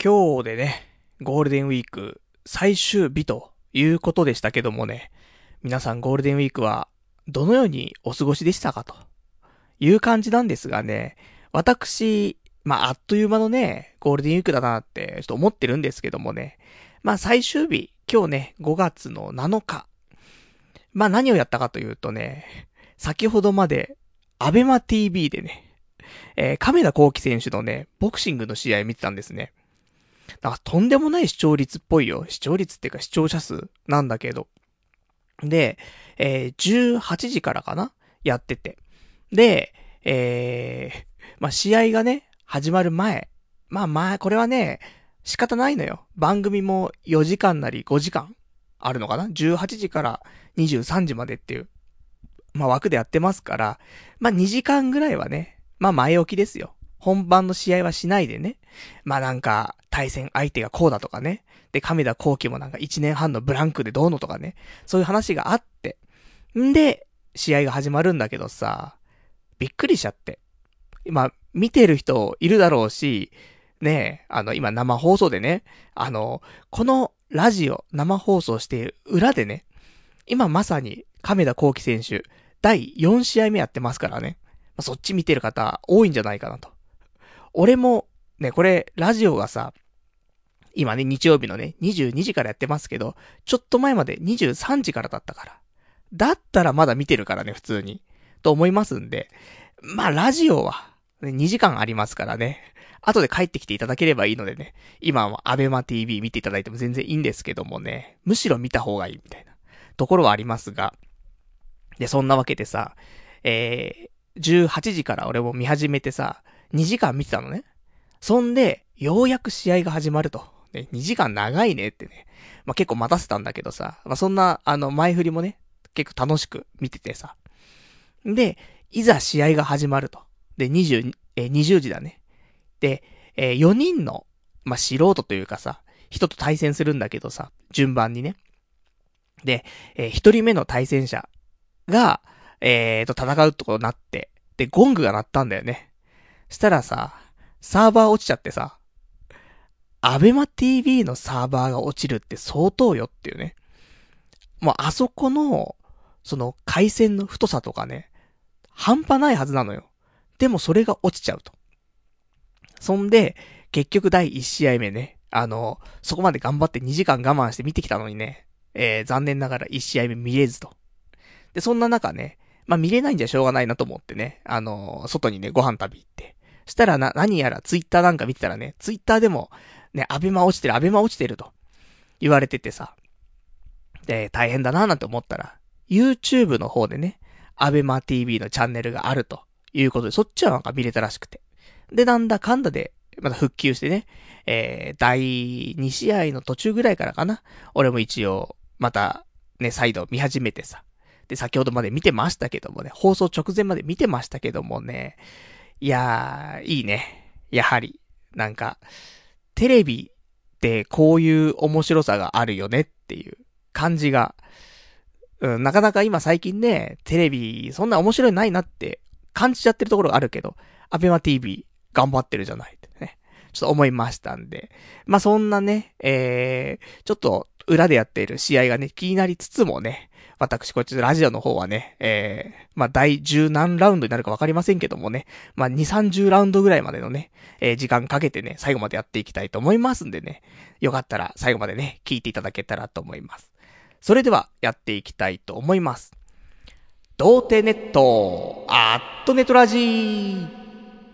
今日でね、ゴールデンウィーク最終日ということでしたけどもね、皆さんゴールデンウィークはどのようにお過ごしでしたかという感じなんですがね、私、あっという間のね、ゴールデンウィークだなってちょっと思ってるんですけどもね、最終日、今日ね、5月の7日。何をやったかというとね、先ほどまで、アベマ TV でね、亀田光輝選手のね、ボクシングの試合見てたんですね。なんかとんでもない視聴率っぽいよ。視聴率っていうか視聴者数なんだけど。で、18時からかなやってて。で、試合がね、始まる前。これはね、仕方ないのよ。番組も4時間なり5時間あるのかな ?18 時から23時までっていう、枠でやってますから、2時間ぐらいはね、前置きですよ。本番の試合はしないでね。対戦相手がこうだとかね。で、亀田光輝も1年半のブランクでどうのとかね。そういう話があって。んで、試合が始まるんだけどさ、びっくりしちゃって。見てる人いるだろうし、ね今生放送でね、このラジオ生放送している裏でね、今まさに亀田光輝選手、第4試合目やってますからね。そっち見てる方多いんじゃないかなと。俺も、ね、これ、ラジオがさ、今ね、日曜日のね、22時からやってますけど、ちょっと前まで23時からだったから。だったらまだ見てるからね、普通に。と思いますんで。ラジオは、ね、2時間ありますからね。後で帰ってきていただければいいのでね。今はアベマ TV 見ていただいても全然いいんですけどもね。むしろ見た方がいいみたいなところはありますが。で、そんなわけでさ、18時から俺も見始めてさ、2時間見てたのね。そんで、ようやく試合が始まると。ね、2時間長いねってね。結構待たせたんだけどさ。そんな、前振りもね、結構楽しく見ててさ。で、いざ試合が始まると。で、20時だね。で、4人の、素人というかさ、人と対戦するんだけどさ、順番にね。で、1人目の対戦者が、戦うってことになって、で、ゴングが鳴ったんだよね。したらさ、サーバー落ちちゃってさ、アベマ TV のサーバーが落ちるって相当よっていうね。もうあそこの、その回線の太さとかね、半端ないはずなのよ。でもそれが落ちちゃうと。そんで、結局第1試合目ね、そこまで頑張って2時間我慢して見てきたのにね、残念ながら1試合目見れずと。で、そんな中ね、見れないんじゃしょうがないなと思ってね、外にね、ご飯食べ行って。したら何やらツイッターなんか見てたらね、ツイッターでも、ね、アベマ落ちてると言われててさ。で、大変だななんて思ったら、YouTube の方でね、アベマ TV のチャンネルがあるということで、そっちは見れたらしくて。で、なんだかんだで、また復旧してね、第2試合の途中ぐらいからかな。俺も一応、また、ね、再度見始めてさ。で、先ほどまで見てましたけどもね、放送直前まで見てましたけどもね、いやー、いいね。やはり、テレビってこういう面白さがあるよねっていう感じが、なかなか今最近ね、テレビそんな面白いないなって感じちゃってるところがあるけど、アベマ TV 頑張ってるじゃないってね、ちょっと思いましたんで、そんなね、ちょっと裏でやっている試合がね、気になりつつもね、私こっちラジオの方はね、第10何ラウンドになるかわかりませんけどもね、2、30ラウンドぐらいまでのね、時間かけてね、最後までやっていきたいと思いますんでね、よかったら最後までね、聞いていただけたらと思います。それでは、やっていきたいと思います。童貞ネット、ネトラジー。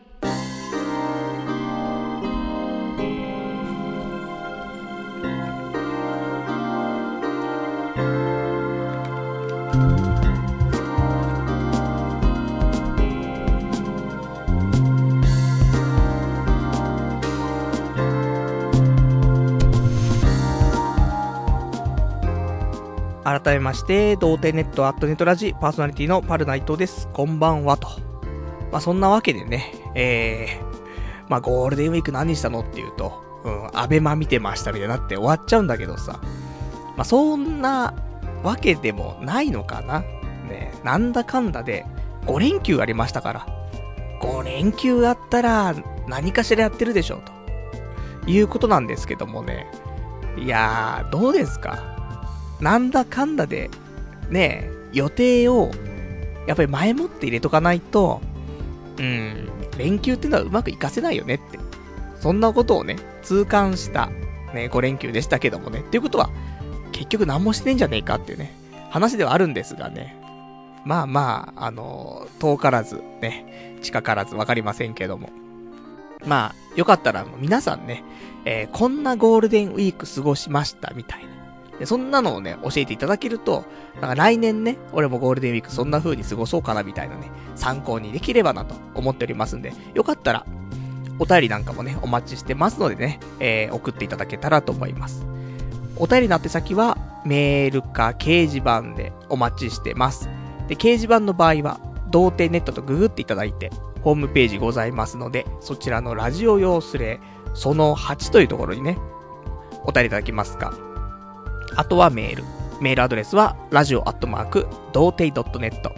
改めまして、童貞ネットネトラジパーソナリティのパルナイトです。こんばんはと。そんなわけでね、ゴールデンウィーク何したのっていうと、アベマ見てましたみたいになって終わっちゃうんだけどさ。そんなわけでもないのかな。ね、なんだかんだで5連休ありましたから。5連休あったら何かしらやってるでしょうと。 いうことなんですけどもね。いやー、どうですか？なんだかんだで、ね、予定を、やっぱり前もって入れとかないと、連休っていうのはうまくいかせないよねって。そんなことをね、痛感した、ね、5連休でしたけどもね。っていうことは、結局何もしてんじゃねえかっていうね、話ではあるんですがね。まあまあ、遠からず、ね、近からずわかりませんけども。まあ、よかったら皆さんね、こんなゴールデンウィーク過ごしましたみたいな。でそんなのをね、教えていただけると、なんか来年ね、俺もゴールデンウィークそんな風に過ごそうかなみたいなね、参考にできればなと思っておりますんで、よかったら、お便りなんかもね、お待ちしてますのでね、送っていただけたらと思います。お便りの宛先は、メールか掲示板でお待ちしてます。で、掲示板の場合は、童貞ネットとググっていただいて、ホームページございますので、そちらのラジオ用スレ、その8というところにね、お便りいただけますか。あとはメール。メールアドレスは、radio@doutei.net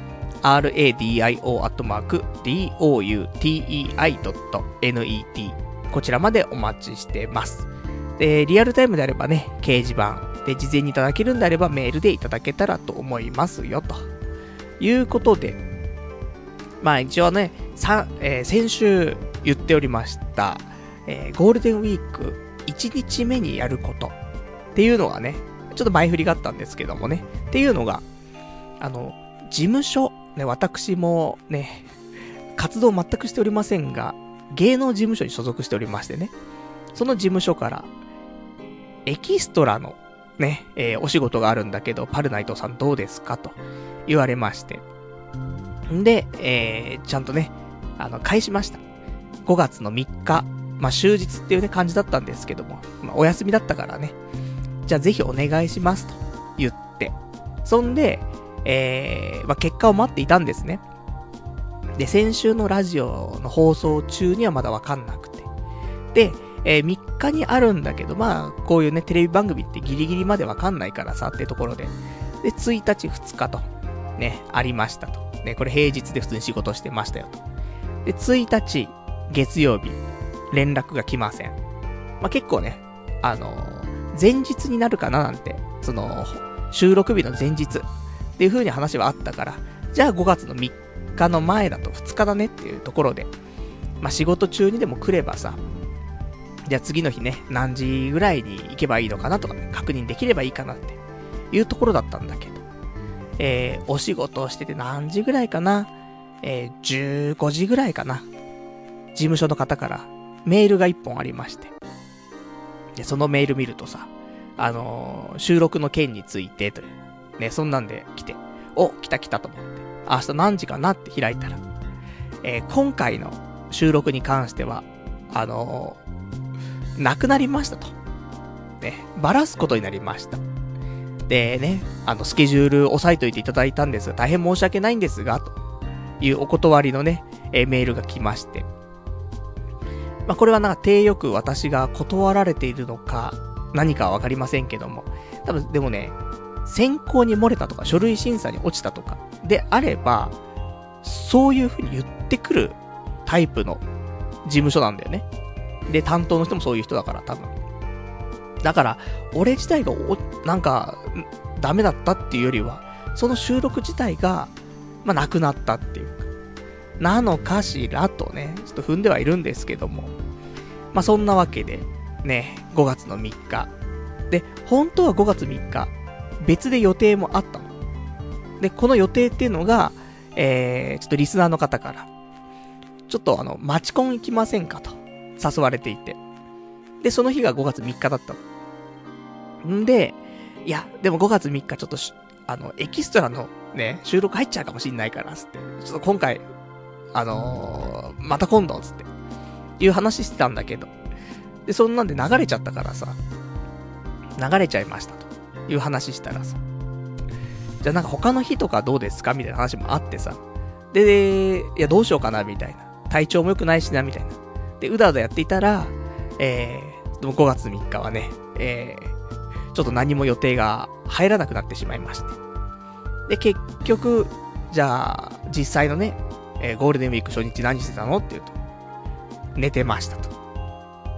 radio@doutei.net こちらまでお待ちしてます。で、リアルタイムであればね、掲示板で事前にいただけるんであればメールでいただけたらと思いますよ、ということで、まあ一応ね、先週言っておりました、ゴールデンウィーク1日目にやることっていうのがね、ちょっと前振りがあったんですけどもね、っていうのが、事務所、ね、私もね、活動全くしておりませんが、芸能事務所に所属しておりましてね、その事務所から、エキストラのね、お仕事があるんだけど、パルナイトさんどうですかと言われまして。んで、ちゃんとね、返しました。5月の3日、まあ、終日っていうね、感じだったんですけども、まあ、お休みだったからね、じゃあぜひお願いしますと言って、そんで、まあ、結果を待っていたんですね。で、先週のラジオの放送中にはまだわかんなくて。で、3日にあるんだけど、まあ、こういうね、テレビ番組ってギリギリまでわかんないからさ、ってところで。で、1日2日と、ね、ありましたと。ね、これ平日で普通に仕事してましたよと。で、1日、月曜日、連絡が来ません。まあ、結構ね、前日になるかななんて、その、収録日の前日っていう風に話はあったから、じゃあ5月の3日の前だと2日だねっていうところで、まあ、仕事中にでも来ればさ、じゃあ次の日ね、何時ぐらいに行けばいいのかなとかね、確認できればいいかなっていうところだったんだけど、お仕事をしてて何時ぐらいかな、15時ぐらいかな、事務所の方からメールが1本ありまして、で、そのメール見るとさ、収録の件についてという、ね、そんなんで来て、来たと思って、明日何時かなって開いたら、今回の収録に関しては、なくなりましたと。ね、ばらすことになりました。でね、スケジュール押さえといていただいたんですが、大変申し訳ないんですが、というお断りのね、メールが来まして。まあ、これはなんか体よく私が断られているのか、何かはわかりませんけども、多分でもね、選考に漏れたとか、書類審査に落ちたとか、であれば、そういう風に言ってくるタイプの事務所なんだよね。で、担当の人もそういう人だから、多分。だから、俺自体がなんか、ダメだったっていうよりは、その収録自体が、まあ、なくなったっていうか、なのかしらとね、ちょっと踏んではいるんですけども。まあ、そんなわけで、ね、5月の3日。で、本当は5月3日、別で予定もあったの。で、この予定っていうのが、ちょっとリスナーの方から、ちょっとマチコン行きませんかと誘われていて。で、その日が5月3日だったの。んで、いや、でも5月3日ちょっとエキストラのね、収録入っちゃうかもしんないから、つって。ちょっと今回、また今度、つって。いう話してたんだけど。で、そんなんで流れちゃったからさ、流れちゃいましたという話したらさ、じゃあなんか他の日とかどうですかみたいな話もあってさ、で、いやどうしようかなみたいな。体調も良くないしなみたいな。で、うだうだやっていたら、5月3日はね、ちょっと何も予定が入らなくなってしまいまして。で、結局、じゃあ、実際のね、ゴールデンウィーク初日何してたのって言うと、寝てましたと。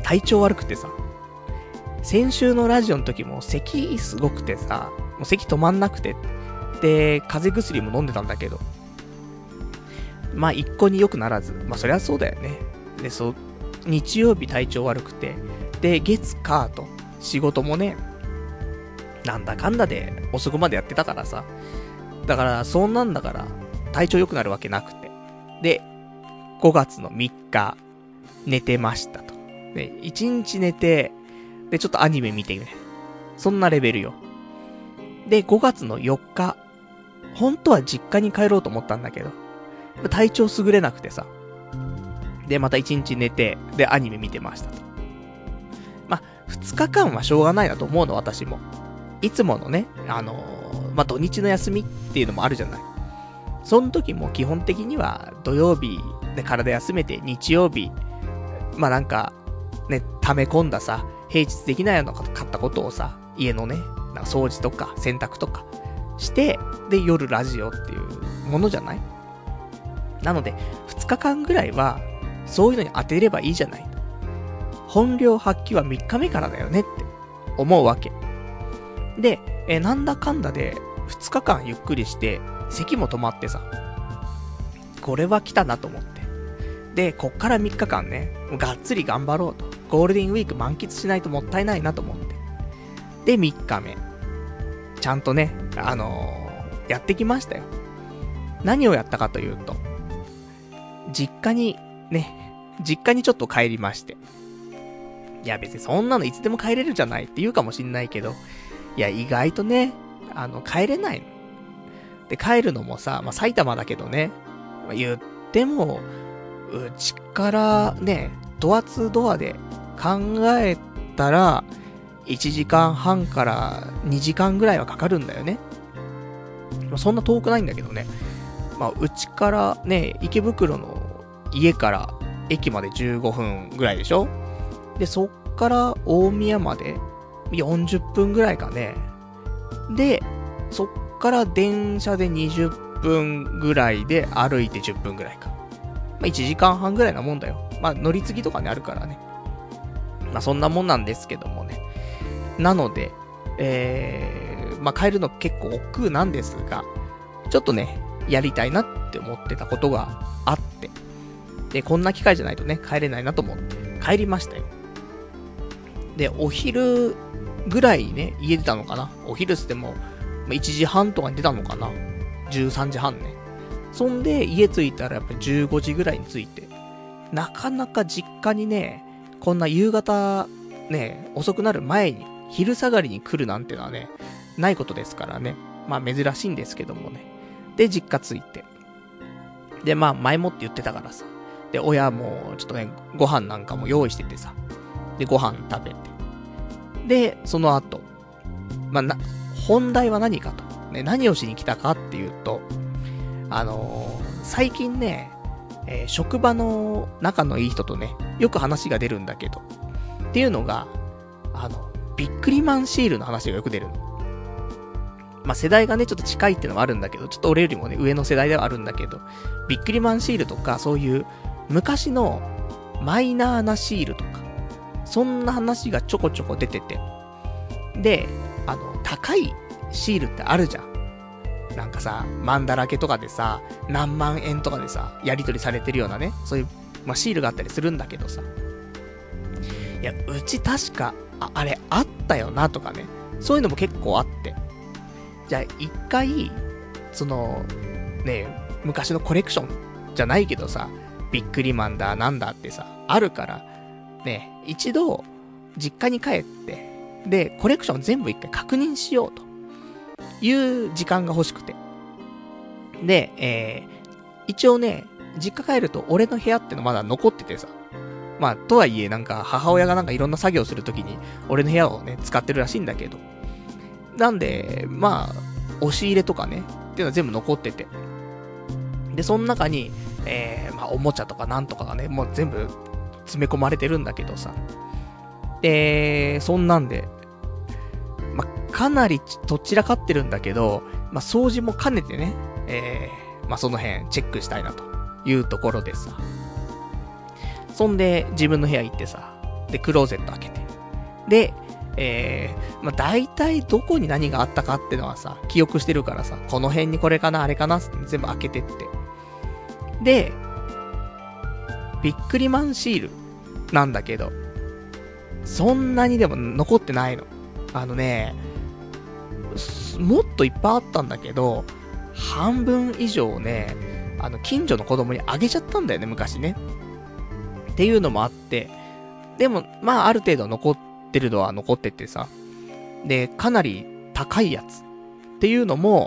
体調悪くてさ、先週のラジオの時も咳すごくてさ、もう咳止まんなくて、で、風邪薬も飲んでたんだけど、まあ一向に良くならず、まあそりゃそうだよね。で、日曜日体調悪くて、で、月火と仕事もね、なんだかんだで遅くまでやってたからさ、だからそんなんだから体調良くなるわけなくて、で、5月の3日寝てましたと。で、1日寝て、で、ちょっとアニメ見てね、そんなレベルよ。で、5月の4日、本当は実家に帰ろうと思ったんだけど、体調優れなくてさ。で、また1日寝て、で、アニメ見てましたと。まあ、2日間はしょうがないなと思うの、私も。いつものね、まあ、土日の休みっていうのもあるじゃない。その時も基本的には土曜日で体休めて、日曜日、まあ、なんか、ね、溜め込んださ、平日できないような買ったことをさ、家のね、なんか掃除とか洗濯とかして、で、夜ラジオっていうものじゃない？なので、2日間ぐらいは、そういうのに当てればいいじゃない。本領発揮は3日目からだよねって思うわけ。で、なんだかんだで2日間ゆっくりして、咳も止まってさ、これは来たなと思って。で、こっから3日間ね、がっつり頑張ろうと。ゴールデンウィーク満喫しないともったいないなと思って。で、3日目。ちゃんとね、やってきましたよ。何をやったかというと、実家にちょっと帰りまして。いや別にそんなのいつでも帰れるじゃないって言うかもしんないけど、いや意外とね、帰れないの。で、帰るのもさ、まあ、埼玉だけどね、言っても、うちからね、ドアツードアで考えたら、1時間半から2時間ぐらいはかかるんだよね。そんな遠くないんだけどね。まあ、うちからね、池袋の家から駅まで15分ぐらいでしょ？で、そっから大宮まで40分ぐらいかね。で、そっから電車で20分ぐらいで歩いて10分ぐらいか。まあ、1時間半ぐらいなもんだよ。まあ、乗り継ぎとかね、あるからね。まあ、そんなもんなんですけどもね。なので、まあ、帰るの結構億劫なんですが、ちょっとね、やりたいなって思ってたことがあって、で、こんな機会じゃないとね、帰れないなと思って、帰りましたよ。で、お昼ぐらいね、家出たのかな。お昼っても、1時半とかに出たのかな。13時半ね。そんで、家着いたらやっぱり15時ぐらいに着いて、なかなか実家にね、こんな夕方、ね、遅くなる前に、昼下がりに来るなんてのはね、ないことですからね。まあ珍しいんですけどもね。で、実家着いて。で、まあ前もって言ってたからさ。で、親もちょっとね、ご飯なんかも用意しててさ。で、ご飯食べて。で、その後。まあ本題は何かと。ね、何をしに来たかっていうと、最近ね、職場の仲のいい人とね、よく話が出るんだけど。っていうのが、ビックリマンシールの話がよく出るの。まあ、世代がね、ちょっと近いっていうのはあるんだけど、ちょっと俺よりもね、上の世代ではあるんだけど、ビックリマンシールとか、そういう昔のマイナーなシールとか、そんな話がちょこちょこ出てて。で、高いシールってあるじゃん。なんかさ、マンだらけとかでさ、何万円とかでさ、やり取りされてるようなね、そういう、まあ、シールがあったりするんだけどさ。いや、うち確か、あれあったよなとかね。そういうのも結構あって。じゃあ一回、ね、昔のコレクションじゃないけどさ、ビックリマンだなんだってさ、あるから、ね、一度、実家に帰って、で、コレクション全部一回確認しようという時間が欲しくて。で、一応ね、実家帰ると俺の部屋ってのまだ残っててさ、まあ、とはいえなんか母親がなんかいろんな作業するときに俺の部屋をね、使ってるらしいんだけど。なんで、まあ、押し入れとかね、っていうのは全部残ってて。で、その中に、まあ、おもちゃとかなんとかがね、もう全部詰め込まれてるんだけどさ。で、そんなんで、まあ、かなりとっちらかってるんだけど、まあ、掃除も兼ねてね、まあ、その辺チェックしたいなというところでさ。そんで、自分の部屋行ってさ。 で、クローゼット開けて。で、大体どこに何があったかってのはさ、記憶してるからさ、この辺にこれかな、あれかなって全部開けてって。で、ビックリマンシールなんだけど、そんなにでも残ってないの。もっといっぱいあったんだけど、半分以上ね、近所の子供にあげちゃったんだよね、昔ね。っていうのもあって、でも、まあ、ある程度残ってるのは残っててさ。で、かなり高いやつっていうのも、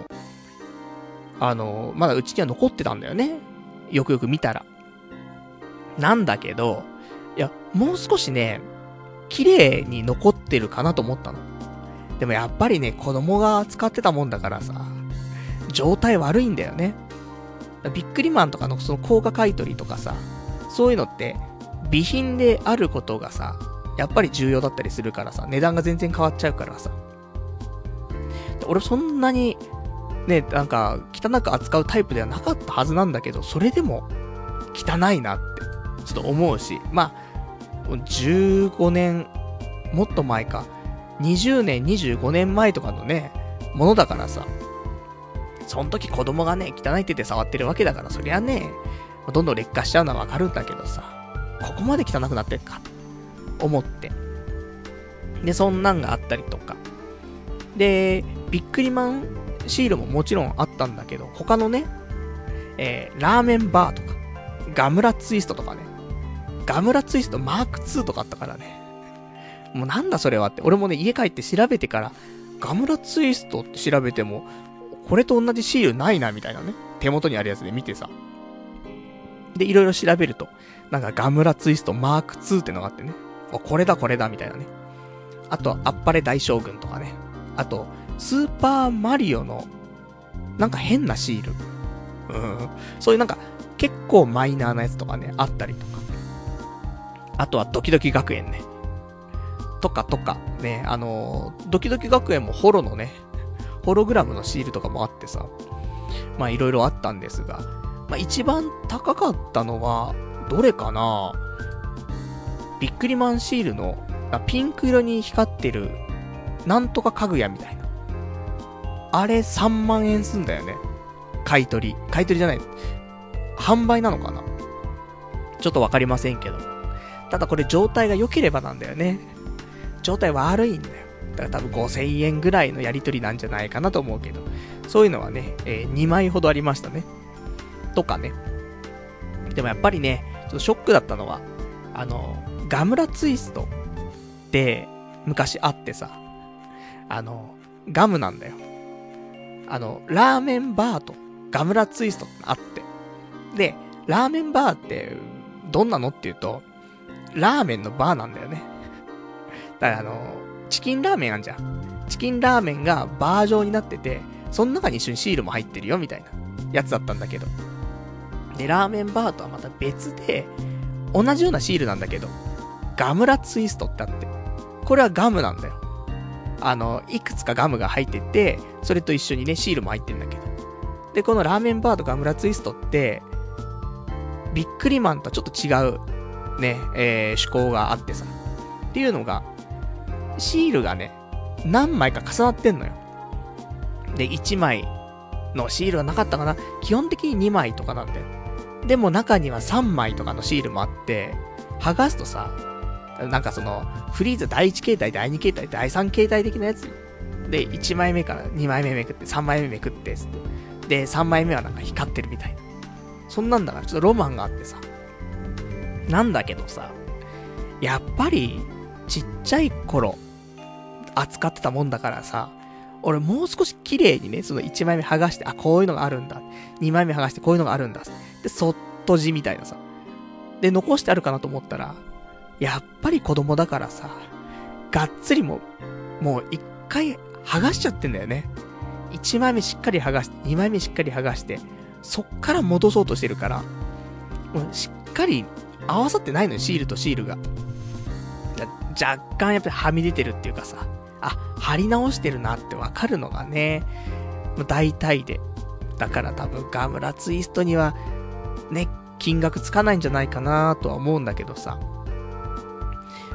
まだうちには残ってたんだよね。よくよく見たら。なんだけど、いや、もう少しね、綺麗に残ってるかなと思ったの。でもやっぱりね、子供が使ってたもんだからさ、状態悪いんだよね。ビックリマンとかのその高価買い取りとかさ、そういうのって、備品であることがさ、やっぱり重要だったりするからさ、値段が全然変わっちゃうからさ。俺そんなに、ね、なんか、汚く扱うタイプではなかったはずなんだけど、それでも、汚いなって、ちょっと思うし、まあ、15年、もっと前か、20年、25年前とかのね、ものだからさ、その時子供がね、汚い手で触ってるわけだから、そりゃね、どんどん劣化しちゃうのはわかるんだけどさ、ここまで汚くなってるか、と思って。で、そんなんがあったりとか。で、ビックリマンシールももちろんあったんだけど、他のね、ラーメンバーとか、ガムラツイストとかね、ガムラツイストマーク2とかあったからね。もうなんだそれはって。俺もね、家帰って調べてから、ガムラツイストって調べても、これと同じシールないな、みたいなね。手元にあるやつで見てさ。で、いろいろ調べると、なんかガムラツイストマーク2ってのがあってね。これだ、みたいなね。あと、あっぱれ大将軍とかね。あと、スーパーマリオの、なんか変なシール。そういうなんか、結構マイナーなやつとかね、あったりとか。あとは、ドキドキ学園ね。とか、ね、ドキドキ学園もホロのね、ホログラムのシールとかもあってさ、まあいろいろあったんですが、まあ一番高かったのは、どれかな？ビックリマンシールの、ピンク色に光ってる、なんとか家具屋みたいな。あれ3万円すんだよね。買い取りじゃない。販売なのかな？ちょっとわかりませんけど。ただこれ状態が良ければなんだよね。状態悪いんだよ。だから多分5000円ぐらいのやり取りなんじゃないかなと思うけど。そういうのはね、2枚ほどありましたね。とかね。でもやっぱりね、ちょっとショックだったのは、ガムラツイストって昔あってさ、ガムなんだよ。ラーメンバーとガムラツイストってあって。で、ラーメンバーってどんなのっていうと、ラーメンのバーなんだよね。だからチキンラーメンあんじゃん。チキンラーメンがバー状になってて、その中に一緒にシールも入ってるよみたいなやつだったんだけど。で、ラーメンバーとはまた別で、同じようなシールなんだけど、ガムラツイストってあって、これはガムなんだよ。いくつかガムが入ってて、それと一緒にね、シールも入ってんだけど。で、このラーメンバーとガムラツイストって、ビックリマンとはちょっと違う、ね、趣向があってさ。っていうのが、シールがね、何枚か重なってんのよ。で、1枚のシールはなかったかな？基本的に2枚とかなんだよ。でも中には3枚とかのシールもあって、剥がすとさ、なんかその、フリーズ第1形態、第2形態、第3形態的なやつで、1枚目から2枚目めくって、3枚目めくって、で、3枚目はなんか光ってるみたいな。そんなんだからちょっとロマンがあってさ。なんだけどさ、やっぱり、ちっちゃい頃、扱ってたもんだからさ、俺もう少し綺麗にね、その1枚目剥がして、あ、こういうのがあるんだ。2枚目剥がしてこういうのがあるんだ。で、そっとじみたいなさ。で、残してあるかなと思ったら、やっぱり子供だからさ、がっつりもう1回剥がしちゃってんだよね。1枚目しっかり剥がして、2枚目しっかり剥がして、そっから戻そうとしてるから、もうしっかり合わさってないのよ、シールとシールが。若干やっぱりはみ出てるっていうかさ、あ、貼り直してるなってわかるのがね、もう大体で。だから多分ガムラツイストには、ね、金額つかないんじゃないかなとは思うんだけどさ。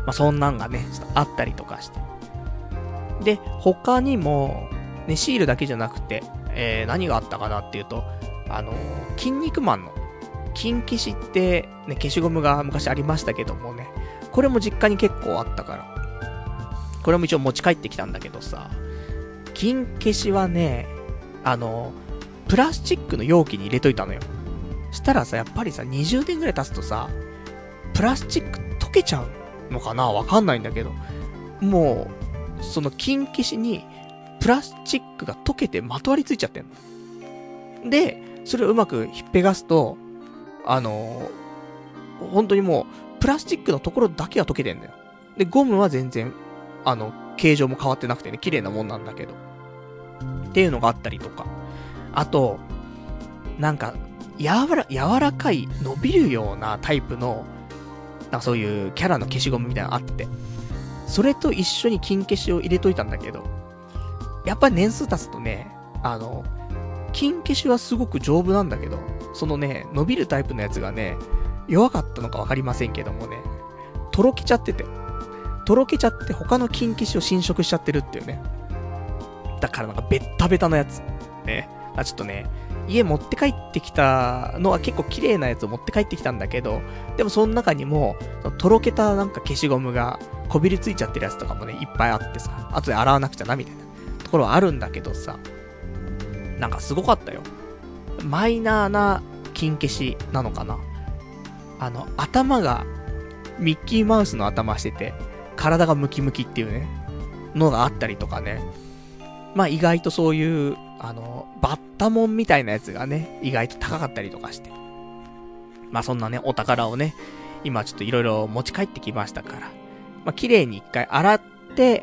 まあそんなんがね、ちょっとあったりとかして。で、他にも、ね、シールだけじゃなくて、何があったかなっていうと、筋肉マンの、金消しって、ね、消しゴムが昔ありましたけどもね、これも実家に結構あったから、これも一応持ち帰ってきたんだけどさ、金消しはね、プラスチックの容器に入れといたのよ。したらさ、やっぱりさ、20年ぐらい経つとさ、プラスチック溶けちゃうのかなわかんないんだけど、もう、その金消しに、プラスチックが溶けてまとわりついちゃってんの。で、それをうまくひっぺがすと、本当にもう、プラスチックのところだけは溶けてんだよ。で、ゴムは全然、形状も変わってなくてね、綺麗なもんなんだけど。っていうのがあったりとか。あと、なんか、柔らかい、伸びるようなタイプの、なんかそういうキャラの消しゴムみたいなのあって、それと一緒に金消しを入れといたんだけど、やっぱり年数経つとね、金消しはすごく丈夫なんだけど、そのね、伸びるタイプのやつがね、弱かったのかわかりませんけどもね、とろけちゃって他の金消しを侵食しちゃってるっていうね。だからなんかベッタベタなやつ。ね。ちょっとね、家持って帰ってきたのは結構綺麗なやつを持って帰ってきたんだけど、でもその中にも、とろけたなんか消しゴムがこびりついちゃってるやつとかもね、いっぱいあってさ、後で洗わなくちゃなみたいなところはあるんだけどさ、なんかすごかったよ。マイナーな金消しなのかな。頭がミッキーマウスの頭してて、体がムキムキっていうね、のがあったりとかね。まあ意外とそういう、バッタモンみたいなやつがね、意外と高かったりとかして。まあそんなね、お宝をね、今ちょっといろいろ持ち帰ってきましたから。まあ綺麗に一回洗って、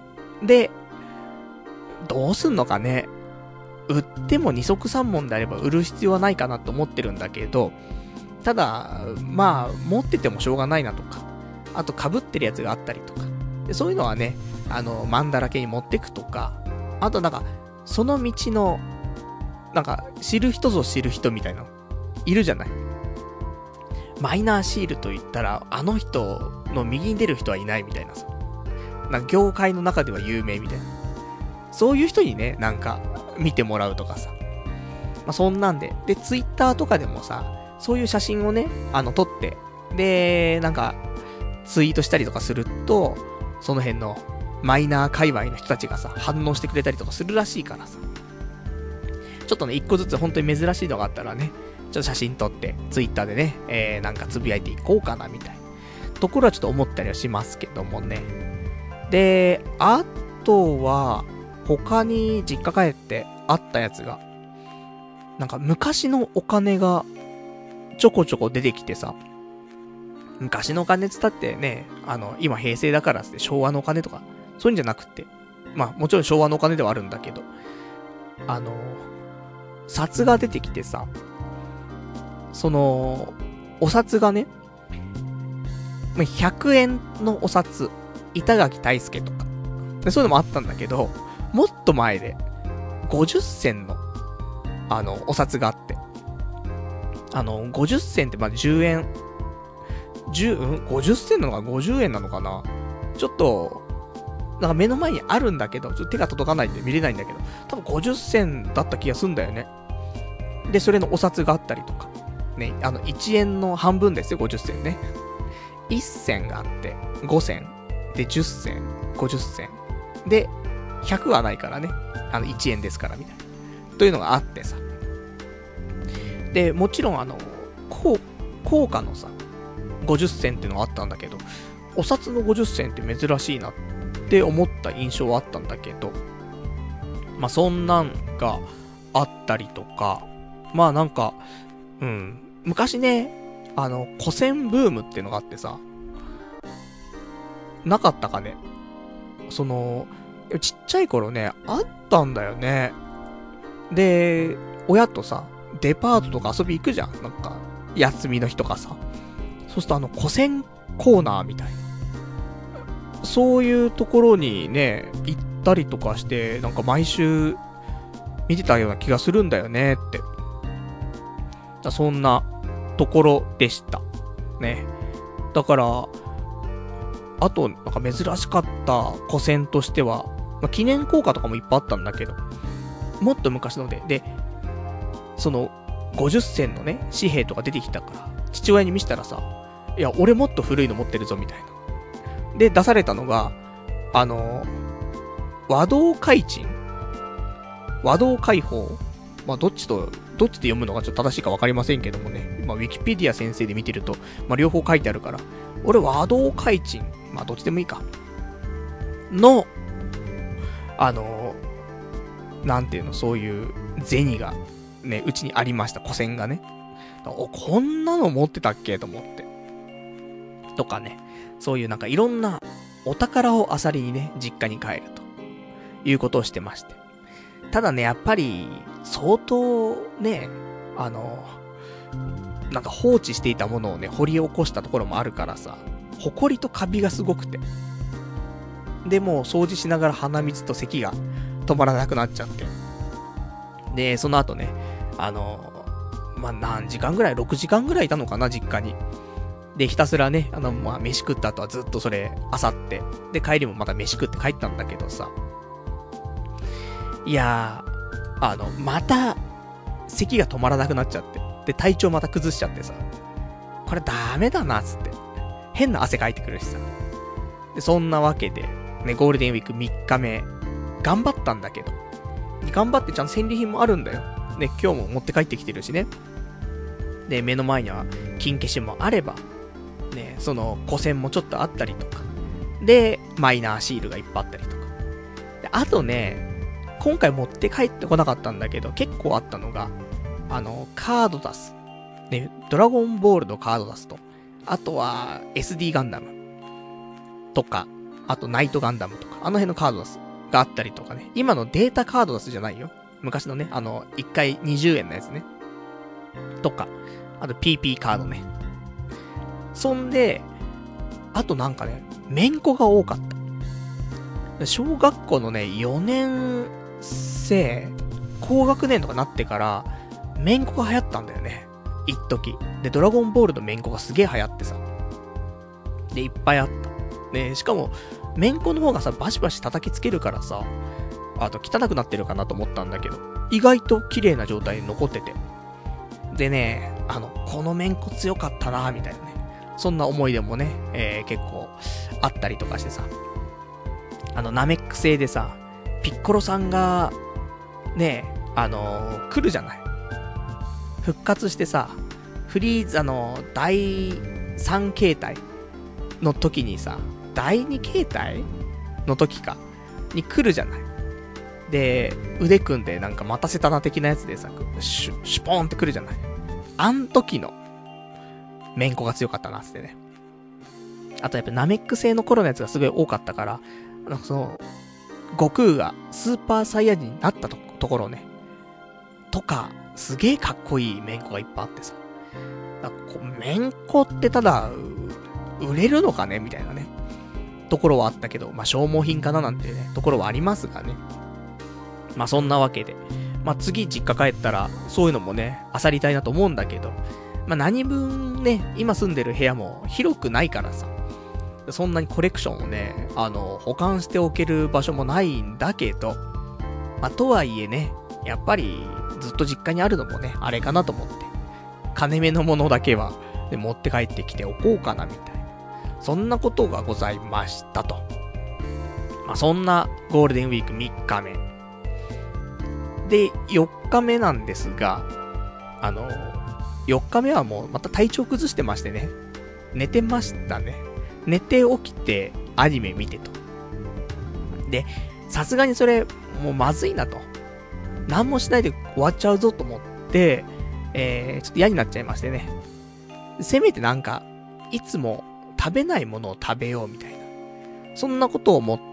で、どうすんのかね。売っても二足三門であれば売る必要はないかなと思ってるんだけど、ただ、まあ、持っててもしょうがないなとか、あと被ってるやつがあったりとか。でそういうのはね、マンだらけに持ってくとか、あとなんか、その道の、なんか、知る人ぞ知る人みたいな、いるじゃない。マイナーシールと言ったら、あの人の右に出る人はいないみたいなさ。なんか業界の中では有名みたいな。そういう人にね、なんか、見てもらうとかさ。まあ、そんなんで。で、ツイッターとかでもさ、そういう写真をね、撮って、で、なんか、ツイートしたりとかすると、その辺のマイナー界隈の人たちがさ、反応してくれたりとかするらしいからさ。ちょっとね、一個ずつ本当に珍しいのがあったらね、ちょっと写真撮って、ツイッターでね、なんかつぶやいていこうかな、みたいなところはちょっと思ったりはしますけどもね。で、あとは、他に実家帰ってあったやつが、なんか昔のお金がちょこちょこ出てきてさ、昔のお金つったってね、今平成だからって昭和のお金とか、そういうんじゃなくて、まあもちろん昭和のお金ではあるんだけど、札が出てきてさ、その、お札がね、100円のお札、板垣大輔とか、でそういうのもあったんだけど、もっと前で、50銭の、お札があって、50銭ってまあ10円、50銭なのか50円なのかな、ちょっと、なんか目の前にあるんだけど、ちょっと手が届かないんで見れないんだけど、多分50銭だった気がすんだよね。で、それのお札があったりとか、ね、1円の半分ですよ、50銭ね。1銭があって、5銭、で、10銭、50銭、で、100はないからね、1円ですから、みたいな。というのがあってさ。で、もちろん硬貨のさ、50銭っていうのがあったんだけど、お札の50銭って珍しいなって思った印象はあったんだけど、まあ、そんなんがあったりとか、まあなんか、昔ね、古銭ブームっていうのがあってさ、なかったかね。ちっちゃい頃ね、あったんだよね。で、親とさ、デパートとか遊び行くじゃん。なんか、休みの日とかさ。そうすると古銭コーナーみたいな。そういうところにね、行ったりとかして、なんか毎週見てたような気がするんだよねって。そんなところでした。ね。だから、 あと、なんか珍しかった古戦としては、まあ、記念硬貨とかもいっぱいあったんだけど、もっと昔ので、その、50銭のね、紙幣とか出てきたから、父親に見せたらさ、いや、俺もっと古いの持ってるぞ、みたいな。で、出されたのが、和道開鎮和道開放まあ、どっちで読むのがちょっと正しいかわかりませんけどもね。まあ、ウィキペディア先生で見てると、まあ、両方書いてあるから、俺和道開鎮まあ、どっちでもいいか。の、なんていうの、そういう銭が、ね、うちにありました、古銭がね。こんなの持ってたっけと思って。とかね、そういうなんかいろんなお宝を漁りにね、実家に帰るということをしてまして。ただね、やっぱり、相当ね、なんか放置していたものをね、掘り起こしたところもあるからさ、埃とカビがすごくて。で、もう掃除しながら鼻水と咳が止まらなくなっちゃって。で、その後ね、まあ、何時間ぐらい ?6 時間ぐらいいたのかな、実家に。で、ひたすらね、まあ、飯食った後はずっとそれ、漁って、で、帰りもまた飯食って帰ったんだけどさ。いやー、また、咳が止まらなくなっちゃって。で、体調また崩しちゃってさ。これダメだな、つって。変な汗かいてくるしさ。で、そんなわけで、ね、ゴールデンウィーク3日目、頑張ったんだけど。頑張ってちゃんと戦利品もあるんだよ。ね、今日も持って帰ってきてるしね。で、目の前には金消しもあれば、ね、その古銭もちょっとあったりとか。で、マイナーシールがいっぱいあったりとか。で、あとね、今回持って帰ってこなかったんだけど、結構あったのが、カードダス。ね、ドラゴンボールのカードダスと、あとは SD ガンダムとか、あとナイトガンダムとか、あの辺のカードダスがあったりとかね。今のデータカードダスじゃないよ。昔のね、1回20円のやつね。とか、あと PP カードね。そんで、あとなんかね、めんこが多かった。小学校のね、4年生、高学年とかなってから、めんこが流行ったんだよね。一時。で、ドラゴンボールのめんこがすげえ流行ってさ。で、いっぱいあった。ね、しかも、めんこの方がさ、バシバシ叩きつけるからさ、あと汚くなってるかなと思ったんだけど、意外と綺麗な状態に残ってて。でね、このめんこ強かったなみたいなね。そんな思い出もね、結構あったりとかしてさ。ナメック星でさ、ピッコロさんが、ね、来るじゃない。復活してさ、フリーザの第3形態の時にさ、第2形態の時か、に来るじゃない。で、腕組んでなんか待たせたな的なやつでさ、シュポーンって来るじゃない。あん時の、めんこが強かったなってね。あとやっぱナメック星の頃のやつがすごい多かったから、その、悟空がスーパーサイヤ人になったところね。とか、すげえかっこいいめんこがいっぱいあってさ。めんこってただ、売れるのかねみたいなね。ところはあったけど、まあ消耗品かななんてね、ところはありますがね。まあそんなわけで。まあ次実家帰ったら、そういうのもね、漁りたいなと思うんだけど、まあ何分ね、今住んでる部屋も広くないからさ。そんなにコレクションをね、保管しておける場所もないんだけど、まあ、とはいえね、やっぱり、ずっと実家にあるのもね、あれかなと思って、金目のものだけは、ね、持って帰ってきておこうかな、みたいな。そんなことがございましたと。まあ、そんなゴールデンウィーク3日目。で、4日目なんですが、4日目はもうまた体調崩してましてね、寝てましたね。寝て起きてアニメ見てと。で、さすがにそれもうまずいなと。何もしないで終わっちゃうぞと思って、ちょっと嫌になっちゃいましてね。せめてなんか、いつも食べないものを食べようみたいな。そんなことを思って、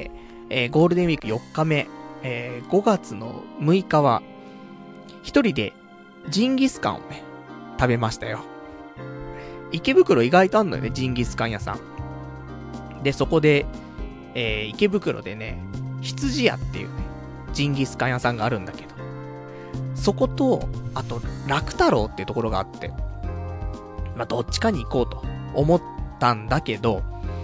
ゴールデンウィーク4日目、5月の6日は、一人でジンギスカンをね、食べましたよ。池袋意外とあんのよね、ジンギスカン屋さん。で、そこで、池袋でね、羊屋っていうね、ジンギスカン屋さんがあるんだけど、そこと、あと、楽太郎っていうところがあって、まあ、どっちかに行こうと思ったんだけど、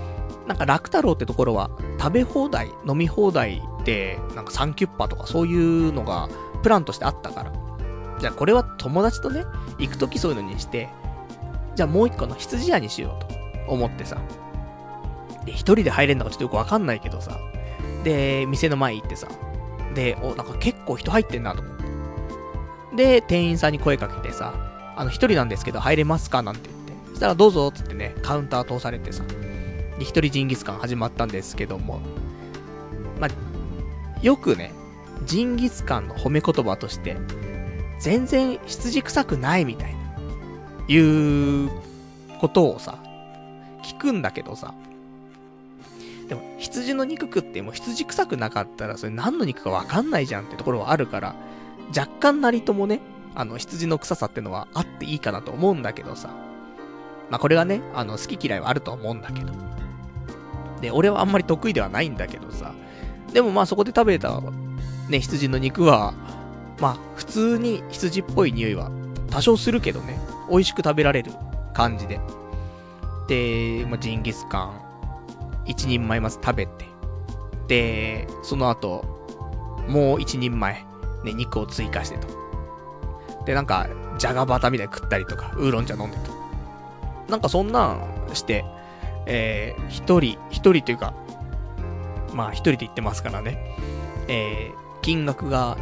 なんか楽太郎ってところは食べ放題、飲み放題で、なんかサンキュッパとかそういうのがプランとしてあったから。じゃあこれは友達とね、行くときそういうのにして、じゃあもう一個の羊屋にしようと思ってさ。で、一人で入れんのかちょっとよくわかんないけどさ。で、店の前行ってさ。で、なんか結構人入ってんなと思って。で、店員さんに声かけてさ、一人なんですけど入れますかなんて言って。そしたらどうぞっつってね、カウンター通されてさ。で、一人ジンギスカン始まったんですけども。まあ、よくね、ジンギスカンの褒め言葉として、全然羊臭くないみたいな、いうことをさ、聞くんだけどさ。でも、羊の肉食っても羊臭くなかったら、それ何の肉かわかんないじゃんってところはあるから、若干なりともね、羊の臭さってのはあっていいかなと思うんだけどさ。まあ、これがね、好き嫌いはあると思うんだけど。で、俺はあんまり得意ではないんだけどさ。でもまあそこで食べた、ね、羊の肉は、まあ普通に羊っぽい匂いは多少するけどね、美味しく食べられる感じで。で、まあ、ジンギスカン、一人前まず食べて。で、その後、もう一人前、ね、肉を追加してと。で、なんか、じゃがバタみたいに食ったりとか、ウーロン茶飲んでと。なんかそんなんして、一人というか、まあ一人で行ってますからね。金額が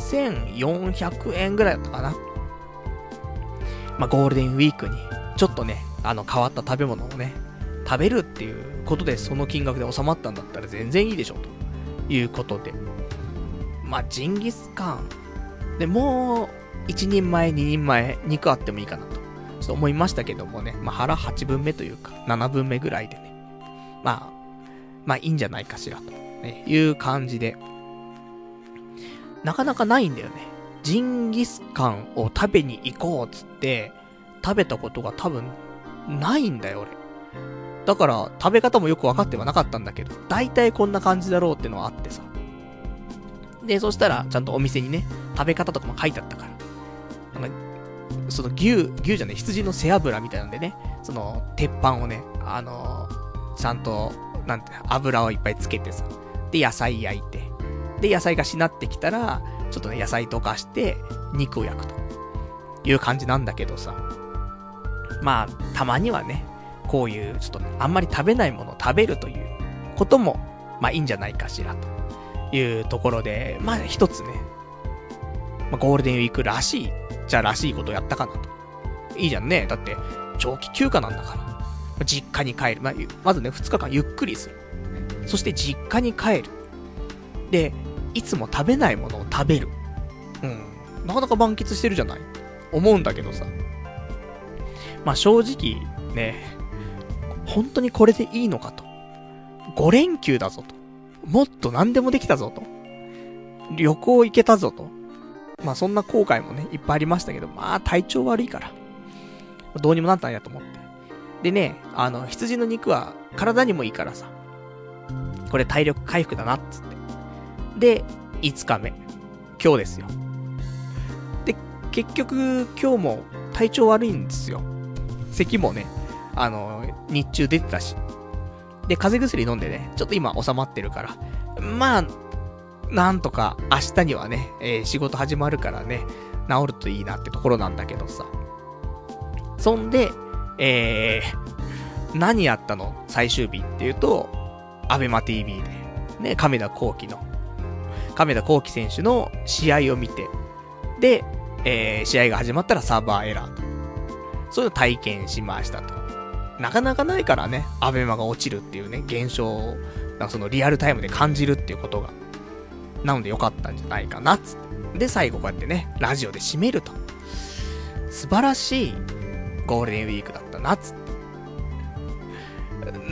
2400円ぐらいだったかな。まあゴールデンウィークに、ちょっとね、変わった食べ物をね、食べるっていうことでその金額で収まったんだったら全然いいでしょ、ということで。まあジンギスカン。で、もう、一人前、二人前、肉あってもいいかなと。ちょっと思いましたけどもね。まあ腹8分目というか、7分目ぐらいでね。まあいいんじゃないかしらと、ね、いう感じで。なかなかないんだよね。ジンギスカンを食べに行こうっつって、食べたことが多分、ないんだよ、俺。だから、食べ方もよく分かってはなかったんだけど、大体こんな感じだろうってのはあってさ。で、そしたら、ちゃんとお店にね、食べ方とかも書いてあったから。その牛じゃね、羊の背脂みたいなんでね、その、鉄板をね、ちゃんと、なんて、油をいっぱいつけてさ。で、野菜焼いて。で、野菜がしなってきたら、ちょっとね、野菜溶かして、肉を焼くと。いう感じなんだけどさ。まあ、たまにはね、こういう、ちょっと、あんまり食べないものを食べるということも、まあいいんじゃないかしら、というところで、まあ一つね、まあゴールデンウィークらしい、じゃらしいことをやったかなと。いいじゃんね。だって、長期休暇なんだから。実家に帰る。まずね、2日間ゆっくりする。そして実家に帰る。で、いつも食べないものを食べる。なかなか満喫してるじゃない思うんだけどさ。まあ正直、ね、本当にこれでいいのかと。5連休だぞと。もっと何でもできたぞと。旅行行けたぞと。まあそんな後悔もね、いっぱいありましたけど、まあ体調悪いから。どうにもなったんやと思って。でね、羊の肉は体にもいいからさ。これ体力回復だなっつって。で、5日目。今日ですよ。で、結局今日も体調悪いんですよ。咳もね、日中出てたし。で、風邪薬飲んでね、ちょっと今収まってるから。まあ、なんとか明日にはね、仕事始まるからね、治るといいなってところなんだけどさ。そんで、何やったの最終日っていうと、アベマ TV で、ね、亀田光輝選手の試合を見て、で、試合が始まったらサーバーエラーと。そういうの体験しましたと。なかなかないからね、アベマが落ちるっていうね、現象を、なんかそのリアルタイムで感じるっていうことが。なので良かったんじゃないかな、つって。で、最後こうやってね、ラジオで締めると。素晴らしいゴールデンウィークだったな、つって。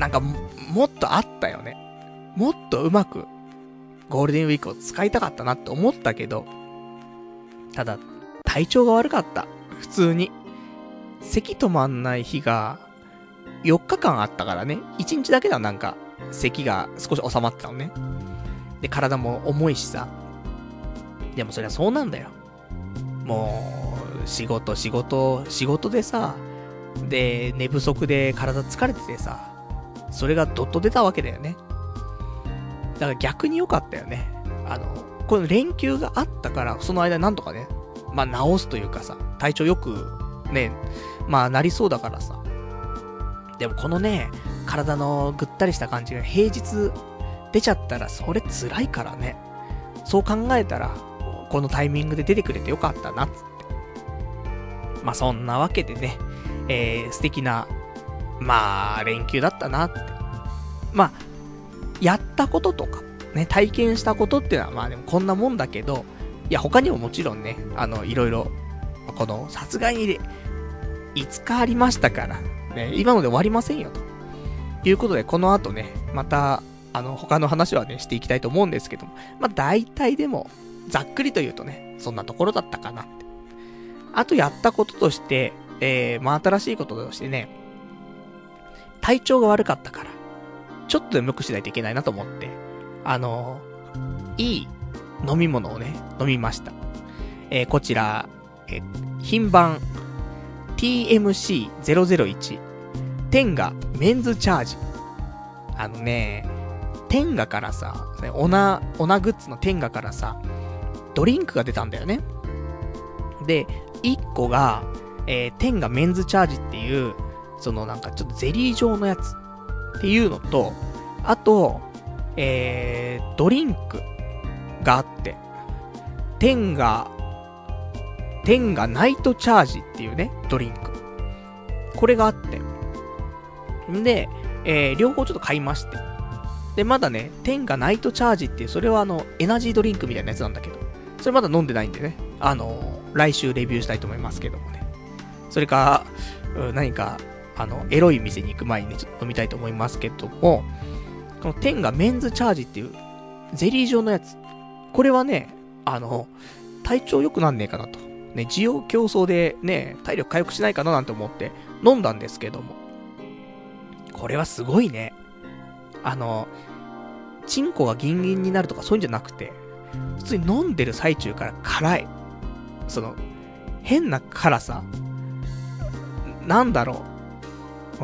なんかもっとあったよね。もっとうまく、ゴールデンウィークを使いたかったなって思ったけど、ただ、体調が悪かった。普通に。咳止まんない日が、4日間あったからね。1日だけだなんか、咳が少し収まってたのね。で、体も重いしさ。でもそりゃそうなんだよ。もう、仕事でさ、で、寝不足で体疲れててさ、 それがドッと出たわけだよね。だから逆に良かったよね。この連休があったから、その間なんとかね、まあ治すというかさ、体調よくね、まあなりそうだからさ。でもこのね、体のぐったりした感じが平日出ちゃったらそれ辛いからね。そう考えたら、このタイミングで出てくれてよかったなっつって。まあそんなわけでね、素敵な、まあ連休だったなって。まあ、やったこととか、ね、体験したことっていうのはまあでもこんなもんだけど、いや他にももちろんね、いろいろ、この、さすがに、5日ありましたから、ね、今ので終わりませんよ、ということで、この後ね、また、他の話はね、していきたいと思うんですけども、まあ大体でも、ざっくりと言うとね、そんなところだったかなって。あとやったこととして、まあ新しいこととしてね、体調が悪かったから、ちょっとでも良くしないといけないなと思って、いい飲み物をね、飲みました。こちら、品番 TMC001 テンガメンズチャージ。テンガからさ、オナグッズのテンガからさ、ドリンクが出たんだよね。で、1個が、テンガメンズチャージっていう、そのなんかちょっとゼリー状のやつっていうのと、あと、ドリンクがあって、テンガナイトチャージっていうね、ドリンク。これがあって。んで、両方ちょっと買いまして。で、まだね、テンガナイトチャージっていう、それはエナジードリンクみたいなやつなんだけど、それまだ飲んでないんでね、来週レビューしたいと思いますけどもね。それか、何か、エロい店に行く前にね、ちょっと飲みたいと思いますけども、このテンガメンズチャージっていう、ゼリー状のやつ。これはね、体調良くなんねえかなと。ね、需要競争でね、体力回復しないかななんて思って飲んだんですけども。これはすごいね。チンコがギンギンになるとかそういうんじゃなくて、普通に飲んでる最中から辛い。変な辛さ。なんだろう。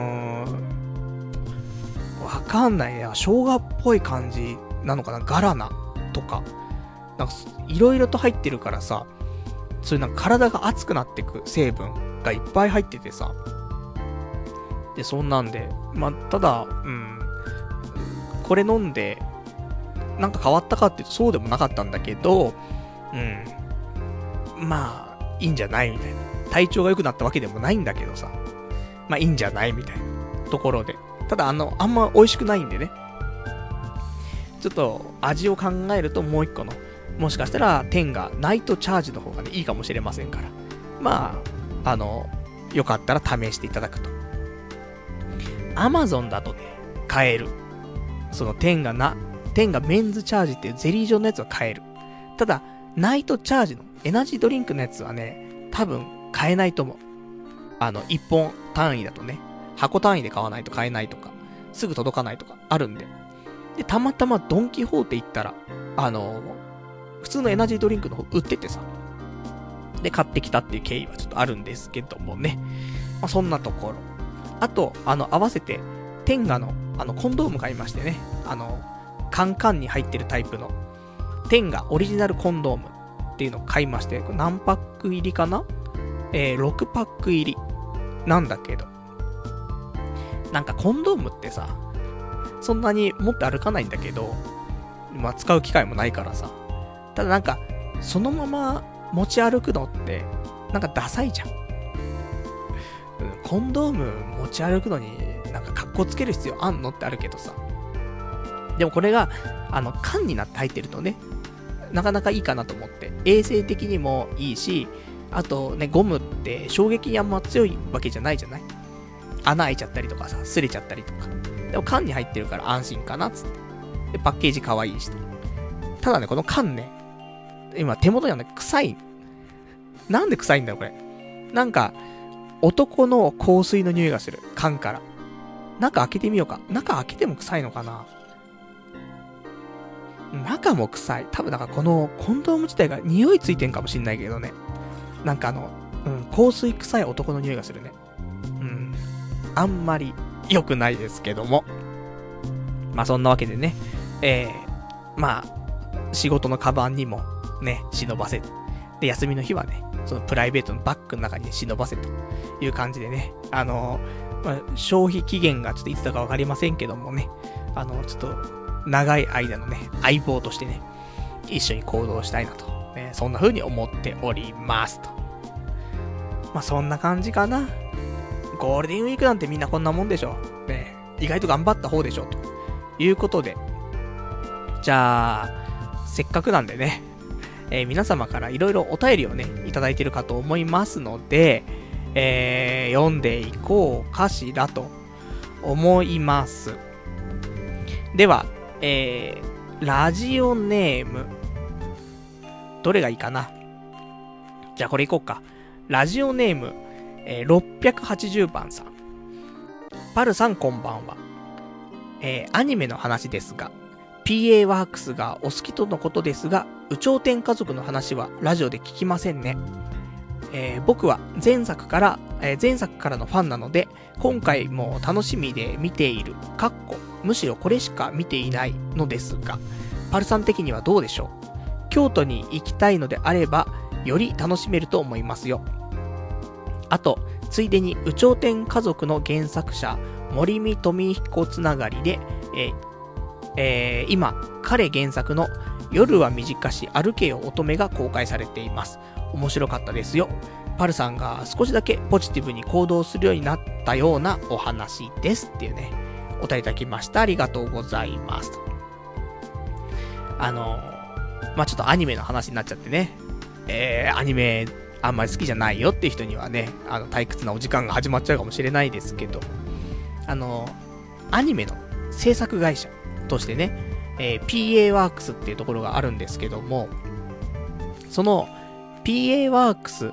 わかんないね。生姜っぽい感じなのかな。ガラナとか。なんか、いろいろと入ってるからさ、そういうなんか体が熱くなってく成分がいっぱい入っててさ。で、そんなんで、まあ、ただ、これ飲んで、なんか変わったかっていうとそうでもなかったんだけど、まあ、いいんじゃないみたいな。体調が良くなったわけでもないんだけどさ。まあ、いいんじゃないみたいなところで。ただあんま美味しくないんでね。ちょっと味を考えるともう一個の、もしかしたらテンガナイトチャージの方がね、いいかもしれませんから。まあ、よかったら試していただくと。Amazon だとね、買える。そのテンガメンズチャージっていうゼリー状のやつは買える。ただ、ナイトチャージのエナジードリンクのやつはね、多分買えないと思う。1本単位だとね、箱単位で買わないと買えないとか、すぐ届かないとかあるんで。で、たまたまドンキホーテ行ったら、普通のエナジードリンクの方売っててさ、で、買ってきたっていう経緯はちょっとあるんですけどもね。まあ、そんなところ。あと、合わせて、テンガの、コンドーム買いましてね。カンカンに入ってるタイプの、テンガオリジナルコンドームっていうのを買いまして、これ何パック入りかな？6パック入り。なんだけど。なんかコンドームってさ、そんなに持って歩かないんだけど、まあ使う機会もないからさ。ただなんか、そのまま持ち歩くのって、なんかダサいじゃん。コンドーム持ち歩くのになんか格好つける必要あんのってあるけどさ。でもこれが、缶になって入ってるとね、なかなかいいかなと思って。衛生的にもいいし、あとね、ゴムって衝撃にあんま強いわけじゃないじゃない？穴開いちゃったりとかさ、擦れちゃったりとか。でも缶に入ってるから安心かなっつって。で、パッケージ可愛いしと。ただね、この缶ね、今手元にあるんだけど臭い。なんで臭いんだよ、これ。なんか、男の香水の匂いがする。缶から。中開けてみようか。中開けても臭いのかな？中も臭い。多分なんかこのコンドーム自体が匂いついてんかもしんないけどね。なんか香水臭い男の匂いがするね。あんまり良くないですけども。まあそんなわけでね、まあ、仕事のカバンにもね、忍ばせて。で、休みの日はね、そのプライベートのバッグの中に、ね、忍ばせという感じでね、まあ、消費期限がちょっといつだかわかりませんけどもね、ちょっと長い間のね、相棒としてね、一緒に行動したいなと、ね、そんな風に思っておりますと。まあそんな感じかな。ゴールデンウィークなんてみんなこんなもんでしょ。ね、意外と頑張った方でしょということで、じゃあせっかくなんでね、皆様からいろいろお便りをねいただいてるかと思いますので、読んでいこうかしらと思います。では、ラジオネームどれがいいかな。じゃあこれいこうか。ラジオネーム、680番さん。パルさんこんばんは。アニメの話ですが、PA ワークスがお好きとのことですが、有頂天家族の話はラジオで聞きませんね。僕は前作からのファンなので、今回も楽しみで見ている、むしろこれしか見ていないのですが、パルさん的にはどうでしょう。京都に行きたいのであれば、より楽しめると思いますよ。あと、ついでに有頂天家族の原作者、森見富彦つながりで、今、彼原作の夜は短し歩けよ乙女が公開されています。面白かったですよ。パルさんが少しだけポジティブに行動するようになったようなお話ですっていうね、お便りいただきました。ありがとうございます。まあ、ちょっとアニメの話になっちゃってね、アニメあんまり好きじゃないよっていう人にはね、退屈なお時間が始まっちゃうかもしれないですけど、アニメの制作会社としてね、PA ワークスっていうところがあるんですけども、その PA ワークスって、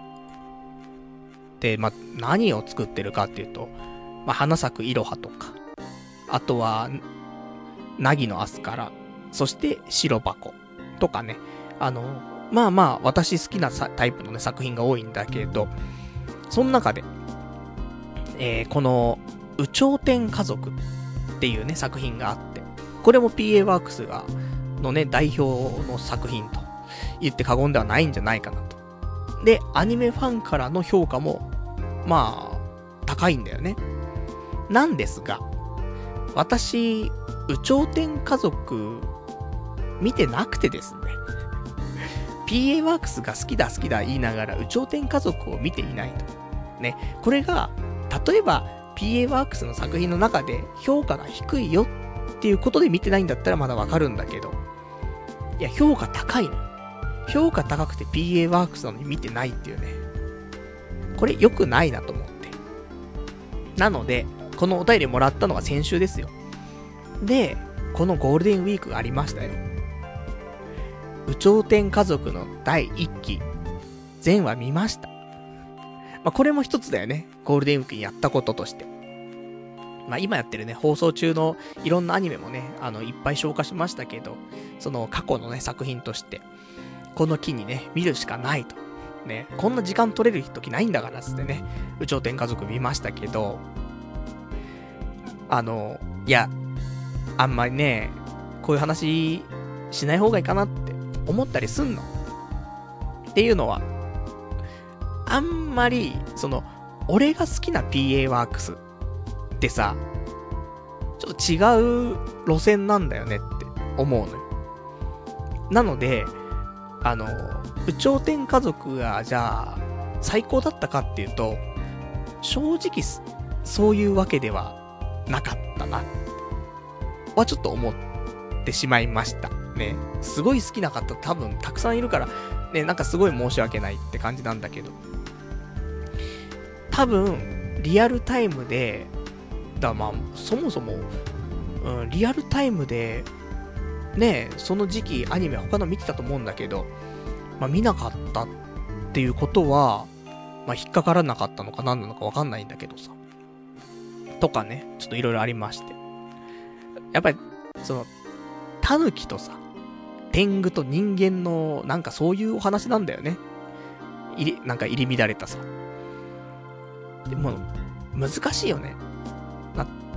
まあ、何を作ってるかっていうと、まあ、花咲くいろはとか、あとは、凪のアスカラ、そして白箱とかね、まあまあ、私好きなタイプのね、作品が多いんだけど、その中で、この、有頂天家族っていうね、作品があって、これも PA ワークスのね、代表の作品と言って過言ではないんじゃないかなと。で、アニメファンからの評価も、まあ、高いんだよね。なんですが、私、有頂天家族、見てなくてですね。PA ワークスが好きだ言いながら、有頂天家族を見ていないと。ね。これが、例えば、PA ワークスの作品の中で評価が低いよっていうことで見てないんだったらまだわかるんだけど、いや、評価高いの。評価高くて PA ワークスなのに見てないっていうね。これ良くないなと思って。なので、このお便りもらったのが先週ですよ。で、このゴールデンウィークがありましたよ。有頂天家族の第1期、全話見ました。まあ、これも一つだよね。ゴールデンウィークにやったこととして。まあ、今やってるね、放送中のいろんなアニメもね、いっぱい消化しましたけど、その過去のね、作品として、この期にね、見るしかないと。ね、こんな時間取れる時ないんだからつってね、有頂天家族見ましたけど、いや、あんまりね、こういう話しない方がいいかなって思ったりすんの。っていうのは、あんまり、俺が好きな PA ワークスってさ、ちょっと違う路線なんだよねって思うのよ。なので、有頂天家族が、じゃあ、最高だったかっていうと、正直、そういうわけではなかったな、はちょっと思ってしまいました。ね。すごい好きな方多分たくさんいるから、ね、なんかすごい申し訳ないって感じなんだけど。多分、リアルタイムで、まあ、そもそも、リアルタイムで、ね、その時期アニメ他の見てたと思うんだけど、まあ見なかったっていうことは、まあ引っかからなかったのか何なのかわかんないんだけどさ。とかね、ちょっといろいろありまして。やっぱり、タヌキとさ、天狗と人間の、なんかそういうお話なんだよね。なんか入り乱れたさ。でも、難しいよね。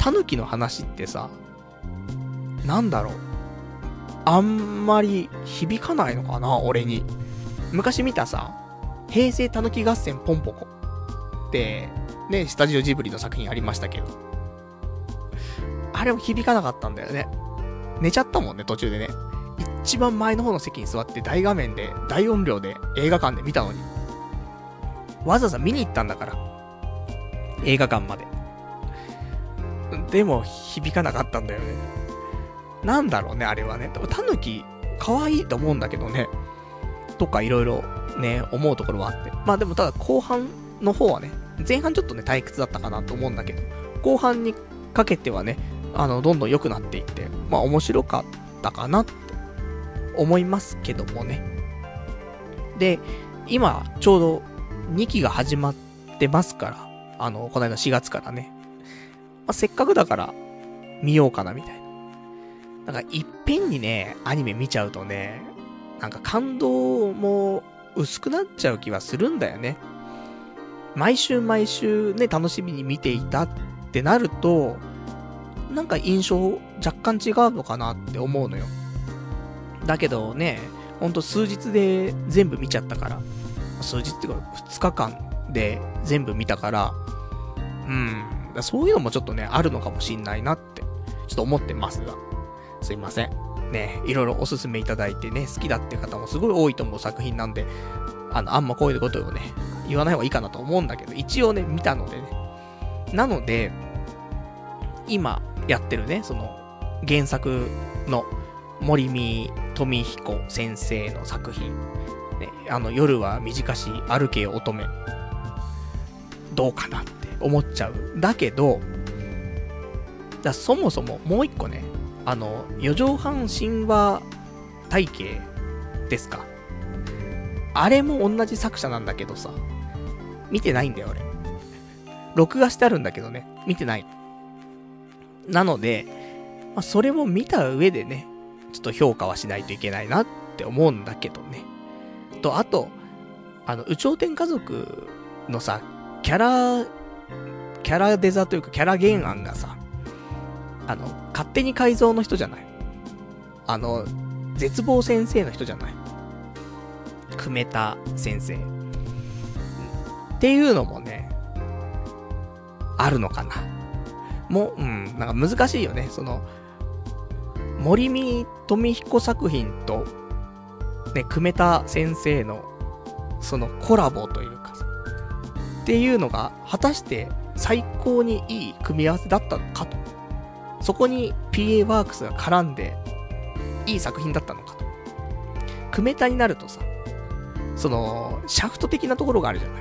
タヌキの話ってさ、なんだろう、あんまり響かないのかな、俺に。昔見たさ、平成タヌキ合戦ポンポコってね、スタジオジブリの作品ありましたけど、あれも響かなかったんだよね。寝ちゃったもんね、途中でね。一番前の方の席に座って大画面で大音量で映画館で見たのに、わざわざ見に行ったんだから、映画館まで。でも響かなかったんだよね。なんだろうね、あれはね。タヌキ可愛いと思うんだけどね、とかいろいろね思うところはあって、まあでもただ後半の方はね、前半ちょっとね退屈だったかなと思うんだけど、後半にかけてはね、どんどん良くなっていって、まあ面白かったかなって思いますけどもね。で、今ちょうど2期が始まってますから、この間4月からね、まあ、せっかくだから見ようかなみたいな。なんかいっぺんにねアニメ見ちゃうとね、なんか感動も薄くなっちゃう気はするんだよね。毎週毎週ね楽しみに見ていたってなると、なんか印象若干違うのかなって思うのよ。だけどね、ほんと数日で全部見ちゃったから、数日っていうか2日間で全部見たから、そういうのもちょっとねあるのかもしんないなってちょっと思ってますが、すいませんね、いろいろおすすめいただいてね、好きだって方もすごい多いと思う作品なんで、あんまこういうことをね言わない方がいいかなと思うんだけど、一応ね見たのでね。なので今やってるね、その原作の森見富彦先生の作品、ね、夜は短し歩けよ乙女、どうかなって思っちゃう。だけどそもそももう一個ね、四畳半神話体系ですか、あれも同じ作者なんだけどさ、見てないんだよ俺。録画してあるんだけどね、見てない。なので、まあ、それも見た上でね、ちょっと評価はしないといけないなって思うんだけどね。と、あと、有頂天家族のさ、キャラデザというかキャラ原案がさ、勝手に改造の人じゃない。絶望先生の人じゃない。久米田先生。っていうのもね、あるのかな。もう、なんか難しいよね。その、森見富彦作品と、ね、久米田先生の、そのコラボというかさ、っていうのが、果たして最高にいい組み合わせだったのかと。そこに PA ワークスが絡んで、いい作品だったのかと。久米田になるとさ、その、シャフト的なところがあるじゃない。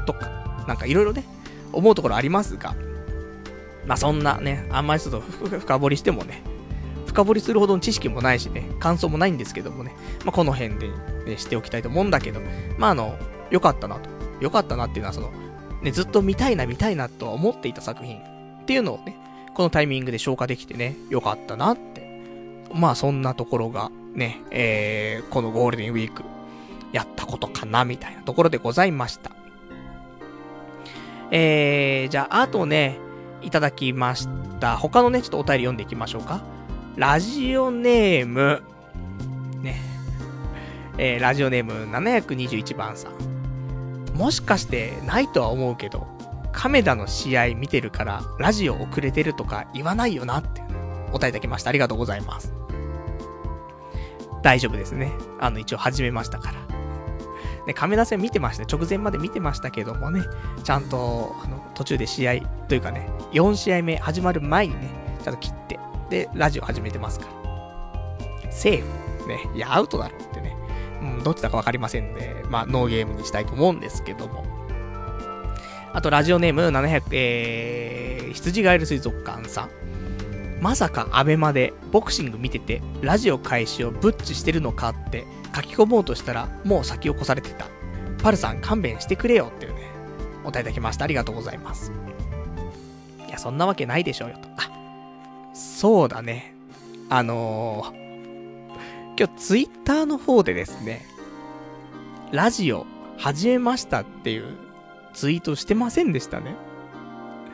とか、なんかいろいろね、思うところありますが、まあそんなね、あんまりちょっと深掘りしてもね、深掘りするほどの知識もないしね、感想もないんですけどもね、まあこの辺で、ね、しておきたいと思うんだけど、まあ良かったなと。良かったなっていうのはその、ね、ずっと見たいなとは思っていた作品っていうのをね、このタイミングで消化できてね、良かったなって。まあそんなところがね、このゴールデンウィークやったことかなみたいなところでございました。じゃああとね、いただきました。他のね、ちょっとお便り読んでいきましょうか。ラジオネーム、ね。ラジオネーム721番さん。もしかしてないとは思うけど、亀田の試合見てるからラジオ遅れてるとか言わないよなってお答えいただきました。ありがとうございます。大丈夫ですね。一応始めましたから。ね、亀田戦見てました。直前まで見てましたけどもね、ちゃんと、途中で試合というかね、4試合目始まる前にね、ちゃんと切って、で、ラジオ始めてますから。セーフ。ね、いや、アウトだろってね。どっちだかわかりませんで、まあ、ノーゲームにしたいと思うんですけども。あと、ラジオネーム700、羊ガエル水族館さん。まさかアベマでボクシング見てて、ラジオ開始をブッチしてるのかって書き込もうとしたら、もう先を越されてた。パルさん勘弁してくれよっていうね、お答えいただきました。ありがとうございます。いや、そんなわけないでしょうよと。そうだね。今日ツイッターの方でですね、ラジオ始めましたっていうツイートしてませんでしたね。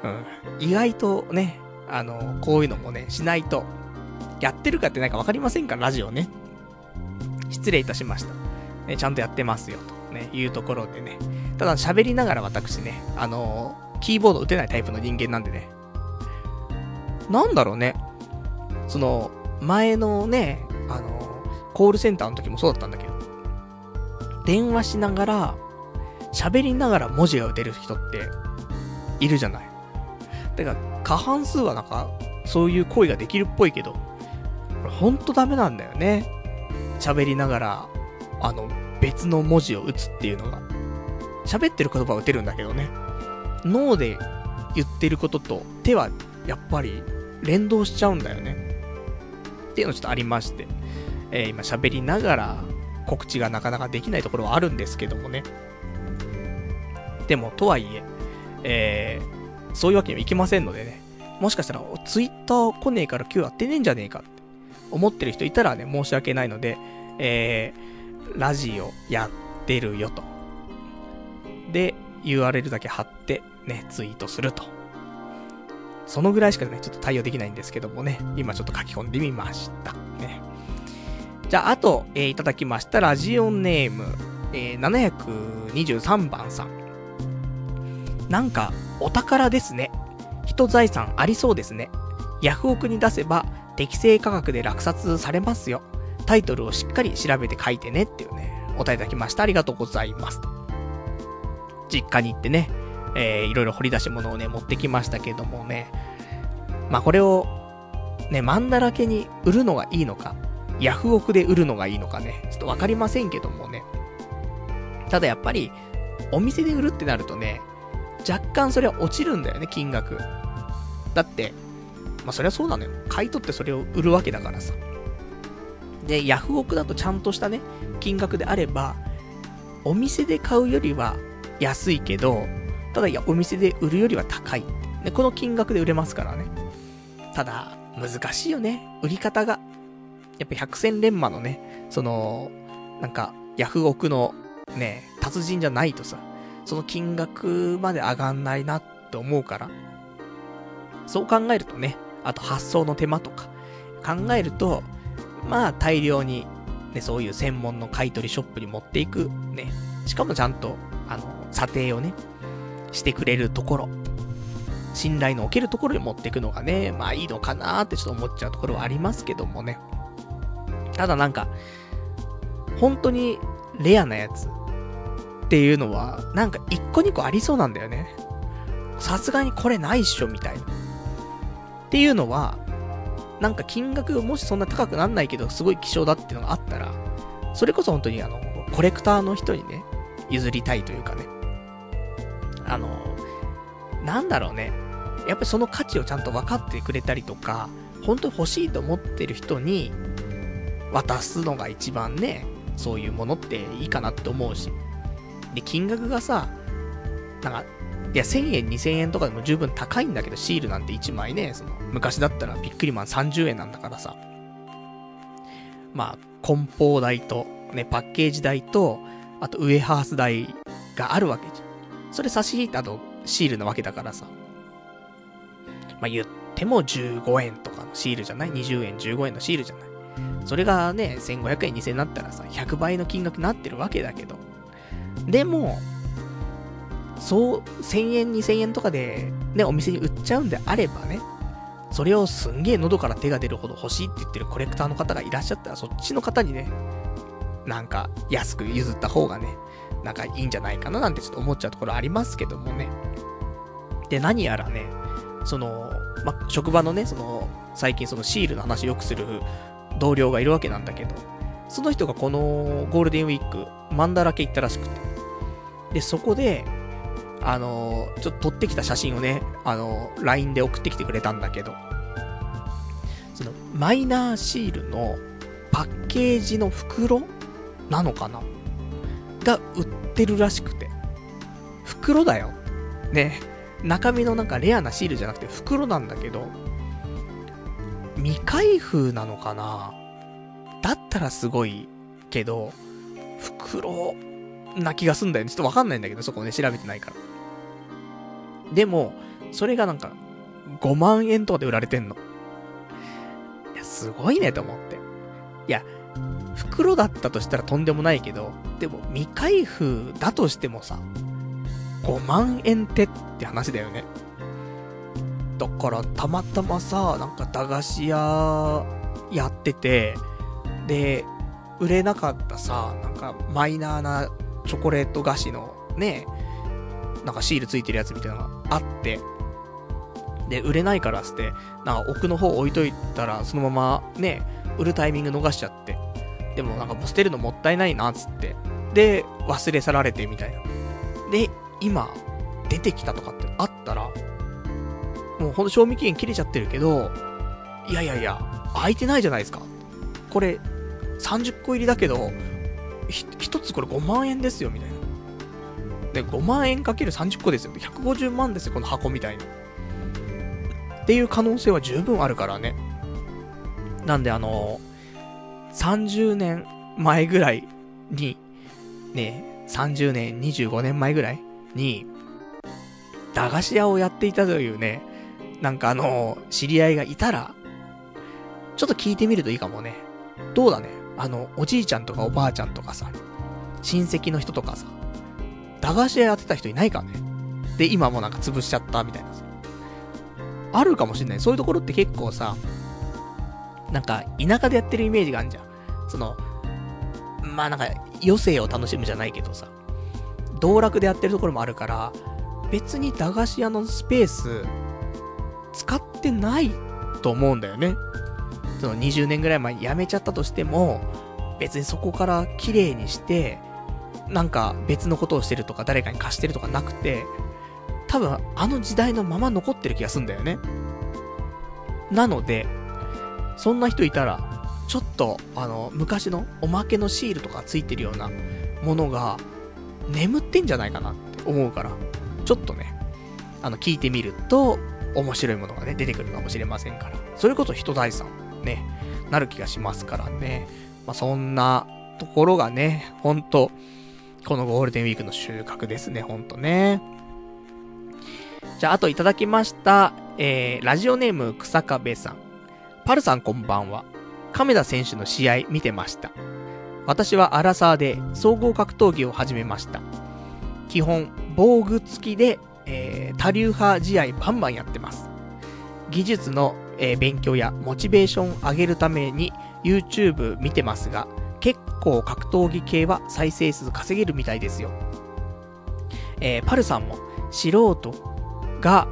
意外とね、こういうのもね、しないと、やってるかってなんかわかりませんから、ラジオね。失礼いたしました。ね、ちゃんとやってますよ、とね、いうところでね。ただ喋りながら私ね、キーボード打てないタイプの人間なんでね。なんだろうね。その、前のね、コールセンターの時もそうだったんだけど、電話しながら、喋りながら文字が打てる人って、いるじゃない。だから、過半数はなんか、そういう行為ができるっぽいけど、ほんとダメなんだよね。喋りながら、別の文字を打つっていうのが。喋ってる言葉は打てるんだけどね。脳で言ってることと手はやっぱり連動しちゃうんだよね。っていうのちょっとありまして。今喋りながら告知がなかなかできないところはあるんですけどもね。でも、とはいえ、そういうわけにはいきませんのでね。もしかしたらツイッター来ねえから今日やってねえんじゃねえかって思ってる人いたらね、申し訳ないので、ラジオやってるよと。で、URL だけ貼って、ね、ツイートすると。そのぐらいしかね、ちょっと対応できないんですけどもね、今ちょっと書き込んでみました。ね。じゃあ、あと、いただきましたラジオネーム、723番さん。なんか、お宝ですね。人財産ありそうですね。ヤフオクに出せば、適正価格で落札されますよ。タイトルをしっかり調べて書いてねっていうね、お答えいただきました。ありがとうございます。実家に行ってね、いろいろ掘り出し物をね、持ってきましたけどもね。まあ、これを、ね、マンだらけに売るのがいいのか、ヤフオクで売るのがいいのかね、ちょっとわかりませんけどもね。ただやっぱり、お店で売るってなるとね、若干それは落ちるんだよね、金額。だって、まあ、そりゃそうなのよ。買い取ってそれを売るわけだからさ。で、ヤフオクだとちゃんとしたね、金額であれば、お店で買うよりは安いけど、ただお店で売るよりは高い。で、この金額で売れますからね。ただ、難しいよね。売り方が。やっぱ百戦錬磨のね、なんか、ヤフオクのね、達人じゃないとさ、その金額まで上がんないなって思うから。そう考えるとね、あと発送の手間とか、考えると、まあ大量に、ね、そういう専門の買い取りショップに持っていく、ね。しかもちゃんと、査定をね、してくれるところ、信頼のおけるところに持っていくのがね、まあいいのかなーってちょっと思っちゃうところはありますけどもね。ただなんか、本当にレアなやつっていうのは、なんか1個2個ありそうなんだよね。さすがにこれないっしょみたいな。っていうのは、なんか金額もしそんな高くなんないけど、すごい希少だっていうのがあったら、それこそ本当にコレクターの人にね、譲りたいというかね。なんだろうね。やっぱりその価値をちゃんと分かってくれたりとか、本当に欲しいと思ってる人に渡すのが一番ね、そういうものっていいかなって思うし。で、金額がさ、なんか、いや、1000円、2000円とかでも十分高いんだけど、シールなんて1枚ね、昔だったらビックリマン30円なんだからさ。まあ、梱包代と、ね、パッケージ代と、あとウエハース代があるわけじゃん。それ差し引いた後、シールなわけだからさ。まあ言っても15円とかのシールじゃない ?20 円、15円のシールじゃない。それがね、1500円、2000円になったらさ、100倍の金額になってるわけだけど。でも、そう、1000円、2000円とかで、ね、お店に売っちゃうんであればね、それをすんげえ喉から手が出るほど欲しいって言ってるコレクターの方がいらっしゃったら、そっちの方にね、なんか安く譲った方がね、なんかいいんじゃないかななんてちょっと思っちゃうところありますけどもね。で、何やらね、職場のね、最近シールの話よくする同僚がいるわけなんだけど、その人がこのゴールデンウィーク、マンだらけ行ったらしくて。で、そこで、ちょっと撮ってきた写真をね、LINE で送ってきてくれたんだけど、マイナーシールのパッケージの袋なのかなが売ってるらしくて。袋だよ。ね。中身のなんかレアなシールじゃなくて袋なんだけど、未開封なのかなだったらすごいけど、袋な気がすんだよね。ちょっとわかんないんだけど、そこね、調べてないから。でも、 それがなんか、5万円とかで売られてんの。いや、すごいねと思って。いや、袋だったとしたらとんでもないけど、でも未開封だとしてもさ、5万円って話だよね。だからたまたまさ、なんか駄菓子屋やってて、で、売れなかったさ、なんかマイナーなチョコレート菓子のね、なんかシールついてるやつみたいなのがあって、で、売れないからつって、なんか奥の方置いといたら、そのままね、売るタイミング逃しちゃって、でもなんか捨てるのもったいないな、つって。で、忘れ去られてみたいな。で、今、出てきたとかってあったら、もうほんと賞味期限切れちゃってるけど、いやいやいや、空いてないじゃないですか。これ、30個入りだけど、一つこれ5万円ですよ、みたいな。で、5万円かける30個ですよ。150万ですよ、この箱みたいな。っていう可能性は十分あるからね。なんで30年前ぐらいに、ね、30年、25年前ぐらいに、駄菓子屋をやっていたというね、なんか知り合いがいたら、ちょっと聞いてみるといいかもね。どうだね。おじいちゃんとかおばあちゃんとかさ、親戚の人とかさ、駄菓子屋やってた人いないかね。で、今もなんか潰しちゃったみたいなさ。あるかもしんない。そういうところって結構さ、なんか田舎でやってるイメージがあるじゃん。まあなんか余生を楽しむじゃないけどさ、道楽でやってるところもあるから、別に駄菓子屋のスペース使ってないと思うんだよね。その20年ぐらい前に辞めちゃったとしても、別にそこから綺麗にして、なんか別のことをしてるとか誰かに貸してるとかなくて、多分あの時代のまま残ってる気がするんだよね。なので、そんな人いたら、ちょっと昔のおまけのシールとかついてるようなものが眠ってんじゃないかなって思うから、ちょっとね、聞いてみると面白いものがね出てくるかもしれませんから、それこそ人財産ねなる気がしますからね。まあ、そんなところがね、ほんとこのゴールデンウィークの収穫ですね、ほんとね。じゃあ、あといただきました、ラジオネーム草壁さん。パルさんこんばんは。亀田選手の試合見てました。私はアラサーで総合格闘技を始めました。基本防具付きで、多流派試合バンバンやってます。技術の、勉強やモチベーション上げるために YouTube 見てますが、結構格闘技系は再生数稼げるみたいですよ。パルさんも素人が、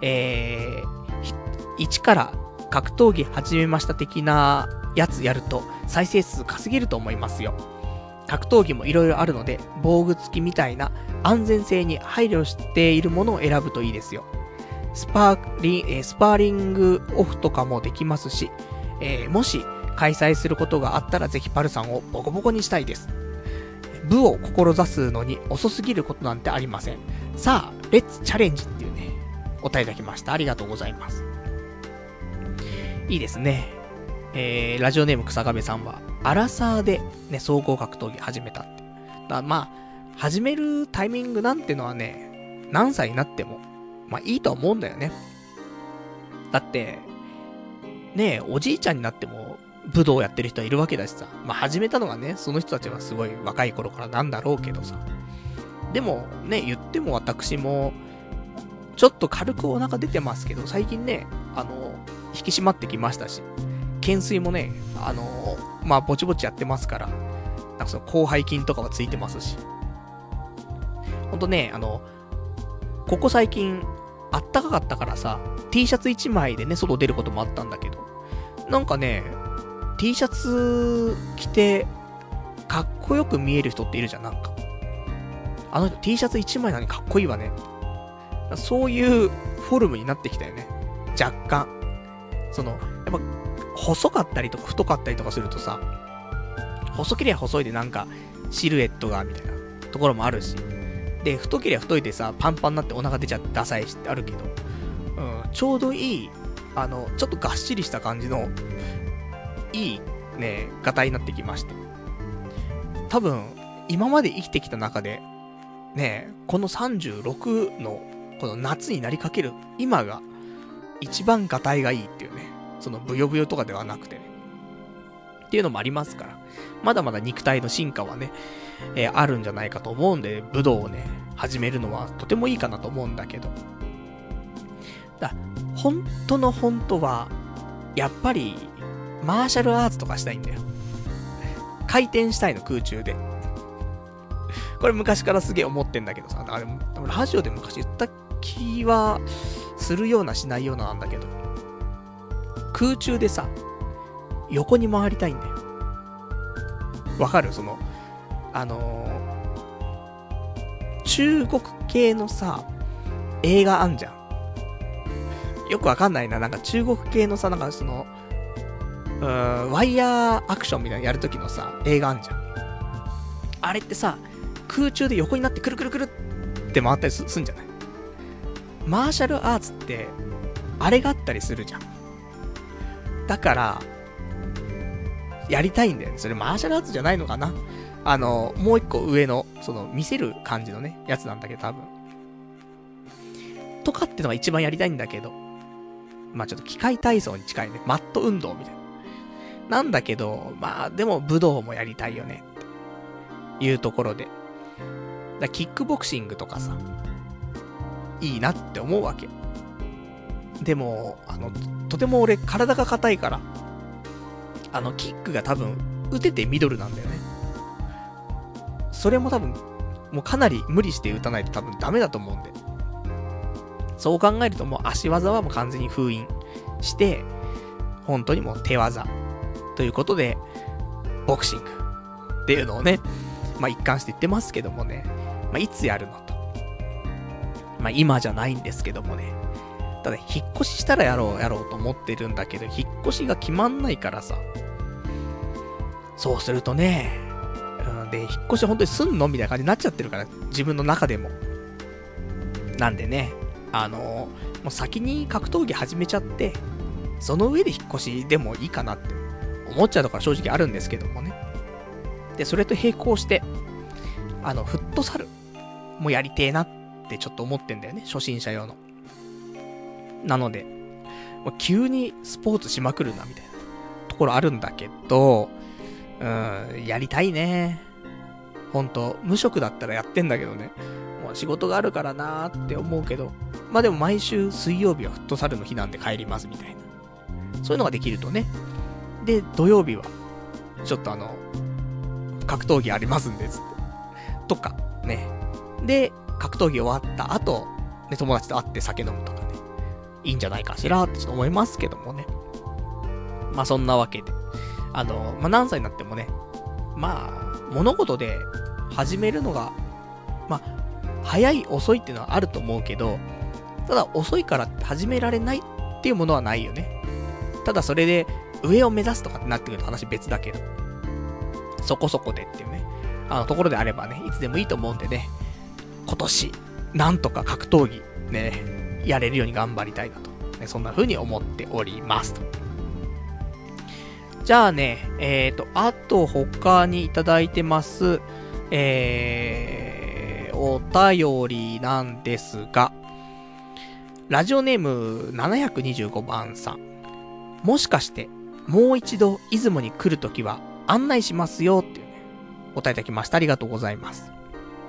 一から格闘技始めました的なやつやると再生数稼げると思いますよ。格闘技もいろいろあるので、防具付きみたいな安全性に配慮しているものを選ぶといいですよ。スパーリングオフとかもできますし、もし開催することがあったらぜひパルさんをボコボコにしたいです。部を志すのに遅すぎることなんてありません。さあ、レッツチャレンジっていうね、お答えいただきました。ありがとうございます。いいですね。ラジオネーム草壁さんは、アラサーでね、総合格闘技始めたって。まあ、始めるタイミングなんてのはね、何歳になっても、まあいいとは思うんだよね。だって、ね、おじいちゃんになっても、武道やってる人はいるわけだしさ。まあ始めたのがね、その人たちはすごい若い頃からなんだろうけどさ。でも、ね、言っても私も、ちょっと軽くお腹出てますけど、最近ね、引き締まってきましたし、懸垂もね、まあ、ぼちぼちやってますから、なんかその広背筋とかはついてますし。ほんとね、ここ最近、あったかかったからさ、T シャツ1枚でね、外出ることもあったんだけど、なんかね、T シャツ着て、かっこよく見える人っているじゃん、なんか。あの人 T シャツ1枚なのにかっこいいわね。そういうフォルムになってきたよね。若干。やっぱ、細かったりとか太かったりとかするとさ、細ければ細いでなんか、シルエットが、みたいなところもあるし。で、太ければ太いでさ、パンパンになってお腹出ちゃってダサいしってあるけど、ちょうどいい、ちょっとがっしりした感じの、いい、ね、ガタイになってきまして。多分、今まで生きてきた中で、ね、この36のこの夏になりかける今が一番がたいがいいっていうね、そのブヨブヨとかではなくてね、っていうのもありますから、まだまだ肉体の進化はね、あるんじゃないかと思うんで、武道をね、始めるのはとてもいいかなと思うんだけど、本当の本当は、やっぱり、マーシャルアーツとかしたいんだよ。回転したいの、空中で。これ昔からすげえ思ってんだけどさ、あれ、ラジオで昔言った気は、するようなしないようななんだけど、空中でさ、横に回りたいんだよ。わかる？その、中国系のさ、映画あんじゃん。よくわかんないな。なんか中国系のさ、なんかその、ワイヤーアクションみたいなやるときのさ、映画あんじゃん。あれってさ、空中で横になってくるくるくるって回ったりすんじゃない？マーシャルアーツって、あれがあったりするじゃん。だから、やりたいんだよね。それマーシャルアーツじゃないのかな？もう一個上の、その、見せる感じのね、やつなんだけど、多分。とかってのが一番やりたいんだけど、まあちょっと機械体操に近いね。マット運動みたいな。なんだけど、まあでも武道もやりたいよね。っていうところで。キックボクシングとかさ、いいなって思うわけ。でも、とても俺体が硬いから、キックが多分、打ててミドルなんだよね。それも多分、もうかなり無理して打たないと多分ダメだと思うんで。そう考えるともう足技はもう完全に封印して、本当にもう手技。ということで、ボクシングっていうのをね、まあ一貫して言ってますけどもね、まあいつやるのと。まあ今じゃないんですけどもね。ただ引っ越ししたらやろうと思ってるんだけど、引っ越しが決まんないからさ。そうするとね、で、引っ越し本当にすんのみたいな感じになっちゃってるから、自分の中でも。なんでね、もう先に格闘技始めちゃって、その上で引っ越しでもいいかなって思っちゃうところ正直あるんですけどもね。で、それと並行して、フットサルもやりてえなってちょっと思ってんだよね、初心者用の。なので、もう急にスポーツしまくるなみたいなところあるんだけど、やりたいね。ほんと、無職だったらやってんだけどね。もう仕事があるからなーって思うけど、まあでも毎週水曜日はフットサルの日なんで帰りますみたいな。そういうのができるとね。で、土曜日は、ちょっと格闘技ありますんで、つって。とか、ね。で、格闘技終わった後、ね、友達と会って酒飲むとかね。いいんじゃないかしらってちょっと思いますけどもね。まあそんなわけで。まあ何歳になってもね、まあ、物事で始めるのが、まあ、早い遅いっていうのはあると思うけど、ただ遅いからって始められないっていうものはないよね。ただそれで上を目指すとかってなってくると話別だけど、そこそこでっていうね、ところであればね、いつでもいいと思うんでね、今年、なんとか格闘技、ね、やれるように頑張りたいなと、ね、そんな風に思っておりますと。じゃあね、あと他にいただいてます、お便りなんですが、ラジオネーム725番さん。もしかして、もう一度出雲に来るときは案内しますよっていうね、お答えいただきました。ありがとうございます。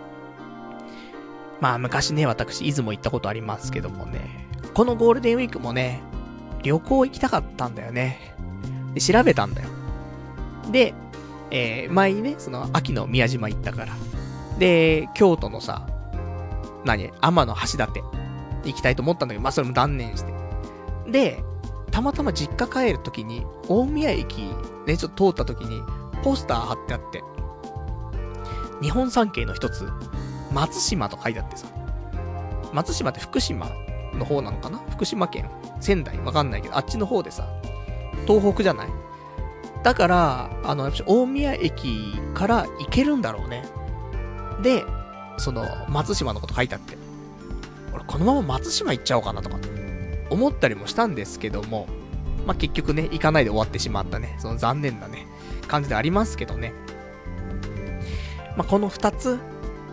まあ昔ね、私出雲行ったことありますけどもね、このゴールデンウィークもね、旅行行きたかったんだよね。で、調べたんだよ。で、前にね、その秋の宮島行ったから。で、京都のさ、天橋立行きたいと思ったんだけど、まあそれも断念して。で、たまたま実家帰るときに、大宮駅ね、ちょっと通ったときに、ポスター貼ってあって、日本三景の一つ、松島と書いてあってさ。松島って福島の方なのかな？福島県仙台わかんないけど、あっちの方でさ、東北じゃない？だから、大宮駅から行けるんだろうね。で、その、松島のこと書いてあって、俺このまま松島行っちゃおうかなとか、思ったりもしたんですけども、まあ、結局ね、行かないで終わってしまったね、その残念なね、感じでありますけどね。まあ、この二つ、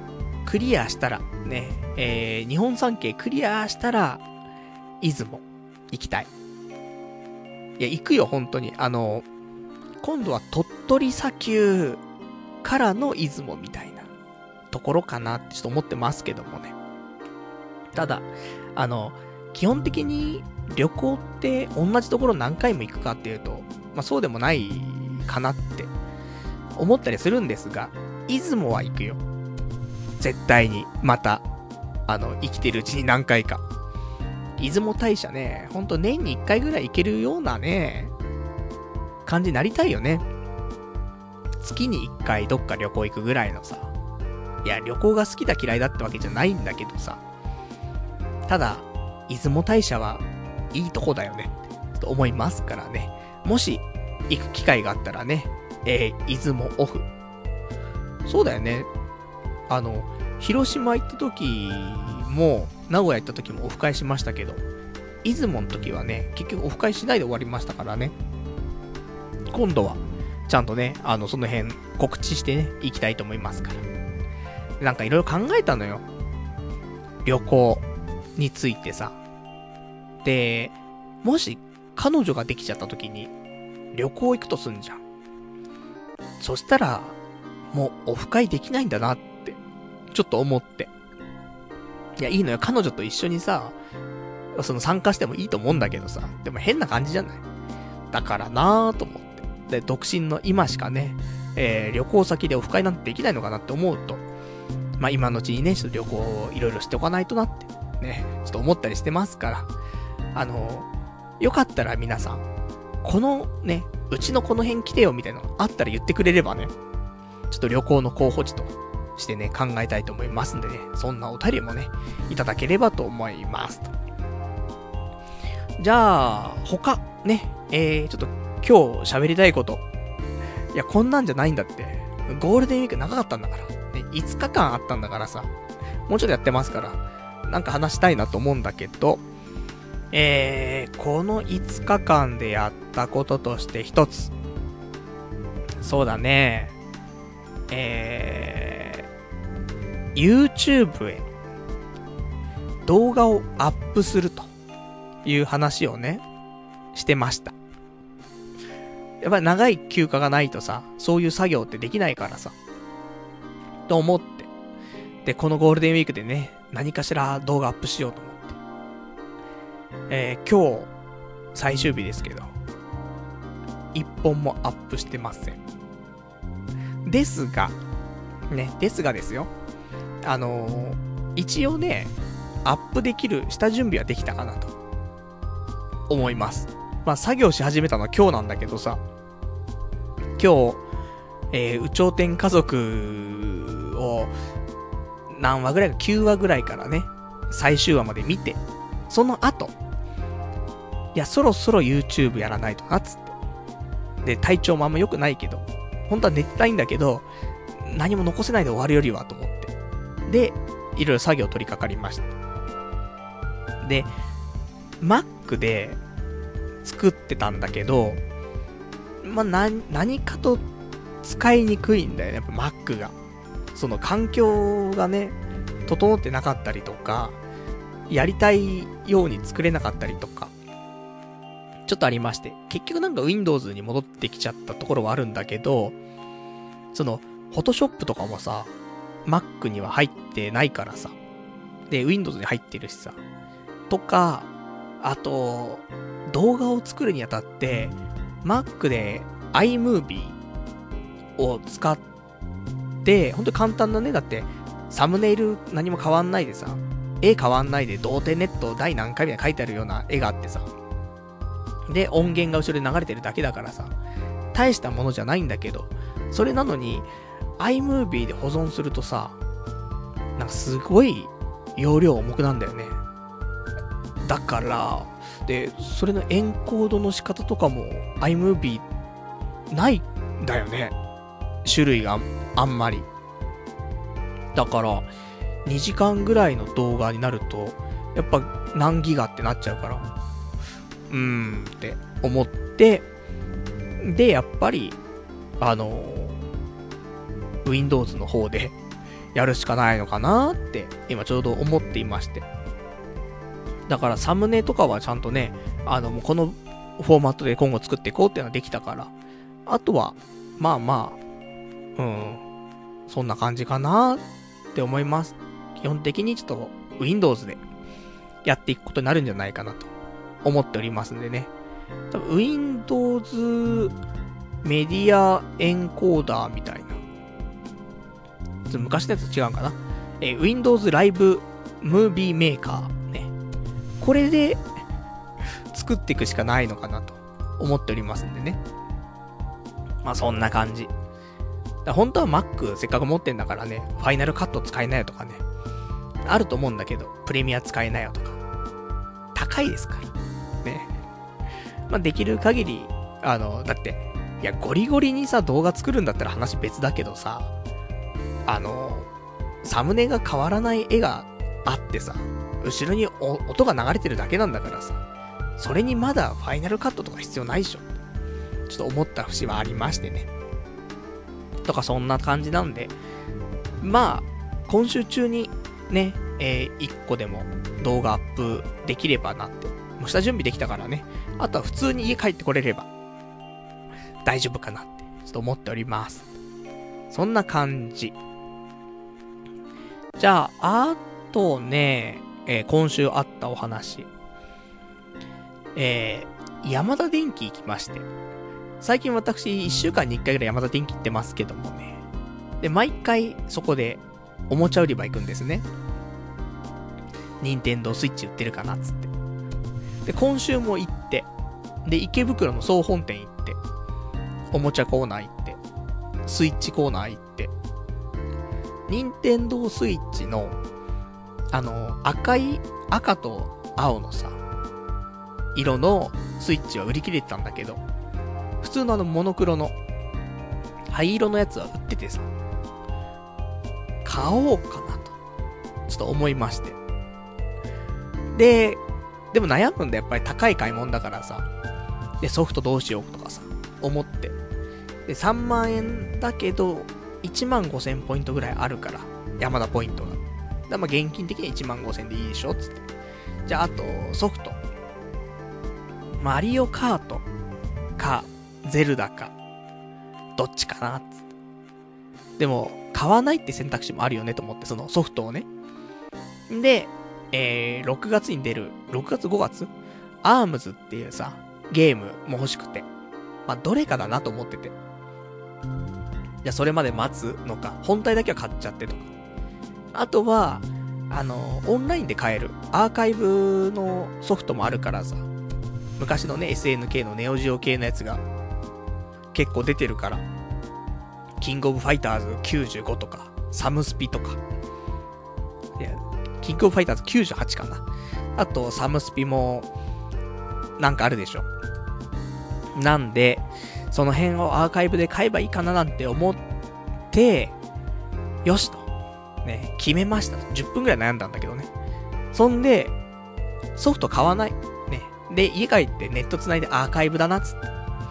クリアしたら、ね、日本三景クリアしたら、出雲、行きたい。いや、行くよ、本当に。今度は鳥取砂丘からの出雲みたいなところかなってちょっと思ってますけどもね。ただ、基本的に旅行って同じところ何回も行くかっていうと、まあそうでもないかなって思ったりするんですが、出雲は行くよ。絶対に。また、生きてるうちに何回か。出雲大社ね、ほんと年に1回ぐらい行けるようなね、感じになりたいよね。月に1回どっか旅行行くぐらいのさ。いや、旅行が好きだ嫌いだってわけじゃないんだけどさ。ただ、出雲大社はいいとこだよねと思いますからね。もし行く機会があったらね、出雲オフ。そうだよね。広島行った時も、名古屋行った時もオフ会しましたけど、出雲の時はね、結局オフ会しないで終わりましたからね。今度は、ちゃんとね、その辺告知してね、行きたいと思いますから。なんかいろいろ考えたのよ。旅行についてさ。で、もし彼女ができちゃった時に、旅行行くとすんじゃん。そしたら、もうオフ会できないんだなって、ちょっと思って。いや、いいのよ。彼女と一緒にさ、参加してもいいと思うんだけどさ。でも変な感じじゃない？だからなぁと思って。で、独身の今しかね、旅行先でオフ会なんてできないのかなって思うと、まあ、今のうちにね、ちょっと旅行をいろいろしておかないとなって、ね、ちょっと思ったりしてますから、よかったら皆さん、このね、うちのこの辺来てよみたいなのあったら言ってくれればね、ちょっと旅行の候補地としてね、考えたいと思いますんでね、そんなお便りもね、いただければと思いますと。じゃあ、他、ね、ちょっと今日喋りたいこと。いや、こんなんじゃないんだって。ゴールデンウィーク長かったんだから。ね、5日間あったんだからさ、もうちょっとやってますから、なんか話したいなと思うんだけど、この5日間でやったこととして一つ。そうだね。YouTube へ動画をアップするという話をね、してました。やっぱり長い休暇がないとさ、そういう作業ってできないからさ。と思って。で、このゴールデンウィークでね、何かしら動画アップしようと思って。今日、最終日ですけど、一本もアップしてません。ですがですよ。一応ね、アップできる下準備はできたかなと思います。まあ、作業し始めたのは今日なんだけどさ、今日、有頂天家族を何話ぐらいか、9話ぐらいからね、最終話まで見て、その後、いや、そろそろ YouTube やらないとな、つって。で、体調もあんま良くないけど、本当は寝てたいんだけど、何も残せないで終わるよりはと思って。で、いろいろ作業取り掛かりました。で、Mac で作ってたんだけど、まあ、何かと使いにくいんだよね、やっぱ Mac が。その環境がね、整ってなかったりとか、やりたいように作れなかったりとか、ちょっとありまして、結局なんか Windows に戻ってきちゃったところはあるんだけど、その、Photoshop とかもさ、Mac には入ってないからさ、で、Windows に入ってるしさ、とか、あと、動画を作るにあたって、Mac で iMovie を使って、ほんと簡単なね、だって、サムネイル何も変わんないでさ、絵変わんないで、同点ネット第何回みたいな書いてあるような絵があってさ、で、音源が後ろで流れてるだけだからさ、大したものじゃないんだけど、それなのに、iMovie で保存するとさ、なんかすごい容量重くなんだよね。だから、で、それのエンコードの仕方とかも iMovie ないんだよね。種類があんまり。だから、2時間ぐらいの動画になると、やっぱ何ギガってなっちゃうから、って思って、で、やっぱり、Windows の方でやるしかないのかなって、今ちょうど思っていまして。だからサムネとかはちゃんとね、もうこのフォーマットで今後作っていこうっていうのができたから、あとは、まあまあ、そんな感じかなって思います。基本的にちょっと Windows でやっていくことになるんじゃないかなと思っておりますんでね。多分 Windows メディアエンコーダーみたいな。昔のやつ違うかな。Windows Live Movie Maker ね。これで作っていくしかないのかなと思っておりますんでね。まあそんな感じ。本当は Mac せっかく持ってんだからね、ファイナルカット使えないよとかね、あると思うんだけど、プレミア使えないよとか、高いですから。ね。まあできる限り、だって、いや、ゴリゴリにさ、動画作るんだったら話別だけどさ、サムネが変わらない絵があってさ、後ろに音が流れてるだけなんだからさ、それにまだファイナルカットとか必要ないでしょ。ちょっと思った節はありましてね。とかそんな感じなんで、まあ、今週中にね、1個でも動画アップできればなって。もう下準備できたからね。あとは普通に家帰ってこれれば大丈夫かなってちょっと思っております。そんな感じ。じゃあ、あとね、今週あったお話。山田電機行きまして。最近私1週間に1回ぐらい山田電機行ってますけどもね。で、毎回そこでおもちゃ売り場行くんですね。任天堂スイッチ売ってるかなっつって。で、今週も行って、で、池袋の総本店行って、おもちゃコーナー行って、スイッチコーナー行って、任天堂スイッチの、赤と青のさ、色のスイッチは売り切れてたんだけど、普通のモノクロの灰色のやつは売っててさ、買おうかなとちょっと思いまして。でも悩むんだ、やっぱり高い買い物だからさ。で、ソフトどうしようとかさ思って、で3万円だけど1万5000ポイントぐらいあるから、山田ポイントがだ、まあ現金的に1万5000でいいでしょつって。じゃあ、あとソフトマリオカートかゼルダかどっちかなっつって。でも買わないって選択肢もあるよねと思って、そのソフトをね。で、6月に出る6月5月アームズっていうさゲームも欲しくて、まあどれかだなと思ってて、じゃあそれまで待つのか、本体だけは買っちゃってとか、あとはオンラインで買えるアーカイブのソフトもあるからさ、昔のね SNK のネオジオ系のやつが結構出てるから、キングオブファイターズ95とかサムスピとか、いやキングオブファイターズ98かな、あとサムスピもなんかあるでしょ。なんでその辺をアーカイブで買えばいいかななんて思って、よしとね決めましたと。10分ぐらい悩んだんだけどね。そんでソフト買わないね。で家帰ってネット繋いでアーカイブだなっつって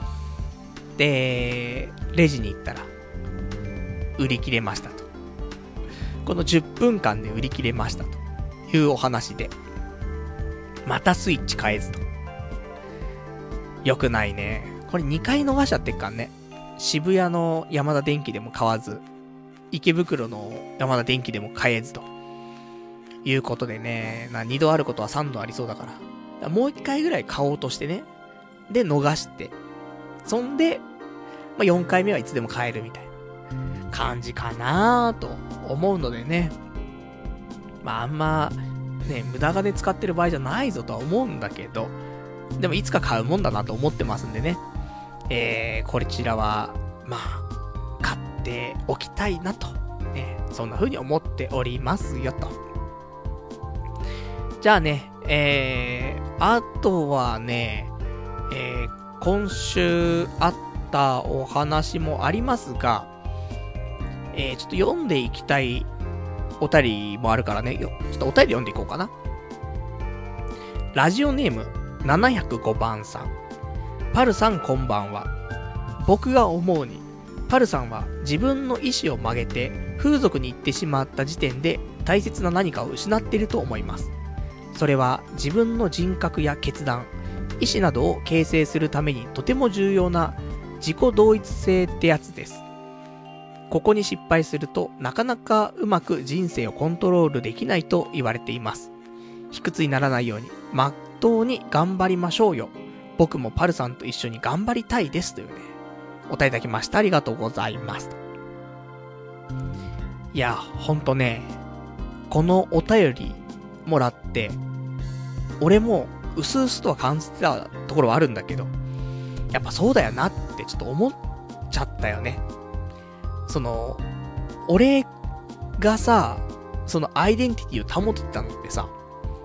、でレジに行ったら売り切れましたと。この10分間で売り切れましたというお話で、またスイッチ買えずと。よくないね。これ2回逃しちゃってっかんね。渋谷の山田電機でも買わず、池袋の山田電機でも買えずということでね、2度あることは3度ありそうだから、もう1回ぐらい買おうとしてね、で逃して、そんで、まあ、4回目はいつでも買えるみたいな感じかなと思うのでね、まああんまね無駄金使ってる場合じゃないぞとは思うんだけど、でもいつか買うもんだなと思ってますんでね、こちらはまあ買っておきたいなと、そんな風に思っておりますよと。じゃあね、あとはね、今週あったお話もありますが、ちょっと読んでいきたいお便りもあるからね、ちょっとお便り読んでいこうかな。ラジオネーム705番さん。パルさんこんばんは。僕が思うに、パルさんは自分の意思を曲げて風俗に行ってしまった時点で大切な何かを失っていると思います。それは自分の人格や決断、意志などを形成するためにとても重要な自己同一性ってやつです。ここに失敗するとなかなかうまく人生をコントロールできないと言われています。卑屈にならないようにまっとうに頑張りましょうよ。僕もパルさんと一緒に頑張りたいですというね、お便りいただきました。ありがとうございます。いや、ほんとね、このお便りもらって、俺もうすうすとは感じてたところはあるんだけど、やっぱそうだよなってちょっと思っちゃったよね。俺がさ、そのアイデンティティを保ってたのってさ、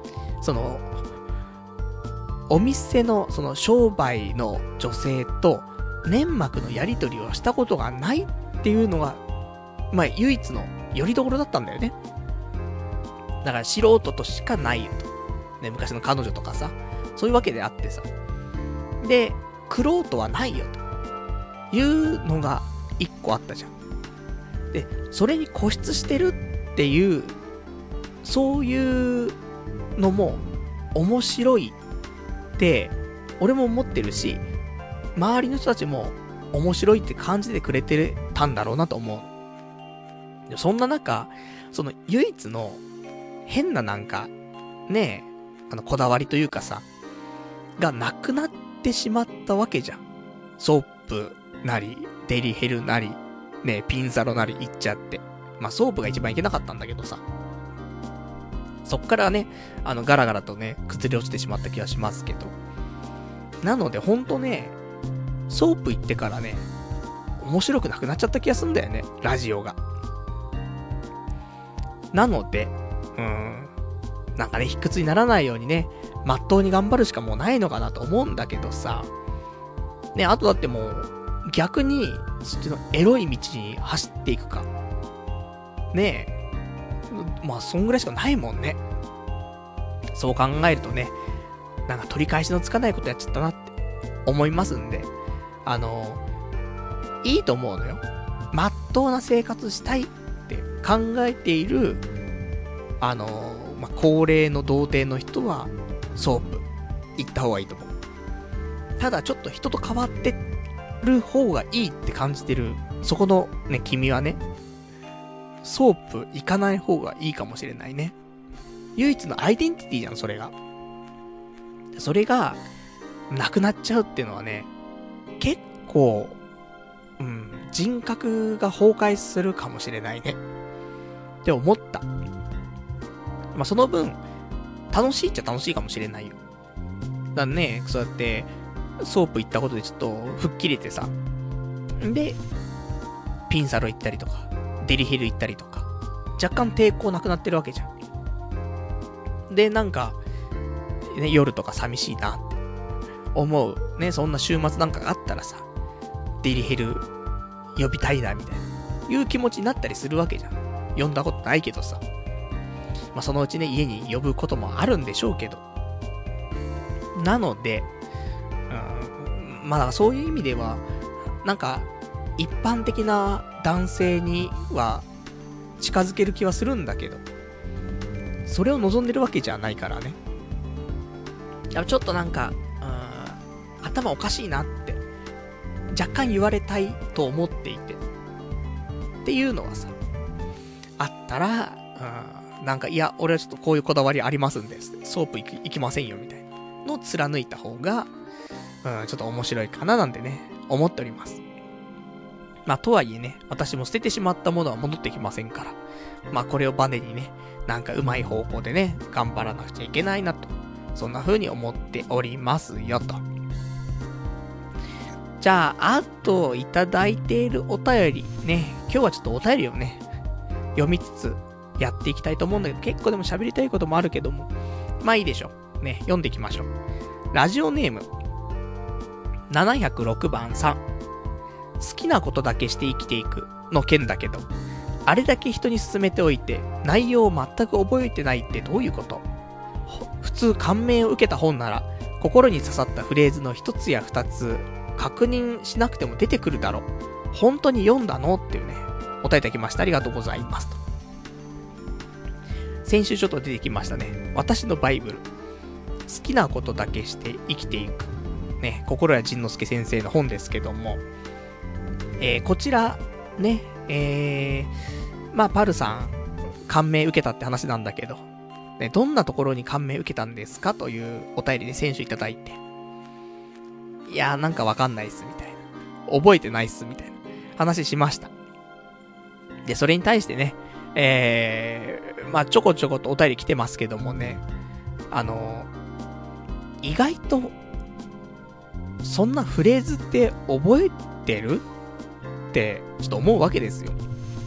お店の商売の女性と粘膜のやり取りをしたことがないっていうのが、まあ唯一の拠り所だったんだよね。だから素人としかないよと。ね、昔の彼女とかさ、そういうわけであってさ。で、玄人はないよというのが一個あったじゃん。で、それに固執してるっていう、そういうのも面白いって俺も思ってるし、周りの人たちも面白いって感じてくれてたんだろうなと思う。そんな中、唯一の変ななんかねえ、こだわりというかさがなくなってしまったわけじゃん。ソープなりデリヘルなりね、ピンサロなり行っちゃって、まあソープが一番いけなかったんだけどさ、そっからね、ガラガラとね、崩れ落ちてしまった気がしますけど。なのでほんとね、ソープ行ってからね、面白くなくなっちゃった気がするんだよね、ラジオが。なので、なんかね、卑屈にならないようにね、まっとうに頑張るしかもうないのかなと思うんだけどさ。ね、あとだってもう、逆に、そっちのエロい道に走っていくか。ねえ。まあ、そんぐらいしかないもんね。そう考えるとね、なんか取り返しのつかないことやっちゃったなって思いますんで、いいと思うのよ。まっとうな生活したいって考えている、まあ、高齢の童貞の人は、ソープ、行った方がいいと思う。ただちょっと人と変わってる方がいいって感じてる、そこのね、君はね、ソープ行かない方がいいかもしれないね。唯一のアイデンティティじゃん、それが。それが、なくなっちゃうっていうのはね、結構、人格が崩壊するかもしれないね。って思った。まあ、その分、楽しいっちゃ楽しいかもしれないよ。だね、そうやって、ソープ行ったことでちょっと吹っ切れてさ。で、ピンサロ行ったりとか、デリヘル行ったりとか、若干抵抗なくなってるわけじゃん。で、なんか、ね、夜とか寂しいなって思う。ね、そんな週末なんかがあったらさ、デリヘル呼びたいな、みたいな、いう気持ちになったりするわけじゃん。呼んだことないけどさ。まあ、そのうちね、家に呼ぶこともあるんでしょうけど。なので、まあ、そういう意味では、なんか、一般的な男性には近づける気はするんだけど、それを望んでるわけじゃないからね。やっぱちょっとなんか、頭おかしいなって、若干言われたいと思っていて。っていうのはさ、あったら、なんか、いや、俺はちょっとこういうこだわりありますんで、ソープ行きませんよ、みたいなのを貫いた方が、ちょっと面白いかななんてね、思っております。まあ、とはいえね、私も捨ててしまったものは戻ってきませんから、まあ、これをバネにね、なんかうまい方向でね、頑張らなくちゃいけないなと、そんな風に思っておりますよと。じゃあ、あといただいているお便りね、今日はちょっとお便りをね、読みつつやっていきたいと思うんだけど、結構でも喋りたいこともあるけども、まあいいでしょう。ね、読んでいきましょう。ラジオネーム、706番さん。好きなことだけして生きていくの件だけど、あれだけ人に勧めておいて、内容を全く覚えてないってどういうこと？普通感銘を受けた本なら、心に刺さったフレーズの一つや二つ、確認しなくても出てくるだろう。本当に読んだのっていうね、 お便りいただきました。ありがとうございますと。先週ちょっと出てきましたね。私のバイブル。好きなことだけして生きていく。ね、心谷仁之助先生の本ですけども、こちら、ね、パルさん、感銘受けたって話なんだけど、ね、どんなところに感銘受けたんですかというお便りで先週いただいて、いやーなんかわかんないっすみたいな、覚えてないっすみたいな話しました。で、それに対してね、ちょこちょことお便り来てますけどもね、意外とそんなフレーズって覚えてるってちょっと思うわけですよ。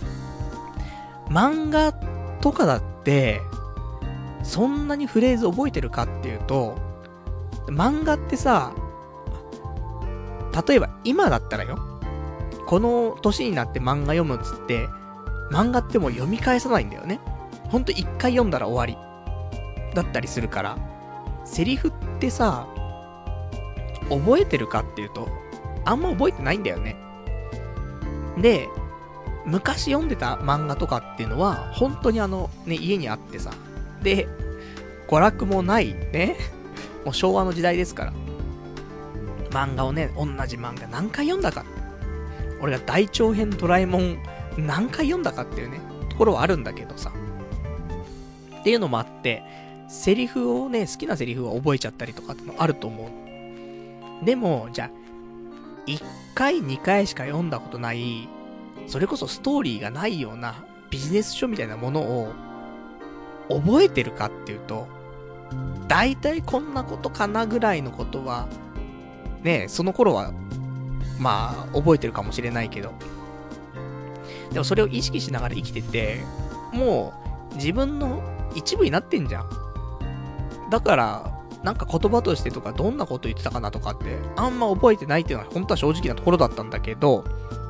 漫画とかだってそんなにフレーズ覚えてるかっていうと、漫画ってさ、例えば今だったらよ、この年になって漫画読むっつって漫画ってもう読み返さないんだよね。ほんと一回読んだら終わりだったりするから、セリフってさ、覚えてるかっていうとあんま覚えてないんだよね。で、昔読んでた漫画とかっていうのは本当に家にあってさ、で娯楽もないねもう昭和の時代ですから、漫画をね、同じ漫画何回読んだか、俺が大長編ドラえもん何回読んだかっていうねところはあるんだけどさ、っていうのもあって、セリフをね、好きなセリフを覚えちゃったりとかってのあると思う。でもじゃあ1回2回しか読んだことない、それこそストーリーがないようなビジネス書みたいなものを覚えてるかっていうと、大体こんなことかなぐらいのことはね、その頃は覚えてるかもしれないけど、でもそれを意識しながら生きてて、もう自分の一部になってんじゃん。だからなんか言葉としてとかどんなこと言ってたかなとかってあんま覚えてないっていうのは本当は正直なところだったんだけど、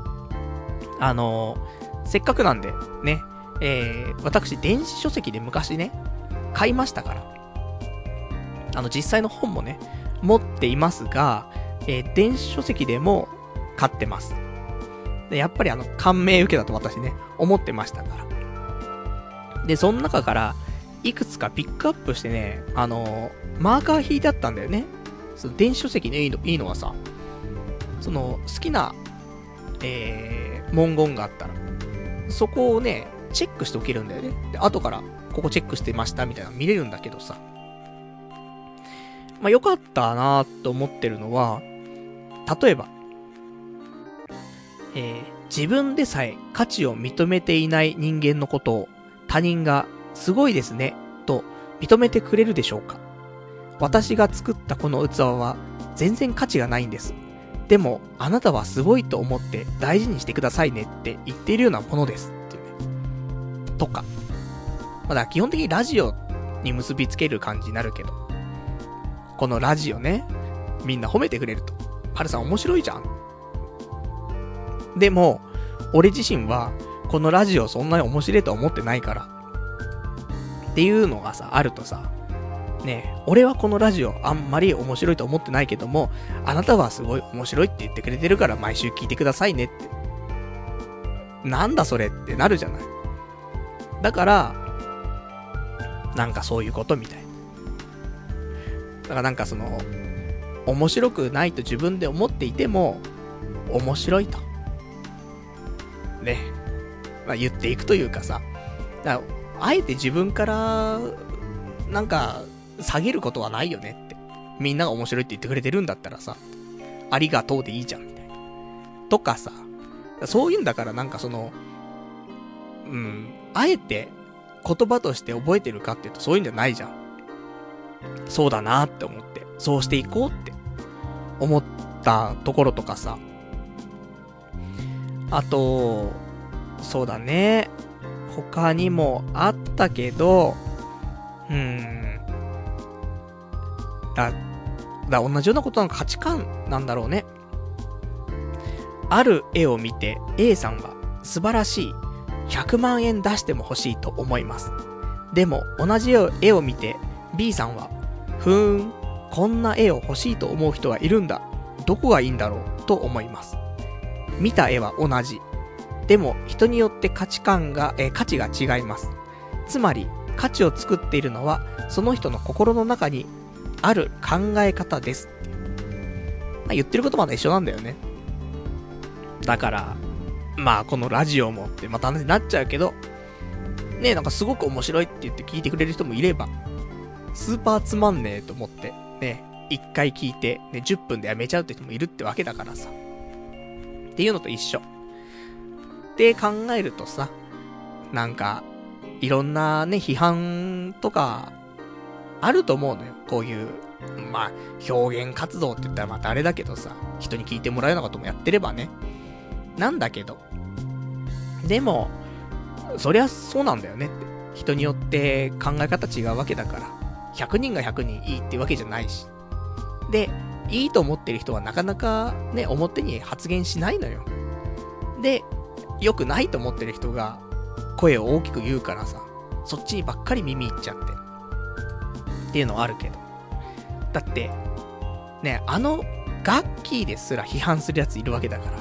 せっかくなんでね、私電子書籍で昔ね買いましたから、実際の本もね持っていますが、電子書籍でも買ってます。でやっぱり感銘受けだと私ね思ってましたから。でその中からいくつかピックアップしてね、マーカー引いてあったんだよね。その電子書籍のいいのはさ、その好きな、文言があったらそこをねチェックしておけるんだよね。で後からここチェックしてましたみたいなの見れるんだけどさ、良かったなと思ってるのは、例えば、自分でさえ価値を認めていない人間のことを他人がすごいですねと認めてくれるでしょうか。私が作ったこの器は全然価値がないんです。でもあなたはすごいと思って大事にしてくださいねって言っているようなものですっていうね。とか、だから基本的にラジオに結びつける感じになるけど、このラジオね、みんな褒めてくれると、パルさん面白いじゃん。でも俺自身はこのラジオそんなに面白いとは思ってないからっていうのがさあるとさ、ねえ、俺はこのラジオあんまり面白いと思ってないけども、あなたはすごい面白いって言ってくれてるから毎週聞いてくださいねって、なんだそれってなるじゃない。だからなんかそういうことみたいな。だからなんかその面白くないと自分で思っていても面白いとね、言っていくというかさ、だからあえて自分からなんか下げることはないよねって。みんなが面白いって言ってくれてるんだったらさ、ありがとうでいいじゃんみたいなとかさ、そういうんだからなんかそのあえて言葉として覚えてるかっていうとそういうんじゃないじゃん。そうだなって思って、そうしていこうって思ったところとかさ、あとそうだね、他にもあったけど、同じようなことなんか価値観なんだろうね。ある絵を見て A さんは素晴らしい、100万円出しても欲しいと思います。でも同じ絵を見て B さんはこんな絵を欲しいと思う人がいるんだ、どこがいいんだろうと思います。見た絵は同じ、 でも人によって価値が違います。つまり価値を作っているのはその人の心の中にある考え方です。言ってることまだ一緒なんだよね。だからまあこのラジオもってまた話になっちゃうけどね、なんかすごく面白いって言って聞いてくれる人もいれば、スーパーつまんねえと思ってね、1回聞いてね10分でやめちゃうって人もいるってわけだからさ、っていうのと一緒って考えるとさ、なんかいろんなね批判とかあると思うのよ。こういうまあ表現活動って言ったらまたあれだけどさ、人に聞いてもらうようなこともやってればね、なんだけど、でもそりゃそうなんだよねって。人によって考え方違うわけだから、100人が100人いいってわけじゃないし、でいいと思ってる人はなかなかね表に発言しないのよ。で良くないと思ってる人が声を大きく言うからさ、そっちにばっかり耳いっちゃってっていうのはあるけど、だってね、ガッキーですら批判するやついるわけだから、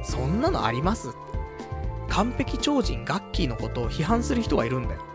そんなのあります？完璧超人ガッキーのことを批判する人がいるんだよ。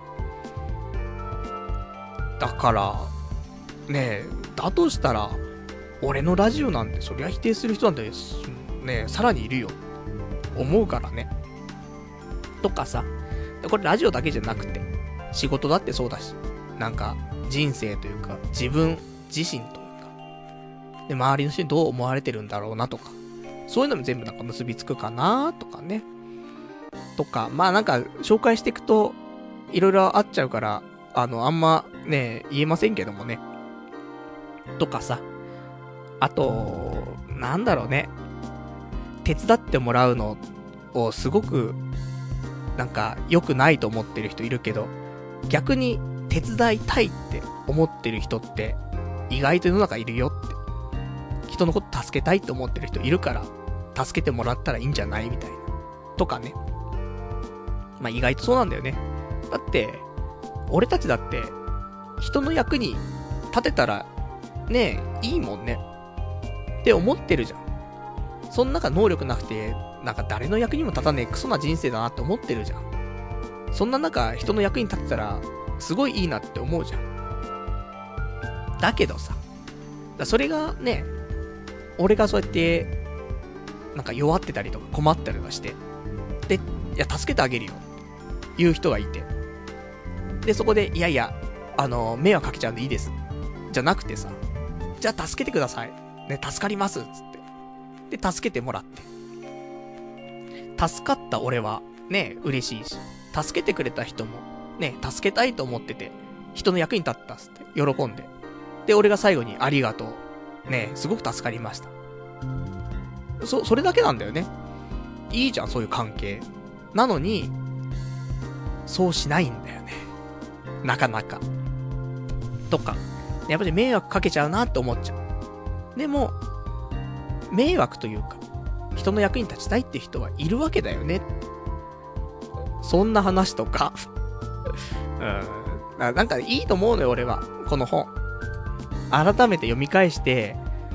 だからねえ、だとしたら俺のラジオなんてそりゃ否定する人なんてねさらにいるよ思うからね。とかさ、これラジオだけじゃなくて仕事だってそうだし、なんか人生というか自分自身というかで、周りの人にどう思われてるんだろうなとか、そういうのも全部なんか結びつくかなとかね。とか、まあなんか紹介していくといろいろあっちゃうからあんまね言えませんけどもね。とかさ、あとなんだろうね、手伝ってもらうのをすごくなんか良くないと思ってる人いるけど、逆に手伝いたいって思ってる人って意外と世の中いるよって。人のこと助けたいって思ってる人いるから助けてもらったらいいんじゃないみたいなとかね。まあ意外とそうなんだよね。だって俺たちだって人の役に立てたらねいいもんねって思ってるじゃん。そん中能力なくてなんか誰の役にも立たねえクソな人生だなって思ってるじゃん。そんな中人の役に立てたらすごいいいなって思うじゃん。だけどさ、それがね、俺がそうやってなんか弱ってたりとか困ったりとかして、で、いや助けてあげるよっていう人がいて、でそこでいやいや迷惑かけちゃうんでいいですじゃなくてさ、じゃあ助けてくださいね、助かりますっつってで助けてもらって、助かった俺はね嬉しいし、助けてくれた人もね助けたいと思ってて人の役に立ったっつって喜んで、で俺が最後にありがとうね、すごく助かりました、それだけなんだよね。いいじゃんそういう関係なのに、そうしないんだよねなかなか。とかやっぱり迷惑かけちゃうなって思っちゃう。でも迷惑というか人の役に立ちたいって人はいるわけだよね。そんな話とかなんかいいと思うのよ俺は。この本改めて読み返して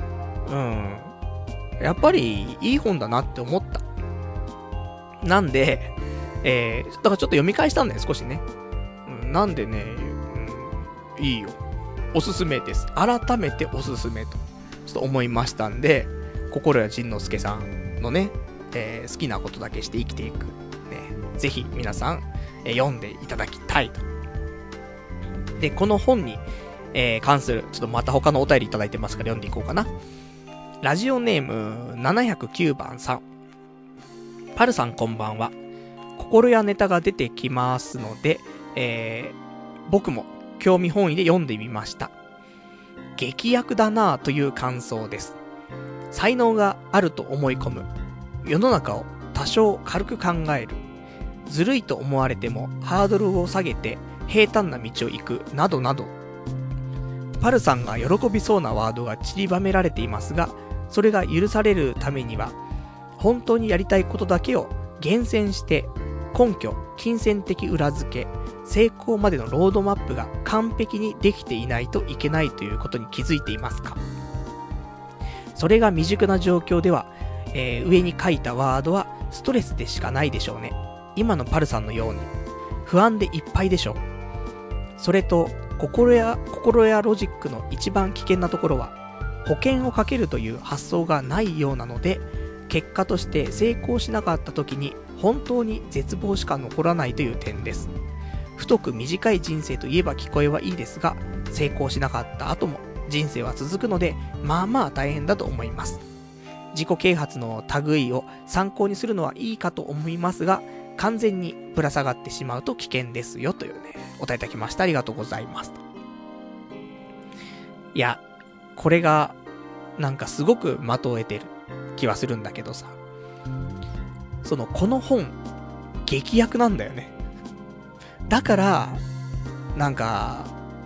やっぱりいい本だなって思った。なんでだからちょっと読み返したんだよ少しね。なんでね、いいよ、おすすめです。改めておすすめとちょっと思いましたんで、心谷仁之助さんのね、好きなことだけして生きていく、ね、ぜひ皆さん、読んでいただきたいと。でこの本に、関するちょっとまた他のお便りいただいてますから読んでいこうかな。ラジオネーム709番さん、パルさんこんばんは。心やネタが出てきますので、僕も興味本位で読んでみました。劇薬だなぁという感想です。才能があると思い込む、世の中を多少軽く考える、ずるいと思われてもハードルを下げて平坦な道を行くなどなど、パルさんが喜びそうなワードが散りばめられていますが、それが許されるためには本当にやりたいことだけを厳選して根拠、金銭的裏付け、成功までのロードマップが完璧にできていないといけないということに気づいていますか？それが未熟な状況では、上に書いたワードはストレスでしかないでしょうね。今のパルさんのように不安でいっぱいでしょう。それと心やロジックの一番危険なところは、保険をかけるという発想がないようなので、結果として成功しなかった時に本当に絶望しか残らないという点です。太く短い人生といえば聞こえはいいですが、成功しなかった後も人生は続くので、まあまあ大変だと思います。自己啓発の類を参考にするのはいいかと思いますが、完全にぶら下がってしまうと危険ですよというね、お答えいただきました。ありがとうございます。いや、これがなんかすごく的を得てる気はするんだけどさ、この本劇薬なんだよね。だからなんか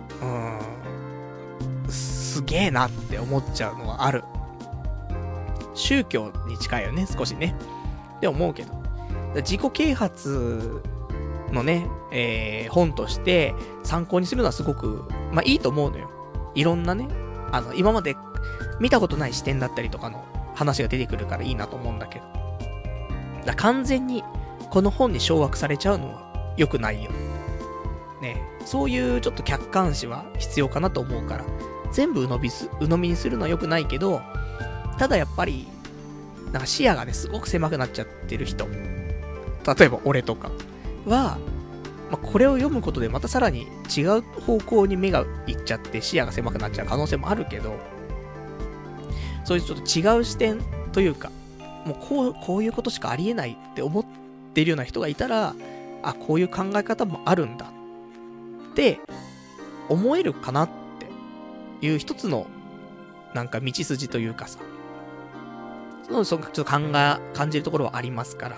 すげえなって思っちゃうのはある。宗教に近いよね、少しねって思うけど、自己啓発のね、本として参考にするのはすごくいいと思うのよ。いろんなね、今まで見たことない視点だったりとかの話が出てくるからいいなと思うんだけど、完全にこの本に掌握されちゃうのは良くないよね。そういうちょっと客観視は必要かなと思うから、全部鵜呑みにするのは良くないけど、ただやっぱりなんか視野がねすごく狭くなっちゃってる人、例えば俺とかは、これを読むことでまたさらに違う方向に目がいっちゃって視野が狭くなっちゃう可能性もあるけど、そういうちょっと違う視点というか、もうこういうことしかありえないって思っているような人がいたら、あ、こういう考え方もあるんだって思えるかなっていう一つのなんか道筋というかさ、ちょっと感じるところはありますから、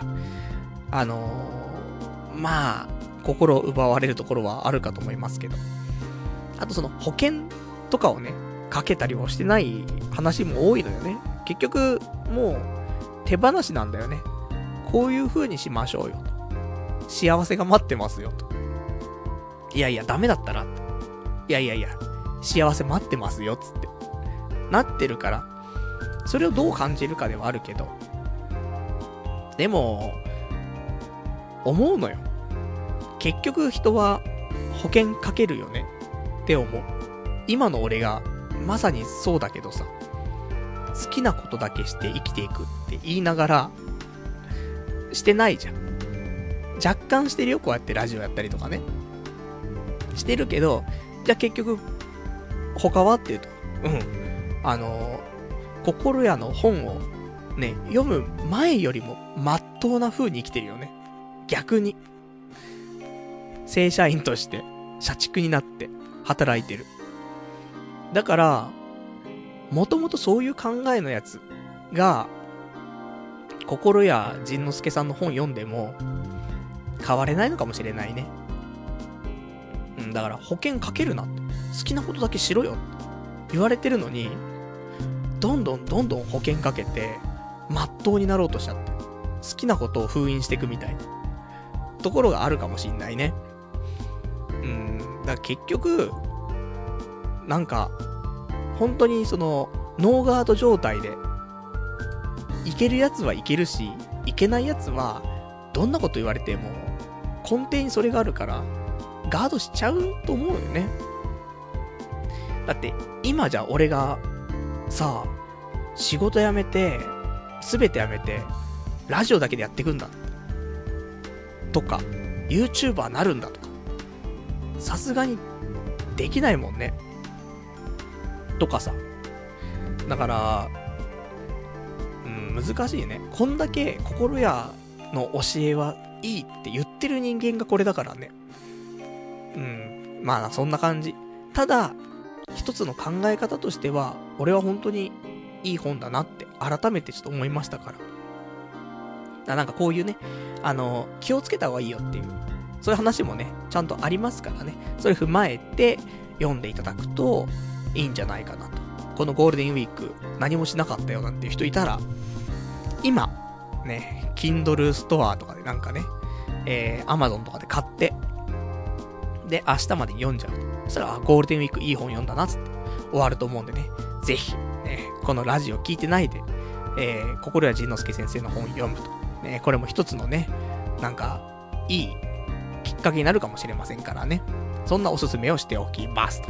心を奪われるところはあるかと思いますけど、あと保険とかをねかけたりはしてない話も多いのよね。結局もう手放しなんだよね。こういう風にしましょうよと、幸せが待ってますよと、いやいやダメだったら、いや幸せ待ってますよつってなってるから、それをどう感じるかではあるけど、でも思うのよ。結局人は保険かけるよねって思う。今の俺がまさにそうだけどさ、好きなことだけして生きていくって言いながらしてないじゃん。若干してるよ、こうやってラジオやったりとかねしてるけど、じゃあ結局他はっていうと、心屋の本をね読む前よりもまっとうな風に生きてるよね。逆に正社員として社畜になって働いてる。だからもともとそういう考えのやつが心屋仁之助さんの本読んでも変われないのかもしれないね。だから保険かけるなって、好きなことだけしろよって言われてるのに、どんどん保険かけてまっとうになろうとしちゃって、好きなことを封印していくみたいなところがあるかもしんないね。だから結局なんか本当にノーガード状態でいけるやつはいけるし、いけないやつはどんなこと言われても根底にそれがあるからガードしちゃうと思うよね。だって今じゃ俺がさ、仕事辞めて全て辞めてラジオだけでやっていくんだとか YouTuber なるんだとか、さすがにできないもんねとかさ。だから難しいね。こんだけ心屋の教えはいいって言ってる人間がこれだからね。まあそんな感じ。ただ一つの考え方としては俺は本当にいい本だなって改めてちょっと思いましたから。なんかこういうね、気をつけた方がいいよっていうそういう話もねちゃんとありますからね。それ踏まえて読んでいただくといいんじゃないかなと。このゴールデンウィーク何もしなかったよなんていう人いたら、今ね Kindle ストアとかでなんかね、Amazon とかで買ってで明日までに読んじゃう。そしたらゴールデンウィークいい本読んだなっつって終わると思うんでね、ぜひ、ね、このラジオ聞いてないで、心谷仁之助先生の本読むとね、これも一つのね、なんか、いいきっかけになるかもしれませんからね。そんなおすすめをしておきますと。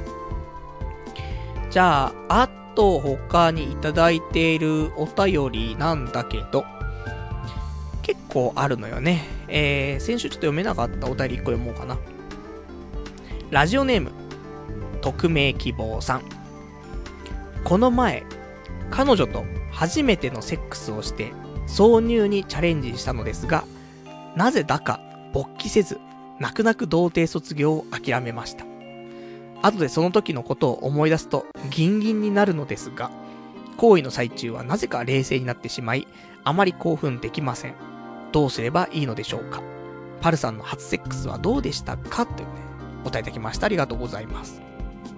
じゃあ、あと他にいただいているお便りなんだけど、結構あるのよね。先週ちょっと読めなかったお便り1個読もうかな。ラジオネーム、匿名希望さん。この前、彼女と初めてのセックスをして挿入にチャレンジしたのですが、なぜだか勃起せず、泣く泣く童貞卒業を諦めました。後でその時のことを思い出すとギンギンになるのですが、行為の最中はなぜか冷静になってしまい、あまり興奮できません。どうすればいいのでしょうか。パルさんの初セックスはどうでしたかというね、お答えいただきました。ありがとうございます。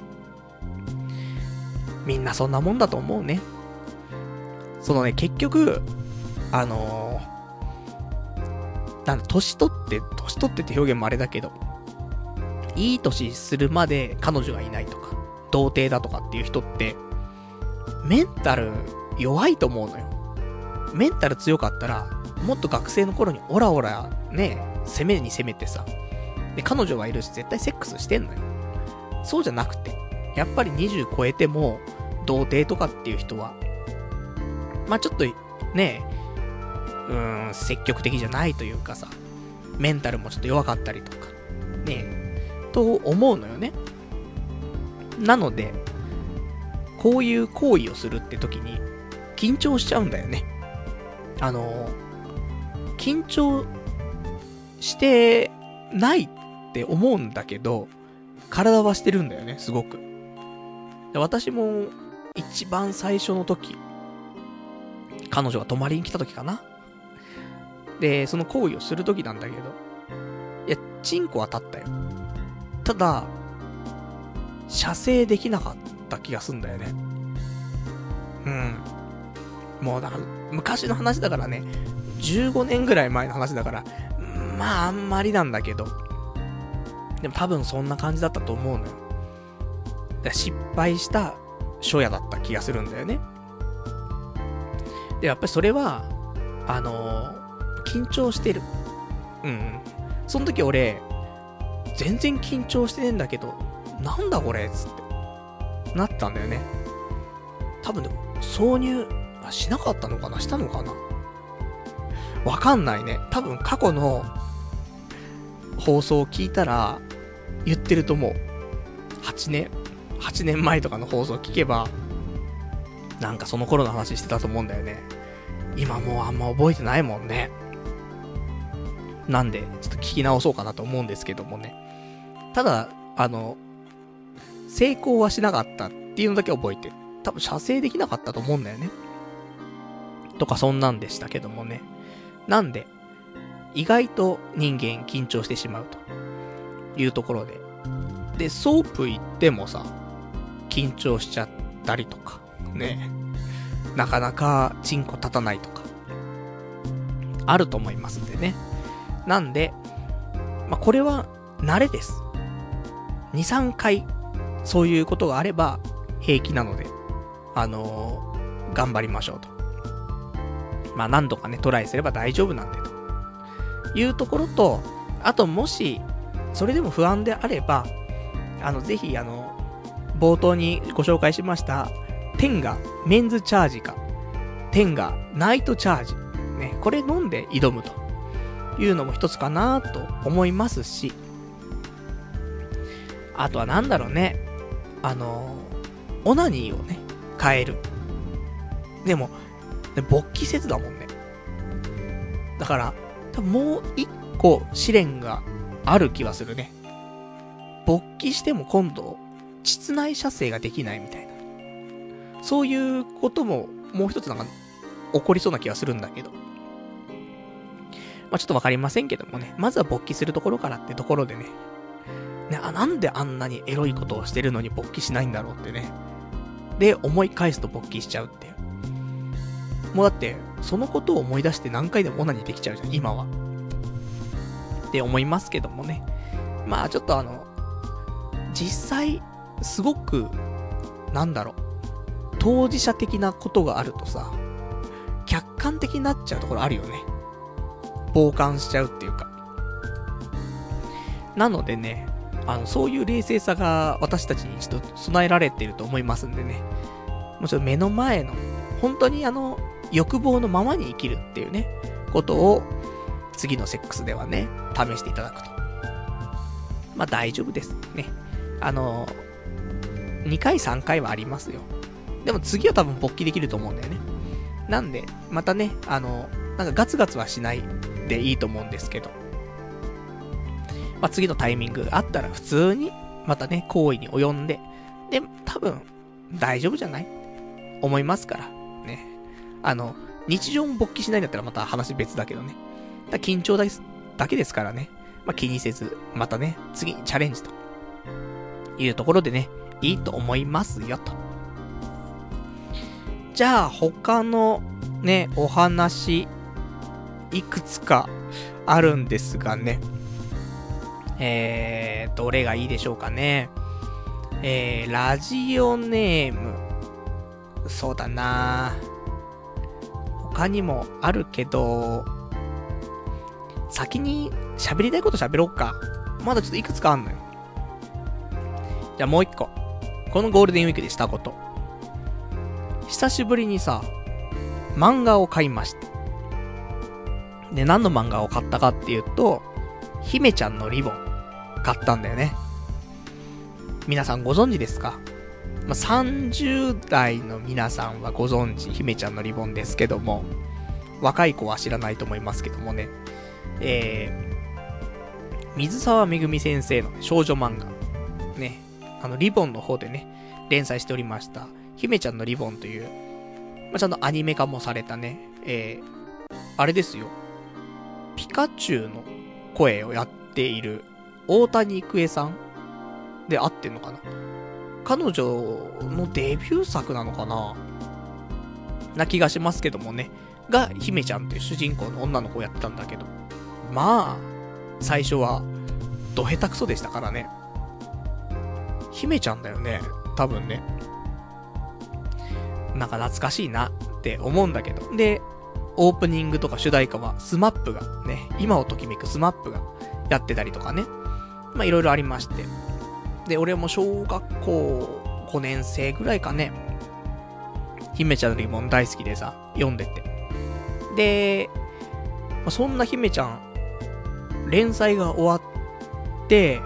みんなそんなもんだと思うね。そのね、結局、年取ってって表現もあれだけど、いい年するまで彼女がいないとか、童貞だとかっていう人って、メンタル弱いと思うのよ。メンタル強かったら、もっと学生の頃にオラオラね、攻めに攻めてさ、で、彼女がいるし絶対セックスしてんのよ。そうじゃなくて、やっぱり20超えても、童貞とかっていう人は、まあちょっと、ね、積極的じゃないというかさ、メンタルもちょっと弱かったりとか、ね、と思うのよね。なので、こういう行為をするって時に、緊張しちゃうんだよね。緊張してないって思うんだけど、体はしてるんだよね、すごく。で、私も、一番最初の時、彼女が泊まりに来た時かな。で、その行為をする時なんだけど、いや、チンコは立ったよ。ただ、射精できなかった気がすんだよね。もうだから、昔の話だからね、15年ぐらい前の話だから、まああんまりなんだけど、でも多分そんな感じだったと思うのよ。失敗した初夜だった気がするんだよね。で、やっぱりそれは、緊張してる。その時俺、全然緊張してねえんだけど、なんだこれつってなったんだよね。多分でも、挿入しなかったのかな、したのかな、わかんないね。多分過去の放送を聞いたら言ってると思う。8年前とかの放送を聞けば、なんかその頃の話してたと思うんだよね。今もうあんま覚えてないもんね。なんでちょっと聞き直そうかなと思うんですけどもね。ただ成功はしなかったっていうのだけ覚えてる。多分射精できなかったと思うんだよね。とかそんなんでしたけどもね。なんで意外と人間緊張してしまうというところで、でソープ行ってもさ、緊張しちゃったりとかね、なかなかチンコ立たないとかあると思いますんでね。なんでこれは慣れです。 2,3 回そういうことがあれば平気なので頑張りましょうと。何度かねトライすれば大丈夫なんでというところと、あともしそれでも不安であればぜひ冒頭にご紹介しましたテンガメンズチャージかテンガナイトチャージね、これ飲んで挑むというのも一つかなと思いますし、あとはなんだろうね、オナニーをね変える。でも勃起せずだもんね。だから多分もう一個試練がある気はするね。勃起しても今度膣内射精ができないみたいな、そういうことももう一つなんか起こりそうな気がするんだけど、ちょっとわかりませんけどもね、まずは勃起するところからってところでね、なんであんなにエロいことをしてるのに勃起しないんだろうってね。で、思い返すと勃起しちゃうっていう。もうだって、そのことを思い出して何回でもオナニーできちゃうじゃん、今は。って思いますけどもね。ちょっと実際、すごく、当事者的なことがあるとさ、客観的になっちゃうところあるよね。 傍観しちゃうっていうか。なのでね、そういう冷静さが私たちにちょっと備えられていると思いますんでね。もちろん目の前の、本当に欲望のままに生きるっていうね、ことを、次のセックスではね、試していただくと。まあ大丈夫ですね。2回3回はありますよ。でも次は多分勃起できると思うんだよね。なんで、またね、なんかガツガツはしないでいいと思うんですけど。まあ次のタイミングがあったら普通に、またね、行為に及んで、で、多分、大丈夫じゃない思いますから。ね。日常も勃起しないんだったらまた話別だけどね。緊張だけですからね。まあ、気にせず、またね、次にチャレンジというところでね、いいと思いますよと。じゃあ、他のね、お話、いくつかあるんですがね。どれがいいでしょうかね。ラジオネーム。そうだな他にもあるけど、先に喋りたいこと喋ろうか。まだちょっといくつかあんのよ。じゃあもう一個。このゴールデンウィークでしたこと。久しぶりにさ、漫画を買いました。で、何の漫画を買ったかっていうと、姫ちゃんのリボン買ったんだよね。皆さんご存知ですか？まあ、30代の皆さんはご存知、姫ちゃんのリボンですけども、若い子は知らないと思いますけどもね。水沢めぐみ先生の少女漫画。ね。リボンの方でね、連載しておりました。姫ちゃんのリボンという、まあ、ちゃんとアニメ化もされたね、あれですよ。ピカチュウの声をやっている大谷育恵さんで合ってんのかな？彼女のデビュー作なのかな気がしますけどもね。が、姫ちゃんという主人公の女の子をやってたんだけど。まあ、最初は、ど下手くそでしたからね。姫ちゃんだよね。多分ね。なんか懐かしいなって思うんだけど。で、オープニングとか主題歌はスマップがね、今をときめくスマップがやってたりとかね。まあいろいろありまして。で、俺も小学校5年生ぐらいかね。姫ちゃんのリボン大好きでさ、読んでて。で、まあ、そんな姫ちゃん、連載が終わって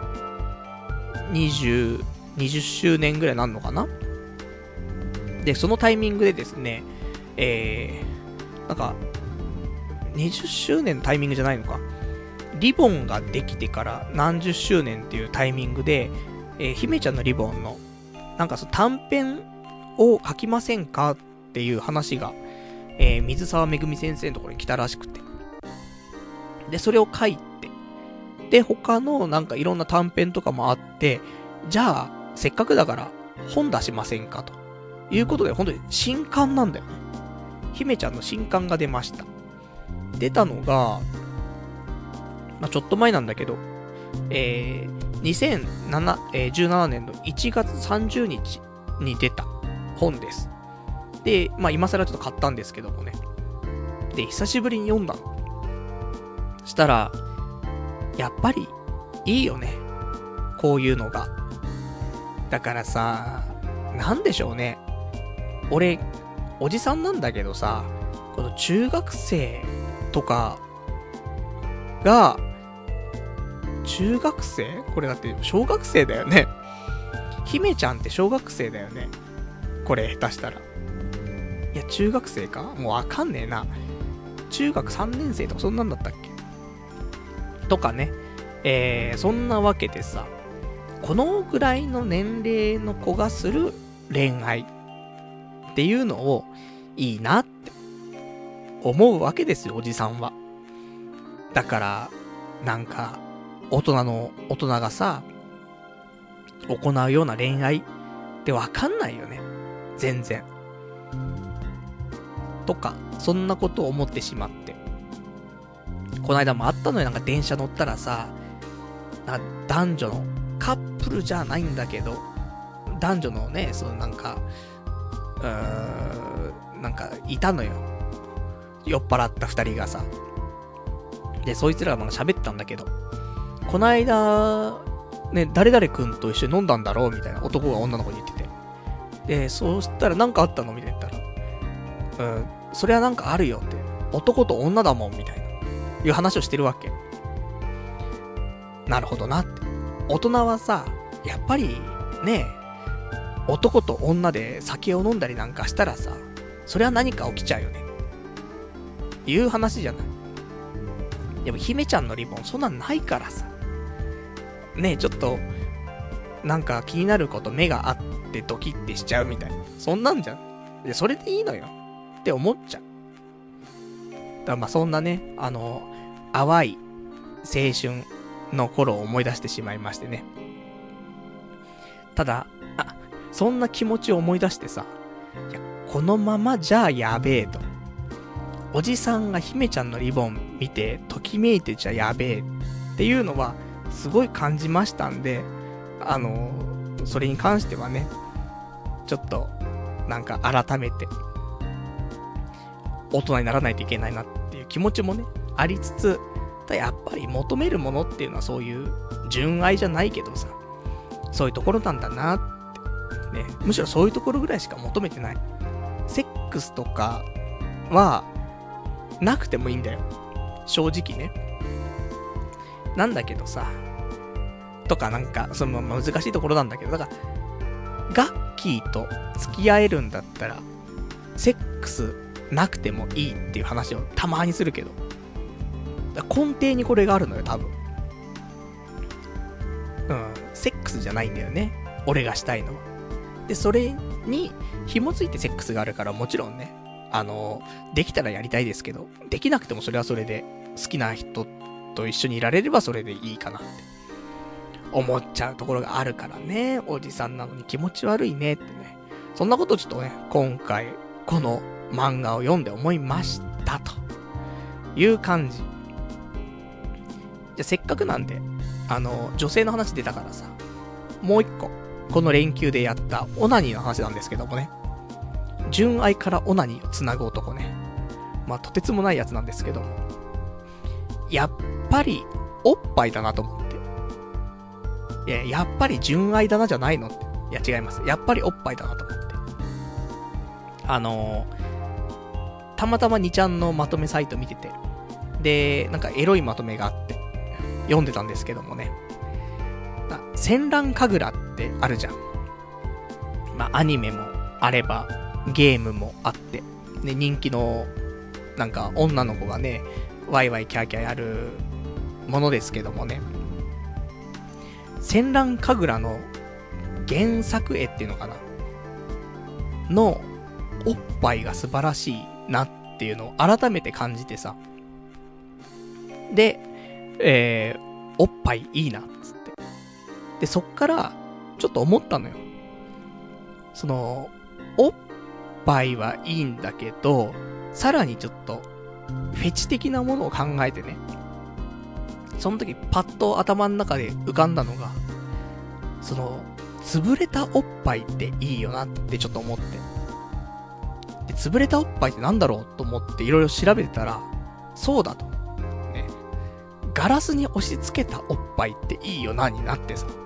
、20周年ぐらいなんのかな？で、そのタイミングでですね、なんか、20周年のタイミングじゃないのか。リボンができてから何十周年っていうタイミングで、姫ちゃんのリボンの、なんかその短編を書きませんかっていう話が、水沢めぐみ先生のところに来たらしくて。で、それを書いて、で、他のなんかいろんな短編とかもあって、じゃあ、せっかくだから本出しませんかということで、本当に新刊なんだよね。姫ちゃんの新刊が出ました。出たのが、まあ、ちょっと前なんだけど、2017年の1月30日に出た本です。で、まあ今更ちょっと買ったんですけどもね。で、久しぶりに読んだの。したら、やっぱりいいよね。こういうのが。だからさ、なんでしょうね。俺、おじさんなんだけどさ、この中学生とかが、中学生？これだって小学生だよね。姫ちゃんって小学生だよね。これ下手したら。いや、中学生か？もうわかんねえな。中学3年生とかそんなんだったっけ？とかね。そんなわけでさ、このぐらいの年齢の子がする恋愛っていうのをいいなって思うわけですよ、おじさんは。だから、なんか、大人がさ、行うような恋愛ってわかんないよね。全然。とか、そんなことを思ってしまって。この間もあったのよ、なんか電車乗ったらさ、なんか男女のカップルじゃないんだけど、男女のね、そのなんかいたのよ。酔っ払った二人がさ。 で、そいつらがなんか喋ってたんだけど、こないだ、ね、誰々くんと一緒に飲んだんだろうみたいな男が女の子に言ってて。で、そうしたらなんかあったのみたいな言ったら、それはなんかあるよって。男と女だもんみたいな。いう話をしてるわけ。なるほどなって。大人はさ、やっぱり、ね、男と女で酒を飲んだりなんかしたらさ、それは何か起きちゃうよね。いう話じゃない。でも姫ちゃんのリボンそんなんないからさ。ね、ちょっと、なんか気になること目があってドキッてしちゃうみたいな。そんなんじゃん。で、それでいいのよ。って思っちゃう。だからまあそんなね、淡い青春の頃を思い出してしまいましてね。ただ、そんな気持ちを思い出してさ、いや、このままじゃあやべえと。おじさんが姫ちゃんのリボン見て、ときめいてちゃやべえっていうのは、すごい感じましたんで、それに関してはね、ちょっと、なんか改めて、大人にならないといけないなっていう気持ちもね、ありつつ、やっぱり求めるものっていうのはそういう純愛じゃないけどさ、そういうところなんだなって、ね、むしろそういうところぐらいしか求めてない。セックスとかは、なくてもいいんだよ。正直ね。なんだけどさ、とかなんか、その難しいところなんだけど、だから、ガッキーと付き合えるんだったら、セックスなくてもいいっていう話をたまにするけど、根底にこれがあるのよ、多分。セックスじゃないんだよね。俺がしたいのは。で、それに紐づいてセックスがあるから、もちろんね、できたらやりたいですけど、できなくてもそれはそれで、好きな人と一緒にいられればそれでいいかなって思っちゃうところがあるからね。おじさんなのに気持ち悪いねってね。そんなことちょっとね、今回、この漫画を読んで思いましたという感じ。じゃあせっかくなんで、女性の話出たからさ、もう一個、この連休でやったオナニーの話なんですけどもね。純愛からオナニーをつなぐ男ね。まあ、とてつもないやつなんですけども。やっぱり、おっぱいだなと思って。やっぱり純愛だなじゃないのって。いや、違います。やっぱりおっぱいだなと思って。たまたま2ちゃんのまとめサイト見てて。で、なんかエロいまとめがあって、読んでたんですけどもね。戦乱神楽ってあるじゃん。まあ、アニメもあれば、ゲームもあって、で、人気の、なんか、女の子がね、ワイワイキャーキャーやるものですけどもね。戦乱神楽の原作絵っていうのかなの、おっぱいが素晴らしいなっていうのを改めて感じてさ。で、おっぱいいいなっつって。で、そっから、ちょっと思ったのよ。その、おっぱいはいいんだけど、さらにちょっと、フェチ的なものを考えてね。その時、パッと頭の中で浮かんだのが、その、潰れたおっぱいっていいよなってちょっと思って。で、潰れたおっぱいってなんだろうと思っていろいろ調べてたら、そうだと。ね。ガラスに押し付けたおっぱいっていいよなになってさ。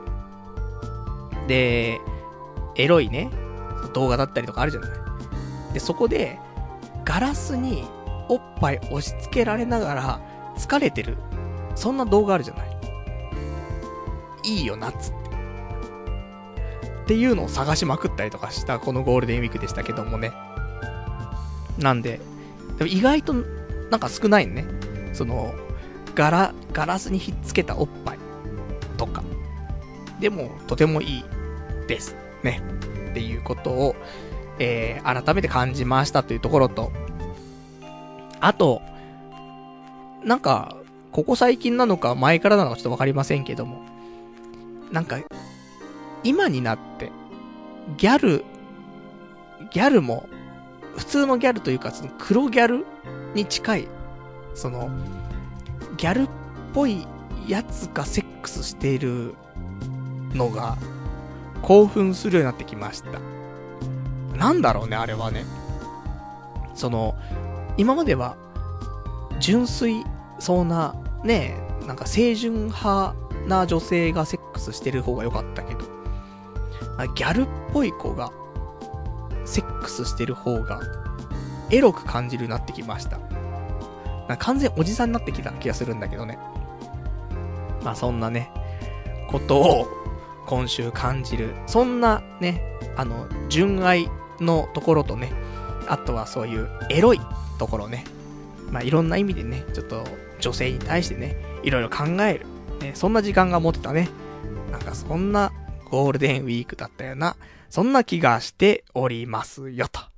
で、エロいね、動画だったりとかあるじゃない。で、そこで、ガラスにおっぱい押し付けられながら疲れてる。そんな動画あるじゃない。いいよなっつって。っていうのを探しまくったりとかしたこのゴールデンウィークでしたけどもね。なんで、でも意外となんか少ないね。その、ガラスにひっつけたおっぱいとか。でも、とてもいいですね。っていうことを、改めて感じましたというところと、あと、なんか、ここ最近なのか前からなのかちょっとわかりませんけども、なんか、今になって、ギャルも、普通のギャルというか、その黒ギャルに近い、その、ギャルっぽいやつがセックスしているのが、興奮するようになってきました。なんだろうね、あれはね。その、今までは、純粋そうなね、なんか清純派な女性がセックスしてる方が良かったけど、ギャルっぽい子がセックスしてる方がエロく感じるようになってきました。なんか完全おじさんになってきた気がするんだけどね。まあそんなね、ことを今週感じる。そんなね、純愛のところとね、あとはそういうエロいところね。まあいろんな意味でね、ちょっと女性に対してね、いろいろ考える。ね、そんな時間が持てたね。なんかそんなゴールデンウィークだったよな。そんな気がしておりますよと。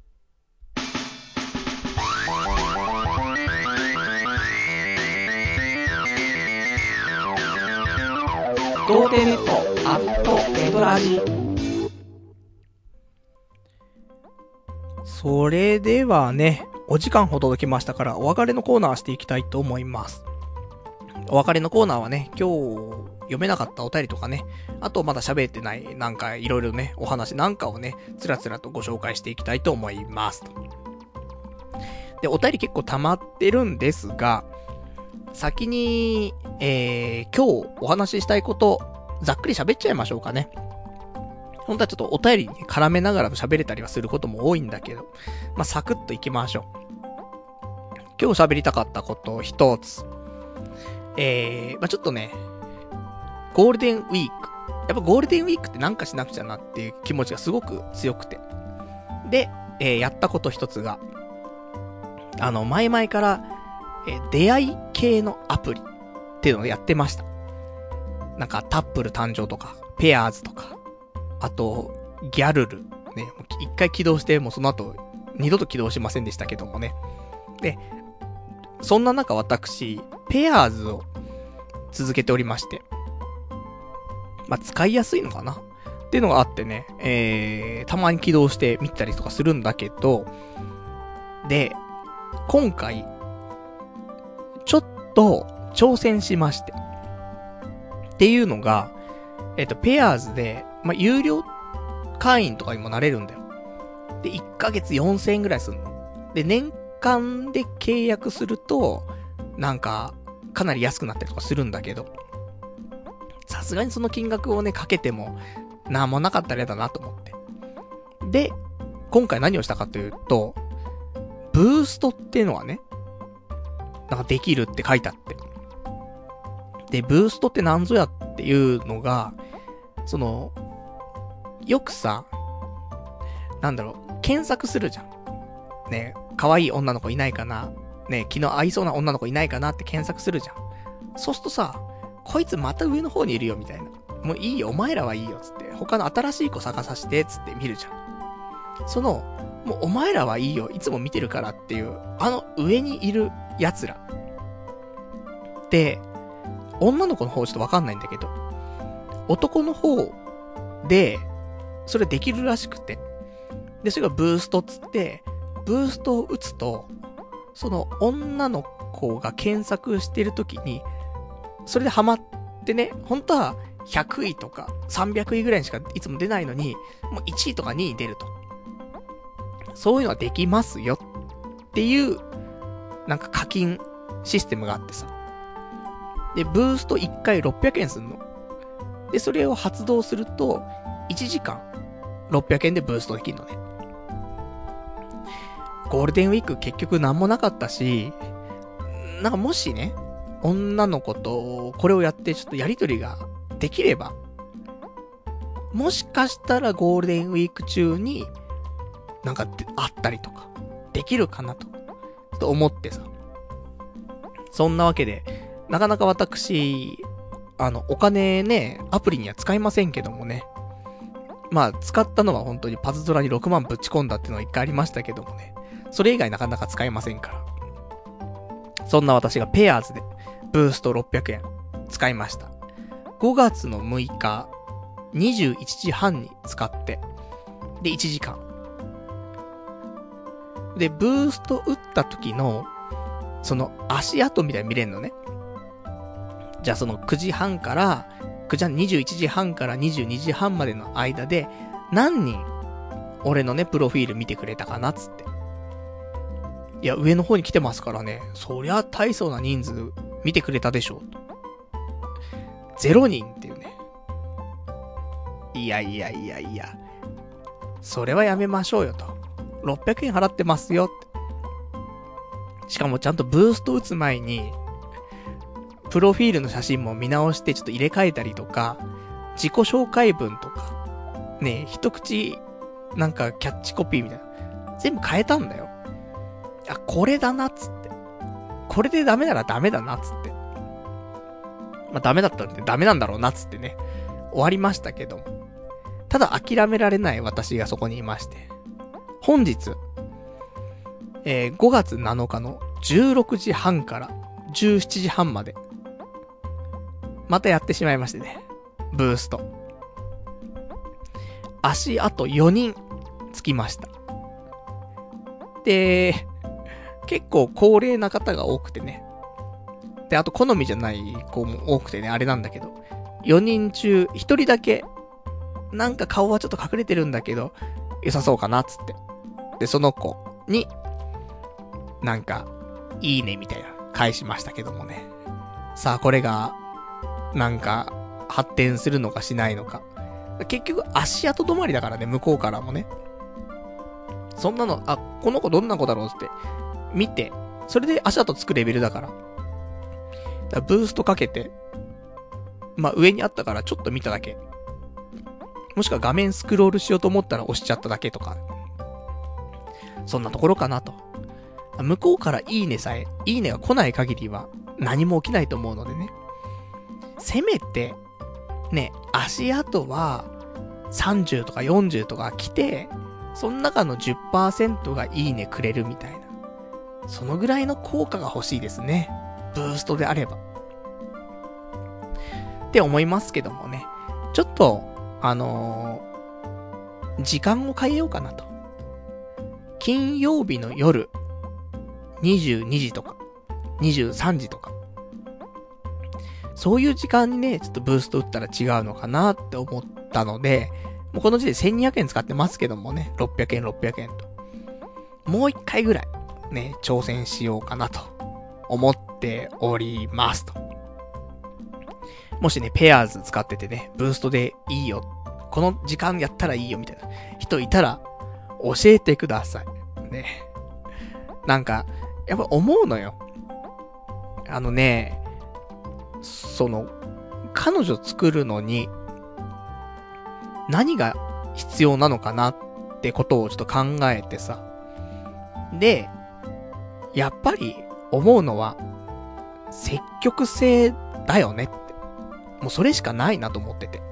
童貞ネットアットネトラジ。それではね、お時間ほど届きましたからお別れのコーナーしていきたいと思います。お別れのコーナーはね、今日読めなかったお便りとかね、あとまだ喋ってないなんかいろいろね、お話なんかをね、つらつらとご紹介していきたいと思いますと。で、お便り結構溜まってるんですが、先に、今日お話ししたいこと、ざっくり喋っちゃいましょうかね。本当はちょっとお便りに絡めながら喋れたりはすることも多いんだけど、まあ、サクッといきましょう。今日喋りたかったこと一つ。まあ、ちょっとね、ゴールデンウィーク。やっぱゴールデンウィークってなんかしなくちゃなっていう気持ちがすごく強くて。で、やったこと一つが、前々から、出会い系のアプリっていうのをやってました。なんかタップル誕生とか、ペアーズとか、あと、ギャルル。ね、一回起動して、もうその後、二度と起動しませんでしたけどもね。で、そんな中私、ペアーズを続けておりまして。まあ、使いやすいのかなっていうのがあってね、たまに起動して見たりとかするんだけど、で、今回、ちょっと挑戦しまして。っていうのが、ペアーズで、まあ、有料会員とかにもなれるんだよ。で、1ヶ月4000円ぐらいするの。で、年間で契約すると、なんか、かなり安くなったりとかするんだけど、さすがにその金額をね、かけても、なんもなかったら嫌だなと思って。で、今回何をしたかというと、ブーストっていうのはね、なんかできるって書いてあって。で、ブーストって何ぞやっていうのが、よくさ、なんだろう、検索するじゃん。ね、可愛い女の子いないかな。ね、昨日会いそうな女の子いないかなって検索するじゃん。そうするとさ、こいつまた上の方にいるよみたいな。もういいよ、お前らはいいよつって、他の新しい子探させてつって見るじゃん。もうお前らはいいよ、いつも見てるからっていう、上にいる奴ら。で、女の子の方ちょっとわかんないんだけど、男の方で、それできるらしくて。で、それがブーストっつって、ブーストを打つと、その女の子が検索してるときに、それでハマってね、本当は100位とか300位ぐらいにしかいつも出ないのに、もう1位とか2位に出ると。そういうのはできますよっていう、なんか課金システムがあってさ。で、ブースト1回600円すんの。で、それを発動すると、1時間600円でブーストできるのね。ゴールデンウィーク結局なんもなかったし、なんかもしね、女の子とこれをやってちょっとやりとりができれば、もしかしたらゴールデンウィーク中になんかあったりとかできるかなと思ってさ。そんなわけで、なかなか私、お金ね、アプリには使いませんけどもね。まあ、使ったのは本当にパズドラに6万ぶち込んだっていうのが一回ありましたけどもね。それ以外なかなか使えませんから。そんな私がペアーズで、ブースト600円、使いました。5月の6日、21時半に使って、で、1時間。で、ブースト打った時の、その足跡みたいに見れるのね。じゃあその9時半から、21時半から22時半までの間で、何人、俺のね、プロフィール見てくれたかなっつって。いや、上の方に来てますからね、そりゃ大層な人数見てくれたでしょう。0人っていうね。いや、それはやめましょうよと。600円払ってますよって。しかもちゃんとブースト打つ前に、プロフィールの写真も見直してちょっと入れ替えたりとか、自己紹介文とか、ね、一口、なんかキャッチコピーみたいな。全部変えたんだよ。あ、これだなっつって。これでダメならダメだなっつって。まあ、ダメだったんでダメなんだろうなっつってね。終わりましたけども。ただ諦められない私がそこにいまして。本日、5月7日の16時半から17時半まで。またやってしまいましてね。ブースト。足あと4人つきました。で、結構高齢な方が多くてね。で、あと好みじゃない子も多くてね、あれなんだけど。4人中1人だけ、なんか顔はちょっと隠れてるんだけど、良さそうかなっつって。で、その子に、なんか、いいねみたいな、返しましたけどもね。さあ、これが、なんか、発展するのかしないのか。結局、足跡止まりだからね、向こうからもね。そんなの、あ、この子どんな子だろうって、見て、それで足跡つくレベルだから。ブーストかけて、まあ、上にあったからちょっと見ただけ。もしくは画面スクロールしようと思ったら押しちゃっただけとか。そんなところかなと。向こうからいいねさえ、いいねが来ない限りは何も起きないと思うのでね。せめて、ね、足跡は30とか40とか来て、その中の 10% がいいねくれるみたいな。そのぐらいの効果が欲しいですね。ブーストであれば。って思いますけどもね。ちょっと、時間を変えようかなと。金曜日の夜、22時とか、23時とか。そういう時間にね、ちょっとブースト打ったら違うのかなって思ったので、もうこの時点で1200円使ってますけどもね、600円と。もう一回ぐらい、ね、挑戦しようかなと思っておりますと。もしね、ペアーズ使っててね、ブーストでいいよ、この時間やったらいいよみたいな人いたら、教えてください。ね。なんか、やっぱ思うのよ。彼女作るのに、何が必要なのかなってことをちょっと考えてさ。で、やっぱり思うのは、積極性だよねって。もうそれしかないなと思ってて。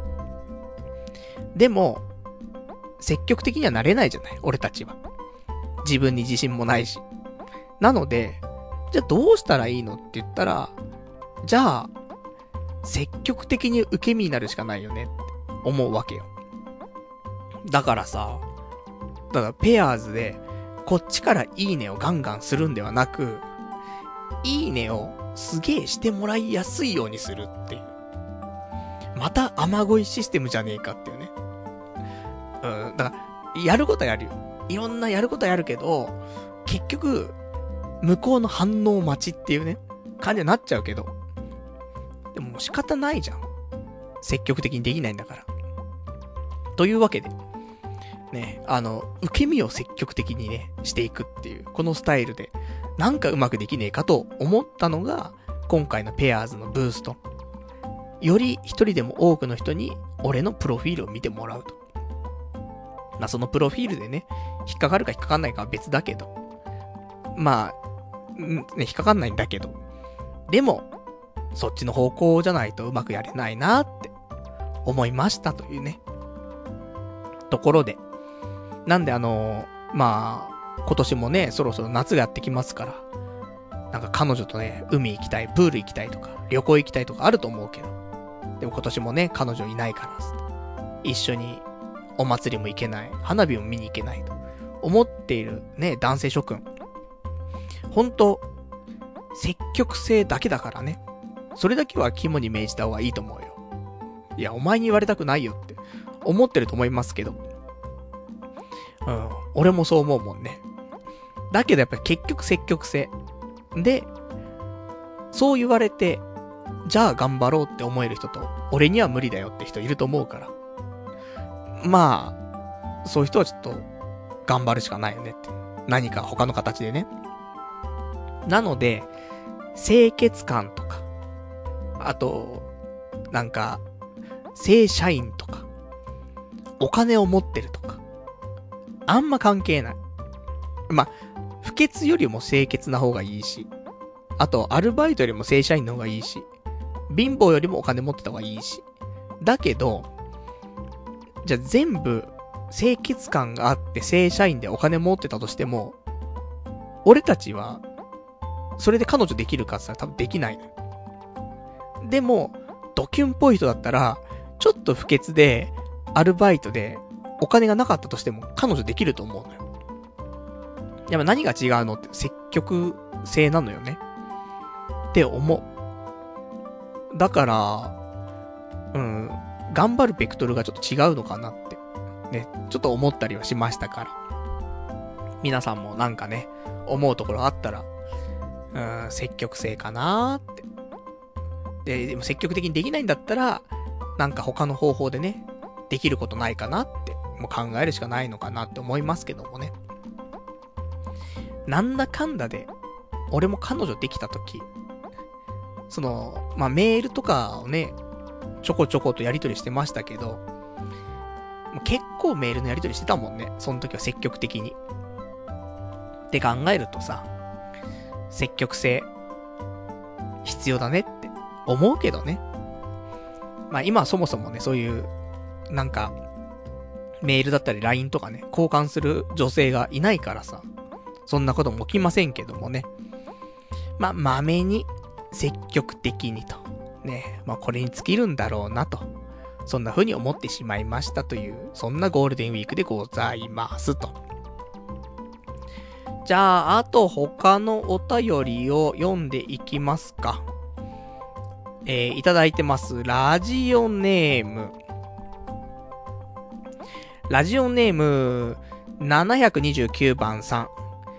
でも、積極的にはなれないじゃない、俺たちは。自分に自信もないし。なので、じゃあどうしたらいいのって言ったら、じゃあ、積極的に受け身になるしかないよねって思うわけよ。だからさ、ペアーズで、こっちからいいねをガンガンするんではなく、いいねをすげえしてもらいやすいようにするっていう。また雨乞いシステムじゃねえかっていうね。だから、やることはやるよ。いろんなやることはやるけど、結局、向こうの反応待ちっていうね、感じになっちゃうけど。でも仕方ないじゃん。積極的にできないんだから。というわけで、ね、受け身を積極的にね、していくっていう、このスタイルで、なんかうまくできねえかと思ったのが、今回のペアーズのブースト。より一人でも多くの人に、俺のプロフィールを見てもらうと。まあ、そのプロフィールでね、引っかかるか引っかかんないかは別だけど。まあ、ね、引っかかんないんだけど。でも、そっちの方向じゃないとうまくやれないなって思いましたというね。ところで。なんでまあ、今年もね、そろそろ夏がやってきますから。なんか彼女とね、海行きたい、プール行きたいとか、旅行行きたいとかあると思うけど。でも今年もね、彼女いないから、一緒にお祭りも行けない、花火も見に行けないと思っているね、男性諸君。ほんと、積極性だけだからね。それだけは肝に銘じた方がいいと思うよ。いや、お前に言われたくないよって思ってると思いますけど。俺もそう思うもんね。だけどやっぱり結局積極性。で、 そう言われて、じゃあ頑張ろうって思える人と、俺には無理だよって人いると思うから。まあ、そういう人はちょっと、頑張るしかないよねって。何か他の形でね。なので、清潔感とか、あと、なんか、正社員とか、お金を持ってるとか、あんま関係ない。まあ、不潔よりも清潔な方がいいし、あと、アルバイトよりも正社員の方がいいし、貧乏よりもお金持ってた方がいいし。だけど、じゃあ全部、清潔感があって正社員でお金持ってたとしても、俺たちは、それで彼女できるかって言ったら多分できないのよ。でも、ドキュンっぽい人だったら、ちょっと不潔で、アルバイトで、お金がなかったとしても、彼女できると思うのよ。やっぱ何が違うのって積極性なのよね。って思う。だから、頑張るベクトルがちょっと違うのかなって、ね、ちょっと思ったりはしましたから。皆さんもなんかね、思うところあったら、積極性かなーって。でも積極的にできないんだったら、なんか他の方法でね、できることないかなって、もう考えるしかないのかなって思いますけどもね。なんだかんだで、俺も彼女できたとき、メールとかをね、ちょこちょことやりとりしてましたけど、結構メールのやりとりしてたもんね。その時は積極的に。って考えるとさ、積極性、必要だねって思うけどね。まあ今はそもそもね、そういう、なんか、メールだったり LINE とかね、交換する女性がいないからさ、そんなことも起きませんけどもね。まあ、まめに、積極的にと。ね、まあこれに尽きるんだろうなと。そんな風に思ってしまいましたという、そんなゴールデンウィークでございますと。じゃあ、あと他のお便りを読んでいきますか。いただいてます。ラジオネーム、729番さん。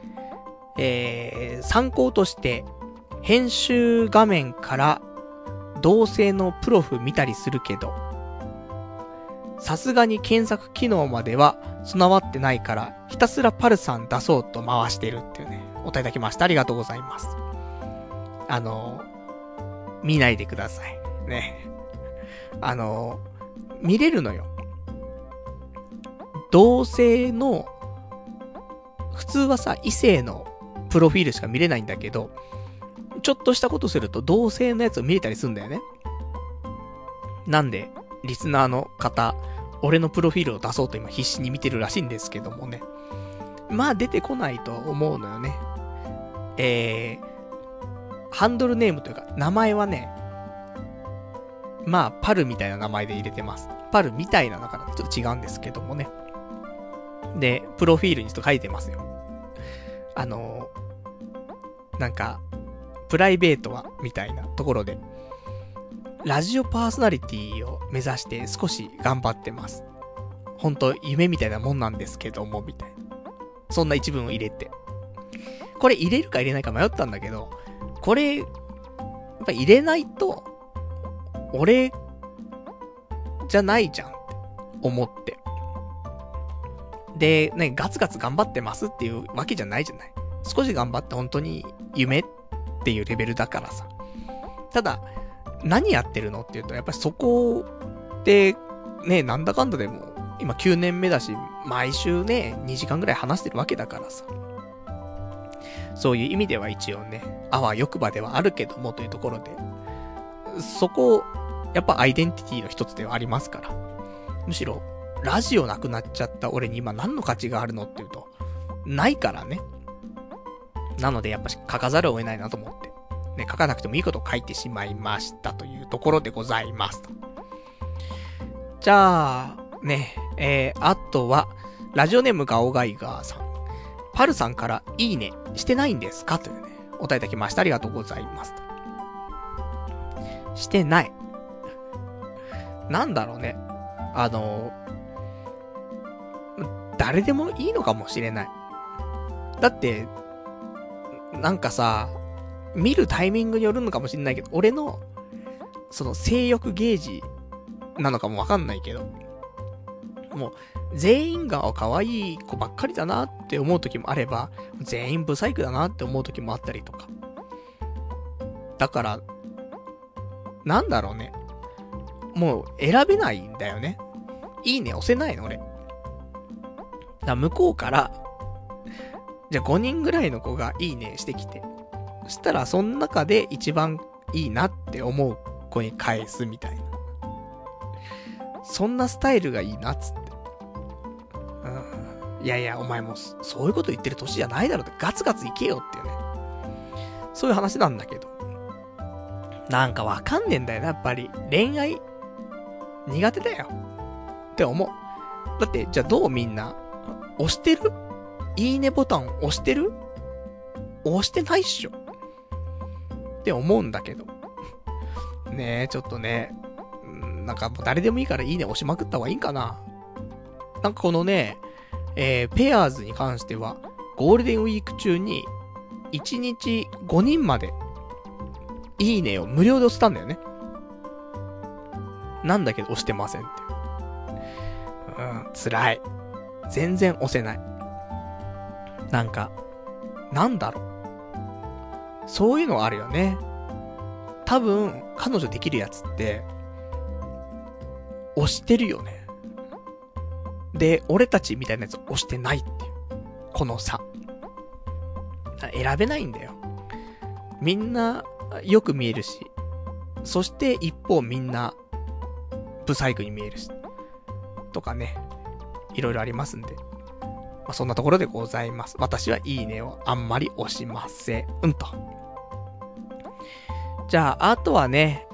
参考として、編集画面から同性のプロフ見たりするけど、さすがに検索機能までは備わってないから、ひたすらパルさん出そうと回してるっていうね、お答えいただきました。ありがとうございます。見ないでください。ね。見れるのよ。同性の、普通はさ、異性のプロフィールしか見れないんだけど、ちょっとしたことすると同性のやつを見れたりするんだよね。なんで、リスナーの方、俺のプロフィールを出そうと今必死に見てるらしいんですけどもね。まあ出てこないと思うのよね。ハンドルネームというか、名前はね、まあ、パルみたいな名前で入れてます。パルみたいなだからちょっと違うんですけどもね。で、プロフィールにちょっと書いてますよ。なんか、プライベートは、みたいなところで、ラジオパーソナリティを目指して少し頑張ってます。ほんと、夢みたいなもんなんですけども、みたいな。そんな一文を入れて。これ入れるか入れないか迷ったんだけど、これ、やっぱ入れないと、俺、じゃないじゃんって思って。で、ね、ガツガツ頑張ってますっていうわけじゃないじゃない。少し頑張って本当に夢っていうレベルだからさ。ただ、何やってるのって言うと、やっぱりそこで、ね、なんだかんだでも、今9年目だし、毎週ね、2時間ぐらい話してるわけだからさ。そういう意味では一応ね、あわよくばではあるけどもというところで、そこ、やっぱアイデンティティの一つではありますから。むしろ、ラジオなくなっちゃった俺に今何の価値があるのっていうと、ないからね。なのでやっぱし書かざるを得ないなと思って。ね、書かなくてもいいことを書いてしまいましたというところでございますと。じゃあ、ね、あとは、ラジオネームガオガイガーさん。パルさんからいいねしてないんですかというね、お答えいただきました。ありがとうございますと。してない。なんだろうね。誰でもいいのかもしれない。だって、なんかさ、 見るタイミングによるのかもしんないけど、俺の、その性欲ゲージなのかもわかんないけど、もう、全員が可愛い子ばっかりだなって思う時もあれば、全員ブサイクだなって思う時もあったりとか。だから、なんだろうね。もう選べないんだよね。いいね押せないの俺。向こうから、じゃあ5人ぐらいの子がいいねしてきて、そしたらその中で一番いいなって思う子に返すみたいな。そんなスタイルがいいなっつって。いやいや、お前もそういうこと言ってる年じゃないだろって、ガツガツいけよっていうね。そういう話なんだけど。なんかわかんねえんだよな、やっぱり。恋愛、苦手だよ。って思う。だって、じゃあどうみんな、押してる？いいねボタン押してる？押してないっしょ。って思うんだけど。ねえ、ちょっとね、なんかもう誰でもいいからいいね押しまくった方がいいんかな。なんかこのね、ペアーズに関しては、ゴールデンウィーク中に、1日5人まで、いいねを無料で押したんだよね。なんだけど押してませんって。辛い。全然押せない。なんか、なんだろう。そういうのあるよね。多分、彼女できるやつって、押してるよね。で、俺たちみたいなやつ押してないっていう。この差。選べないんだよ。みんな、よく見えるし。そして一方みんな、ブサイクに見えるし。とかね。いろいろありますんで。まあ、そんなところでございます。私はいいねをあんまり押しません。と。じゃあ、あとはね、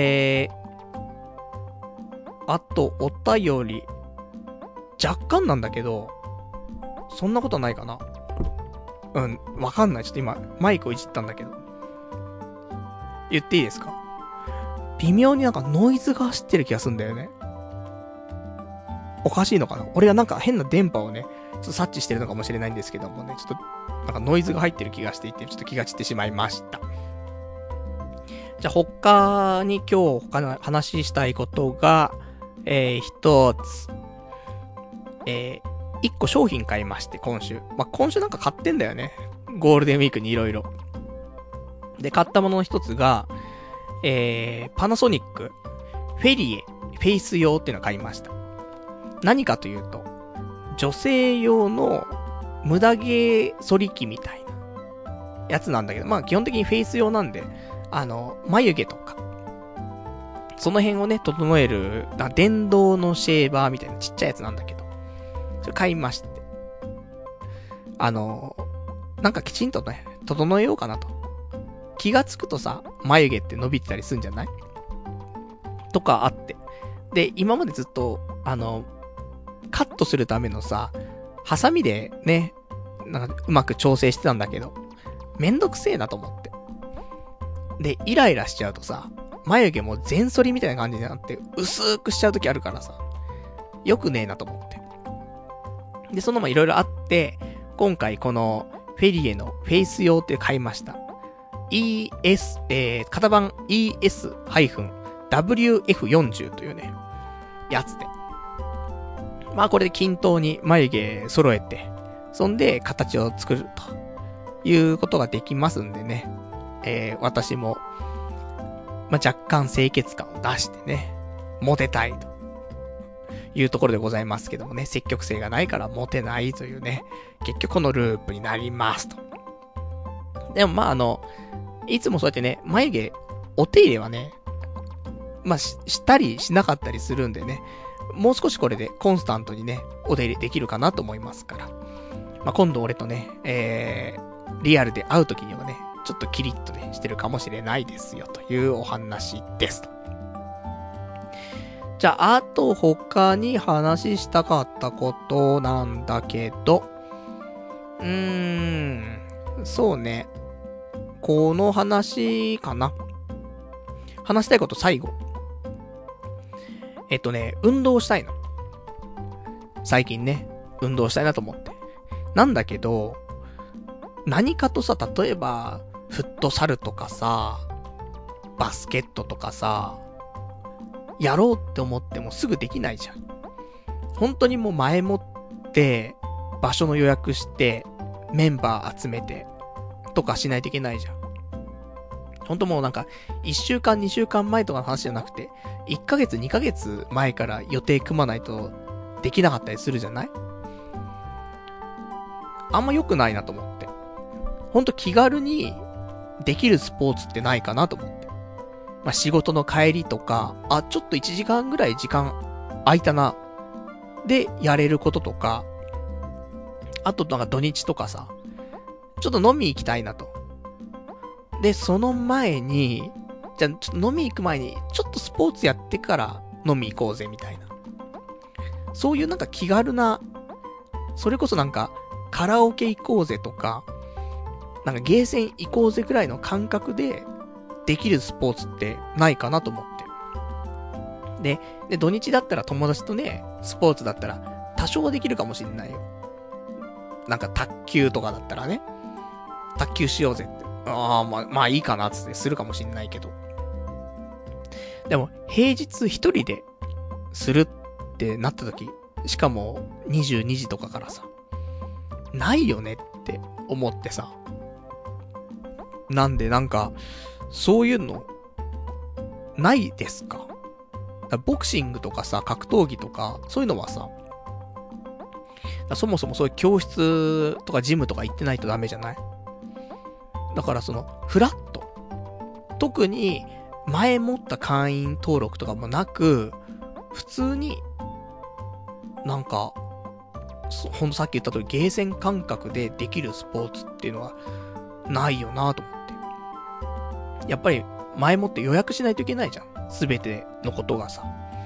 あと、お便り。若干なんだけど、そんなことないかな。わかんない。ちょっと今、マイクをいじったんだけど。言っていいですか？微妙になんかノイズが走ってる気がするんだよね。おかしいのかな？俺がなんか変な電波をね、ちょっと察知してるのかもしれないんですけどもね、ちょっと、なんかノイズが入ってる気がしていて、ちょっと気が散ってしまいました。じゃあ、他に今日話したいことが、一つ、一個商品買いまして、今週。まあ、今週なんか買ってんだよね。ゴールデンウィークにいろいろ。で、買ったものの一つが、パナソニック、フェリエ、フェイス用っていうのを買いました。何かというと、女性用の無駄毛剃り機みたいなやつなんだけど、まあ基本的にフェイス用なんで、眉毛とか、その辺をね、整える、電動のシェーバーみたいなちっちゃいやつなんだけど、それ買いまして。なんかきちんとね、整えようかなと。気がつくとさ、眉毛って伸びてたりするんじゃない？とかあって。で、今までずっと、カットするためのさ、ハサミでね、なんかうまく調整してたんだけど、めんどくせえなと思って。で、イライラしちゃうとさ、眉毛も全剃りみたいな感じになって、薄くしちゃうときあるからさ、よくねえなと思って。で、そのままいろいろあって、今回この、フェリエのフェイス用って買いました。型番 ES-WF40 というね、やつで。まあこれで均等に眉毛揃えて、そんで形を作るということができますんでね。私も、まあ若干清潔感を出してね、モテたいというところでございますけどもね、積極性がないからモテないというね、結局このループになりますと。でもまあいつもそうやってね、眉毛、お手入れはね、まあしたりしなかったりするんでね、もう少しこれでコンスタントにね、お手入れできるかなと思いますから。まあ今度俺とね、リアルで会う時にはね、ちょっとキリッとね、してるかもしれないですよ、というお話です。じゃあ、あと他に話したかったことなんだけど、そうね。この話かな。話したいこと最後。運動したいの。最近ね、運動したいなと思って。なんだけど、何かとさ、例えば、 フットサルとかさ、バスケットとかさ、やろうって思ってもすぐできないじゃん。本当にもう前もって、場所の予約して、メンバー集めて、とかしないといけないじゃん。本当もうなんか、1週間2週間前とかの話じゃなくて、1ヶ月2ヶ月前から予定組まないと、できなかったりするじゃない？あんま良くないなと思って。ほんと気軽にできるスポーツってないかなと思って。まあ、仕事の帰りとか、ちょっと1時間ぐらい時間空いたな。で、やれることとか、あとなんか土日とかさ、ちょっと飲み行きたいなと。で、その前に、じゃあちょっと飲み行く前に、ちょっとスポーツやってから飲み行こうぜみたいな。そういうなんか気軽な、それこそなんか、カラオケ行こうぜとか、なんかゲーセン行こうぜくらいの感覚で、できるスポーツってないかなと思って。で、土日だったら友達とね、スポーツだったら多少はできるかもしんないよ。なんか卓球とかだったらね、卓球しようぜって。まあいいかなっつってするかもしんないけど。でも、平日一人でするってなった時、しかも22時とかからさ、ないよねって思ってさ。なんでなんか、そういうの、ないですか？ボクシングとかさ、格闘技とか、そういうのはさ、そもそもそういう教室とかジムとか行ってないとダメじゃない？だからその、フラット。特に、前もった会員登録とかもなく、普通に、なんか、ほんとさっき言った通り、ゲーセン感覚でできるスポーツっていうのは、ないよなと思って。やっぱり、前もって予約しないといけないじゃん。すべてのことがさ。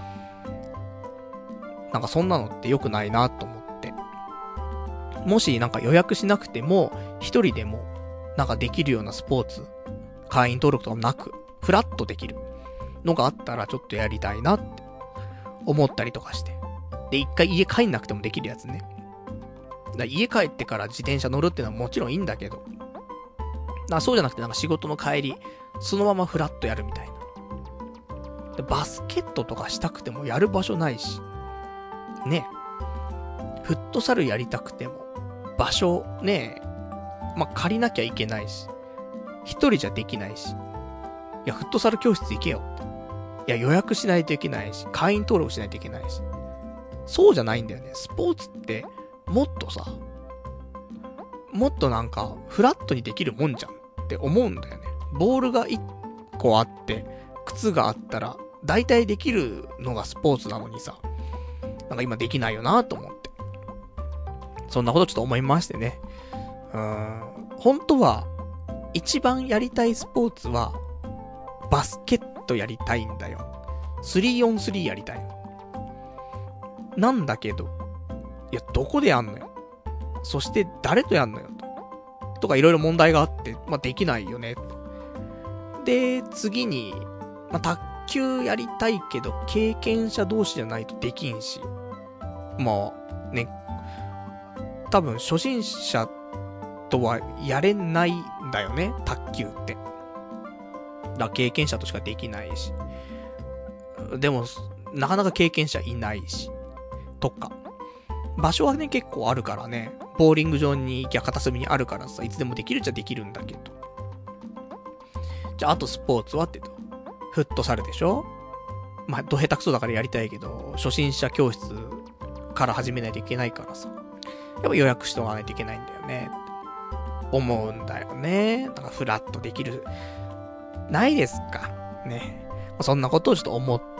なんかそんなのって良くないなと思って。もしなんか予約しなくても、一人でも、なんかできるようなスポーツ、会員登録とかもなく、フラッとできるのがあったらちょっとやりたいなって思ったりとかして。で、一回家帰んなくてもできるやつね。だ家帰ってから自転車乗るっていうのはもちろんいいんだけど。そうじゃなくてなんか仕事の帰り、そのままフラッとやるみたいな。でバスケットとかしたくてもやる場所ないし。ね。フットサルやりたくても、場所ね、借りなきゃいけないし。一人じゃできないし。いや、フットサル教室行けよって。いや、予約しないといけないし、会員登録しないといけないし。そうじゃないんだよね。スポーツって、もっとさ、もっとなんか、フラットにできるもんじゃんって思うんだよね。ボールが1個あって、靴があったら、大体できるのがスポーツなのにさ、なんか今できないよなと思って。そんなことちょっと思いましてね。本当は、一番やりたいスポーツは、バスケットやりたいんだよ。3on3 やりたい。なんだけど、いや、どこでやんのよ。そして、誰とやんのよ。とかいろいろ問題があって、できないよね。で、次に、卓球やりたいけど、経験者同士じゃないとできんし。ね、多分、初心者とはやれないんだよね、卓球って。経験者としかできないし。でも、なかなか経験者いないし。とか。場所はね、結構あるからね。ボーリング場に行きゃ片隅にあるからさ、いつでもできるっちゃできるんだけど。じゃあ、あとスポーツはって言うと、フットサルでしょ？ど下手くそだからやりたいけど、初心者教室から始めないといけないからさ。やっぱ予約しておかないといけないんだよね。思うんだよね。なんかフラッとできる。ないですかね。そんなことをちょっと思った、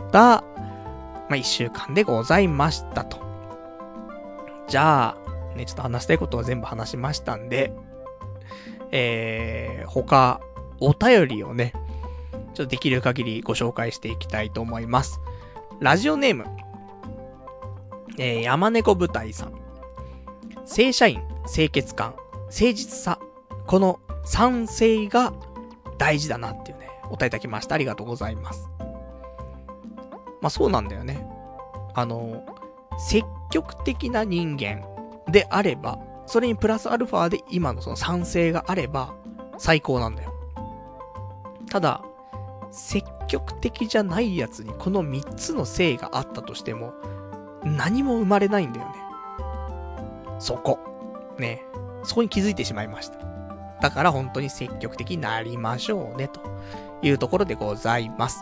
一週間でございましたと。じゃあ、ね、ちょっと話したいことは全部話しましたんで、他、お便りをね、ちょっとできる限りご紹介していきたいと思います。ラジオネーム、山猫舞台さん。正社員、清潔感、誠実さ、この3性が大事だなっていうね、お答えいただきました。ありがとうございます。そうなんだよね。積極的な人間であれば、それにプラスアルファで今のその賛成があれば、最高なんだよ。 ただ、積極的じゃないやつにこの3つの性があったとしても、何も生まれないんだよね。そこ。ね。そこに気づいてしまいました。だから本当に積極的になりましょうね、というところでございます。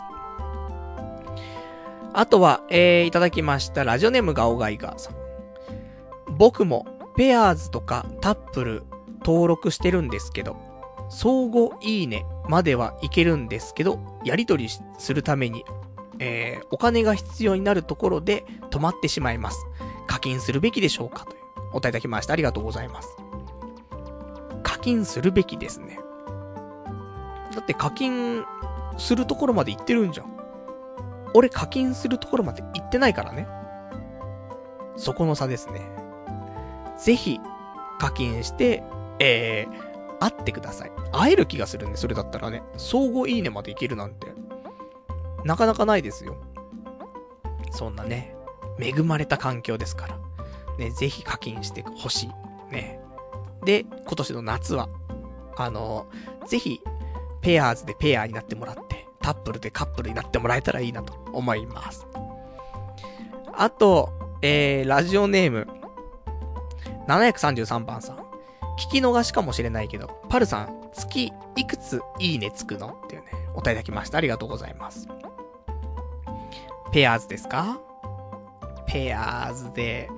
あとは、いただきましたラジオネームガオガイガーさん。僕もペアーズとかタップル登録してるんですけど、相互いいねまではいけるんですけど、やり取りするために、お金が必要になるところで止まってしまいます。課金するべきでしょうかというお答えいただきました。ありがとうございます。課金するべきですね。だって課金するところまで行ってるんじゃん。俺課金するところまで行ってないからね。そこの差ですね。ぜひ課金して、会ってください。会える気がするんで、それだったらね。相互いいねまでいけるなんて。なかなかないですよ。そんなね、恵まれた環境ですから。ね、ぜひ課金してほしい。ね。で、今年の夏は、ぜひ、ペアーズでペアになってもらって、タップルでカップルになってもらえたらいいなと思います。あと、ラジオネーム、733番さん。聞き逃しかもしれないけど、パルさん、月いくついいねつくのっていうね、お答えいただきました。ありがとうございます。ペアーズですか？ペアーズで、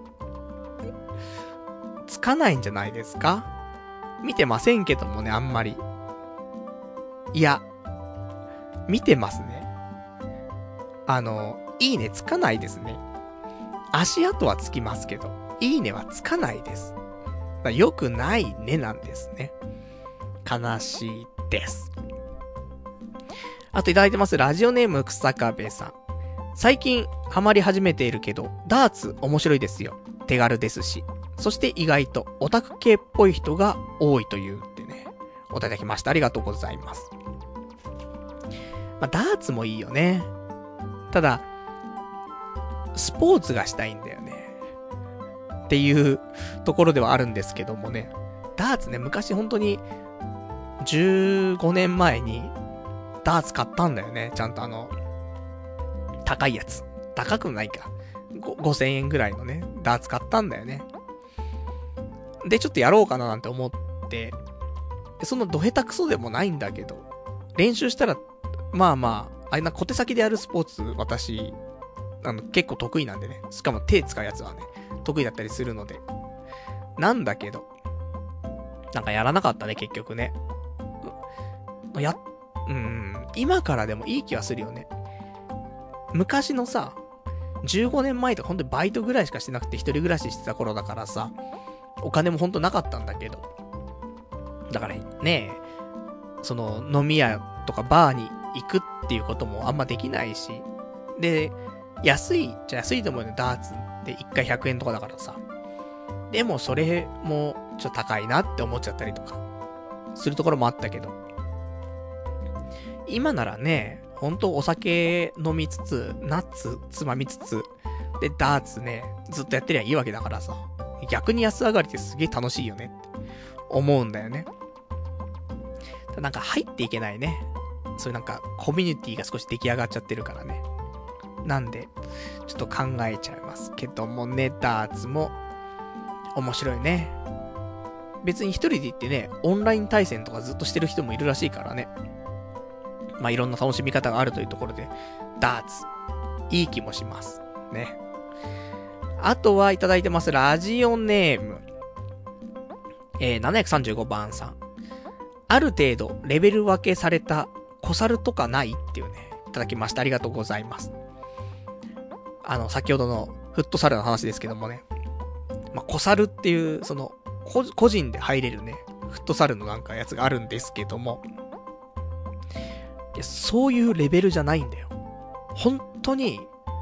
つかないんじゃないですか？見てませんけどもね、あんまり。いや、見てますね。いいねつかないですね。足跡はつきますけど、いいねはつかないです。良くないねなんですね。悲しいです。あといただいてます。ラジオネーム草壁さん。最近ハマり始めているけど、ダーツ面白いですよ。手軽ですし。そして意外とオタク系っぽい人が多いというってね、お答えいただきました。ありがとうございます。ダーツもいいよね。ただ、スポーツがしたいんだよね。っていうところではあるんですけどもね。ダーツね、昔本当に15年前にダーツ買ったんだよね。ちゃんと高いやつ。高くないか。5000円ぐらいのね、ダーツ買ったんだよね。で、ちょっとやろうかななんて思って、そのド下手くそでもないんだけど、練習したら、まあ、あれな小手先でやるスポーツ、私、結構得意なんでね。しかも手使うやつはね、得意だったりするので。なんだけど、なんかやらなかったね、結局ね。今からでもいい気はするよね。昔のさ、15年前とかほんとにバイトぐらいしかしてなくて一人暮らししてた頃だからさ、お金もほんとなかったんだけど。だからね、その飲み屋とかバーに行くっていうこともあんまできないし。で、安いと思うよ、ダーツって1回100円とかだからさ。でもそれもちょっと高いなって思っちゃったりとか、するところもあったけど。今ならね、ほんとお酒飲みつつ、ナッツつまみつつ、で、ダーツね、ずっとやってりゃいいわけだからさ。逆に安上がりってすげえ楽しいよねって思うんだよね。なんか入っていけないね。そういうなんかコミュニティが少し出来上がっちゃってるからね。なんで、ちょっと考えちゃいますけどもね、ダーツも面白いね。別に一人で行ってね、オンライン対戦とかずっとしてる人もいるらしいからね。いろんな楽しみ方があるというところで、ダーツ、いい気もします。ね。あとはいただいてます。ラジオネーム。735番さん。ある程度、レベル分けされた小猿とかないっていうね、いただきました。ありがとうございます。先ほどのフットサルの話ですけどもね。小猿っていう、個人で入れるね、フットサルのなんかやつがあるんですけども、いや、そういうレベルじゃないんだよ。本当に、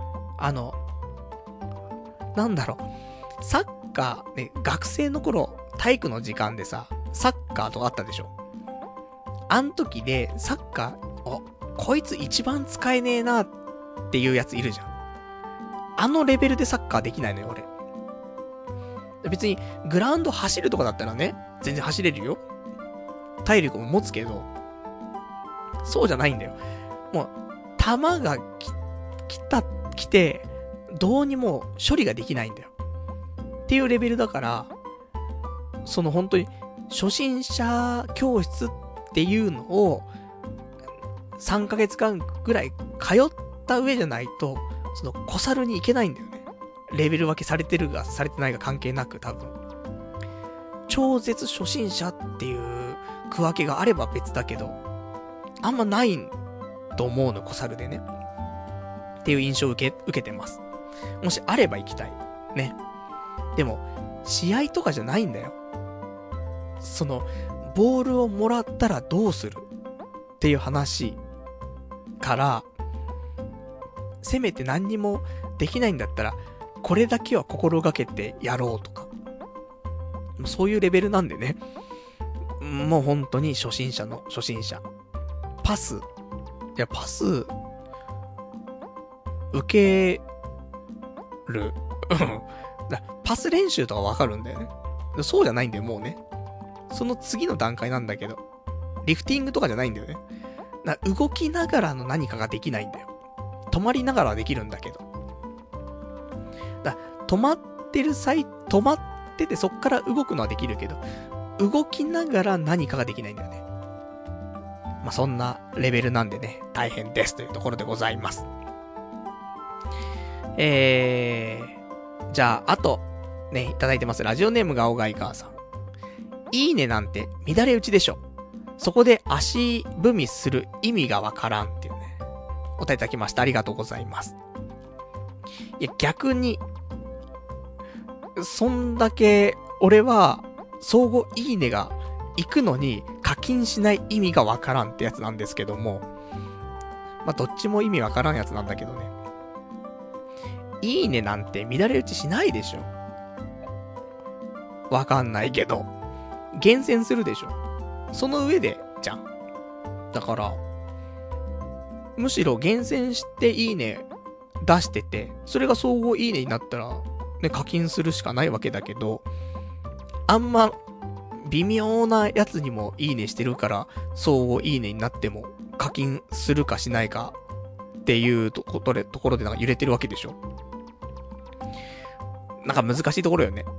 なんだろう。サッカー、ね、学生の頃、体育の時間でさ、サッカーとかあったでしょ。あん時で、サッカー、こいつ一番使えねえなっていうやついるじゃん。あのレベルでサッカーできないのよ、俺。別に、グラウンド走るとかだったらね、全然走れるよ。体力も持つけど、 そうじゃないんだよ。もう、弾が来て、どうにも処理ができないんだよ。っていうレベルだから、その本当に、初心者教室っていうのを、3ヶ月間ぐらい通った上じゃないと、その小猿に行けないんだよね。レベル分けされてるがされてないが関係なく多分。超絶初心者っていう区分けがあれば別だけど、あんまないと思うの、小猿でね。っていう印象を受けてます。もしあれば行きたい。ね。でも、試合とかじゃないんだよ。その、ボールをもらったらどうするっていう話から、せめて何にもできないんだったら、これだけは心がけてやろうとか。そういうレベルなんでね。もう本当に初心者の初心者。パス、受ける。パス練習とかわかるんだよね。そうじゃないんだよ、もうね。その次の段階なんだけど。リフティングとかじゃないんだよね。動きながらの何かができないんだよ。止まりながらはできるんだけど。止まっててそっから動くのはできるけど、動きながら何かができないんだよね。まあ、そんなレベルなんでね、大変ですというところでございます。じゃあ、あと、ね、いただいてます。ラジオネームが青ガイガーさん。いいねなんて乱れ打ちでしょ。そこで足踏みする意味がわからんっていうね。お答えいただきました。ありがとうございます。いや、逆に、そんだけ、俺は、相互いいねが行くのに課金しない意味がわからんってやつなんですけども、まあ、どっちも意味わからんやつなんだけどね。いいねなんて乱れ打ちしないでしょ。わかんないけど。厳選するでしょ。その上で、じゃん。だから、むしろ厳選していいね出してて、それが相互いいねになったら、ね、課金するしかないわけだけど、あんま、微妙なやつにもいいねしてるから、相互いいねになっても、課金するかしないか、っていうところでなんか揺れてるわけでしょ。なんか難しいところよね。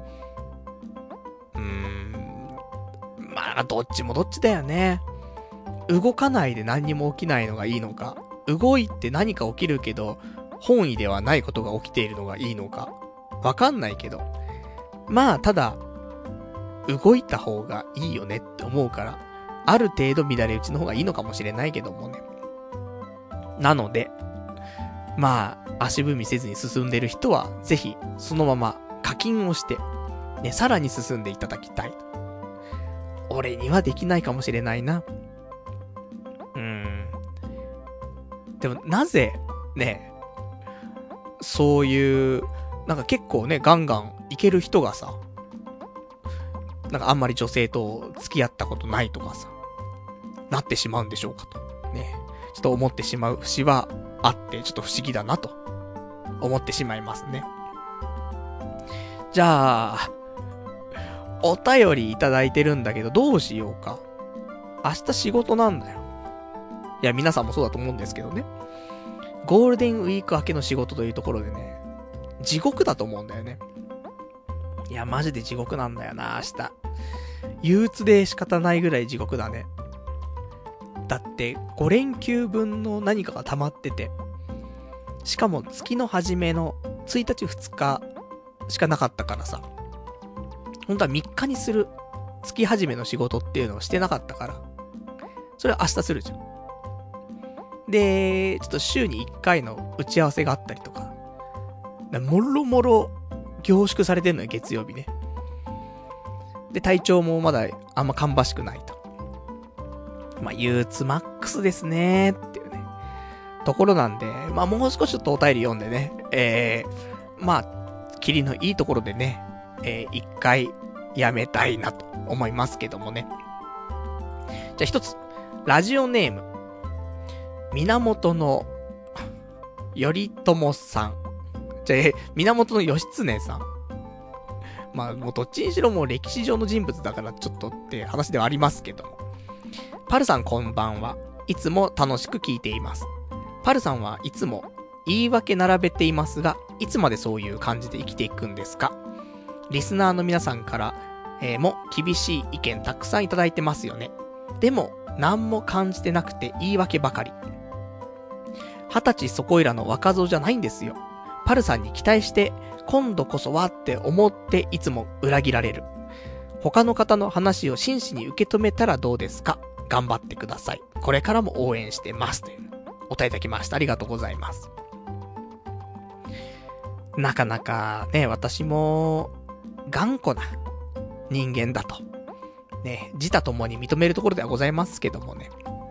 まあ、どっちもどっちだよね。動かないで何にも起きないのがいいのか、動いて何か起きるけど、本意ではないことが起きているのがいいのか、わかんないけど。まあ、ただ、動いた方がいいよねって思うから、ある程度乱れ打ちの方がいいのかもしれないけどもね。なので、まあ、足踏みせずに進んでる人は、ぜひ、そのまま課金をして、ね、さらに進んでいただきたい。俺にはできないかもしれないな。でも、なぜ、ね、そういう、なんか結構ね、ガンガンいける人がさ、なんかあんまり女性と付き合ったことないとかさ、なってしまうんでしょうかと。ね。ちょっと思ってしまう節はあって、ちょっと不思議だなと、思ってしまいますね。じゃあ、お便りいただいてるんだけど、どうしようか。明日仕事なんだよ。いや、皆さんもそうだと思うんですけどね。ゴールデンウィーク明けの仕事というところでね、地獄だと思うんだよね。いや、マジで地獄なんだよな、明日。憂鬱で仕方ないぐらい地獄だね。だって、5連休分の何かが溜まってて、しかも月の初めの1日2日しかなかったからさ、本当は3日にする月始めの仕事っていうのをしてなかったから、それは明日するじゃん。で、ちょっと週に1回の打ち合わせがあったりとか、もろもろ凝縮されてんのよ、月曜日ね。で、体調もまだあんま芳しくないと。まあ、憂鬱マックスですねっていうね、ところなんで、まあもう少しちょっとお便り読んでね、まあ、キリのいいところでね、一回やめたいなと思いますけどもね。じゃあ一つ、ラジオネーム、源の頼朝さん。じゃあ、源の義経さん。まあ、もうどっちにしろもう歴史上の人物だからちょっとって話ではありますけども。パルさんこんばんは。 いつも楽しく聞いています。パルさんはいつも言い訳並べていますが、いつまでそういう感じで生きていくんですか？リスナーの皆さんから、も厳しい意見たくさんいただいてますよね。でも、何も感じてなくて言い訳ばかり。20歳そこいらの若造じゃないんですよ。パルさんに期待して、今度こそはって思っていつも裏切られる。他の方の話を真摯に受け止めたらどうですか？頑張ってください。これからも応援してます。というお答えいただきました。ありがとうございます。なかなかね、私も頑固な人間だと。ね、自他ともに認めるところではございますけどもね。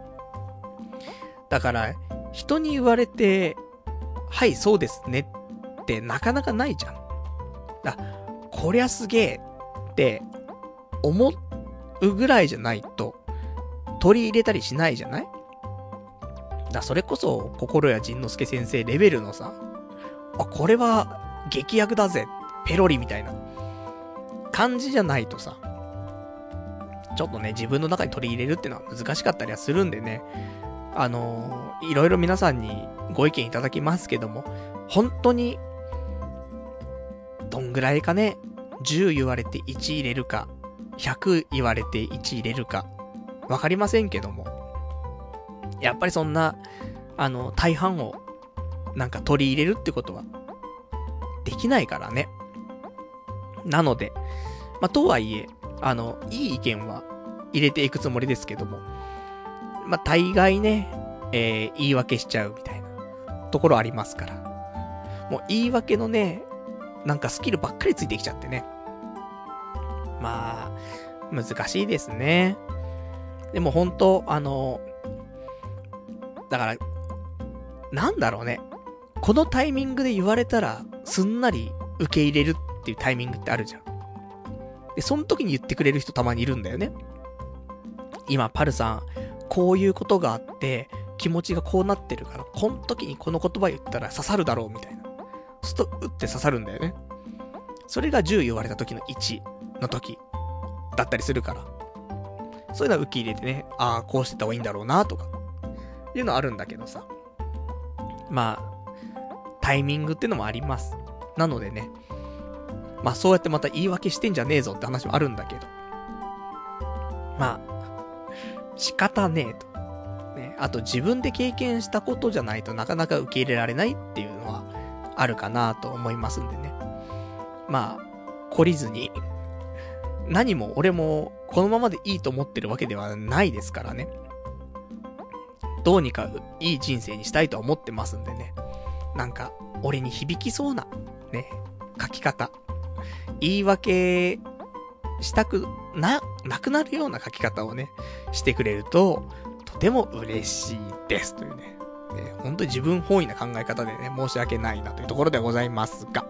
だから、人に言われて、はい、そうですねってなかなかないじゃん。こりゃすげえって思うぐらいじゃないと取り入れたりしないじゃない？それこそ心谷仁之助先生レベルのさ、これは劇薬だぜ、ペロリみたいな感じじゃないとさ、ちょっとね、自分の中に取り入れるっていうのは難しかったりはするんでね、いろいろ皆さんにご意見いただきますけども、本当に、どんぐらいかね、10言われて1入れるか、100言われて1入れるか、わかりませんけども、やっぱりそんな、大半を、なんか取り入れるってことは、できないからね。なので、とはいえ、いい意見は入れていくつもりですけども、大概ね、言い訳しちゃうみたいなところありますから。もう言い訳のね、なんかスキルばっかりついてきちゃってね。難しいですね。でも本当だから、なんだろうね。このタイミングで言われたら、すんなり受け入れるっていうタイミングってあるじゃん。で、その時に言ってくれる人たまにいるんだよね。今、パルさん、こういうことがあって、気持ちがこうなってるから、この時にこの言葉言ったら刺さるだろう、みたいな。そうすると、打って刺さるんだよね。それが10言われた時の1の時、だったりするから。そういうのは受け入れてね、こうしてた方がいいんだろうな、とか、いうのはあるんだけどさ。タイミングってのもあります。なのでね、そうやってまた言い訳してんじゃねえぞって話もあるんだけど。仕方ねえと。ね、あと自分で経験したことじゃないとなかなか受け入れられないっていうのはあるかなと思いますんでね。懲りずに、何も俺もこのままでいいと思ってるわけではないですからね。どうにかいい人生にしたいとは思ってますんでね。なんか、俺に響きそうな、ね、書き方。言い訳したくなくなるような書き方をね、してくれると、とても嬉しいですというね。本当に自分本位な考え方でね、申し訳ないなというところでございますが。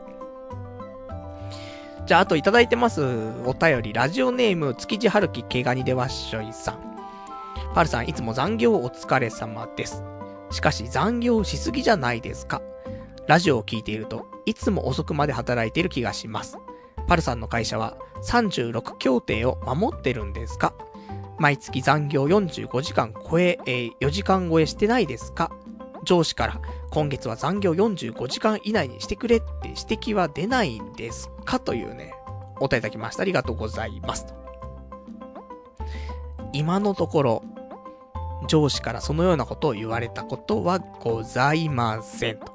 じゃあ、あといただいてます。お便り、ラジオネーム、築地春樹毛ガニでわっしょいさん。パルさん、いつも残業お疲れ様です。しかし残業しすぎじゃないですか。ラジオを聞いていると、いつも遅くまで働いている気がします。パルさんの会社は36協定を守ってるんですか？毎月残業45時間超え、4時間超えしてないですか？上司から今月は残業45時間以内にしてくれって指摘は出ないんですか？というね、お答えいただきました。ありがとうございます。今のところ、上司からそのようなことを言われたことはございませんと。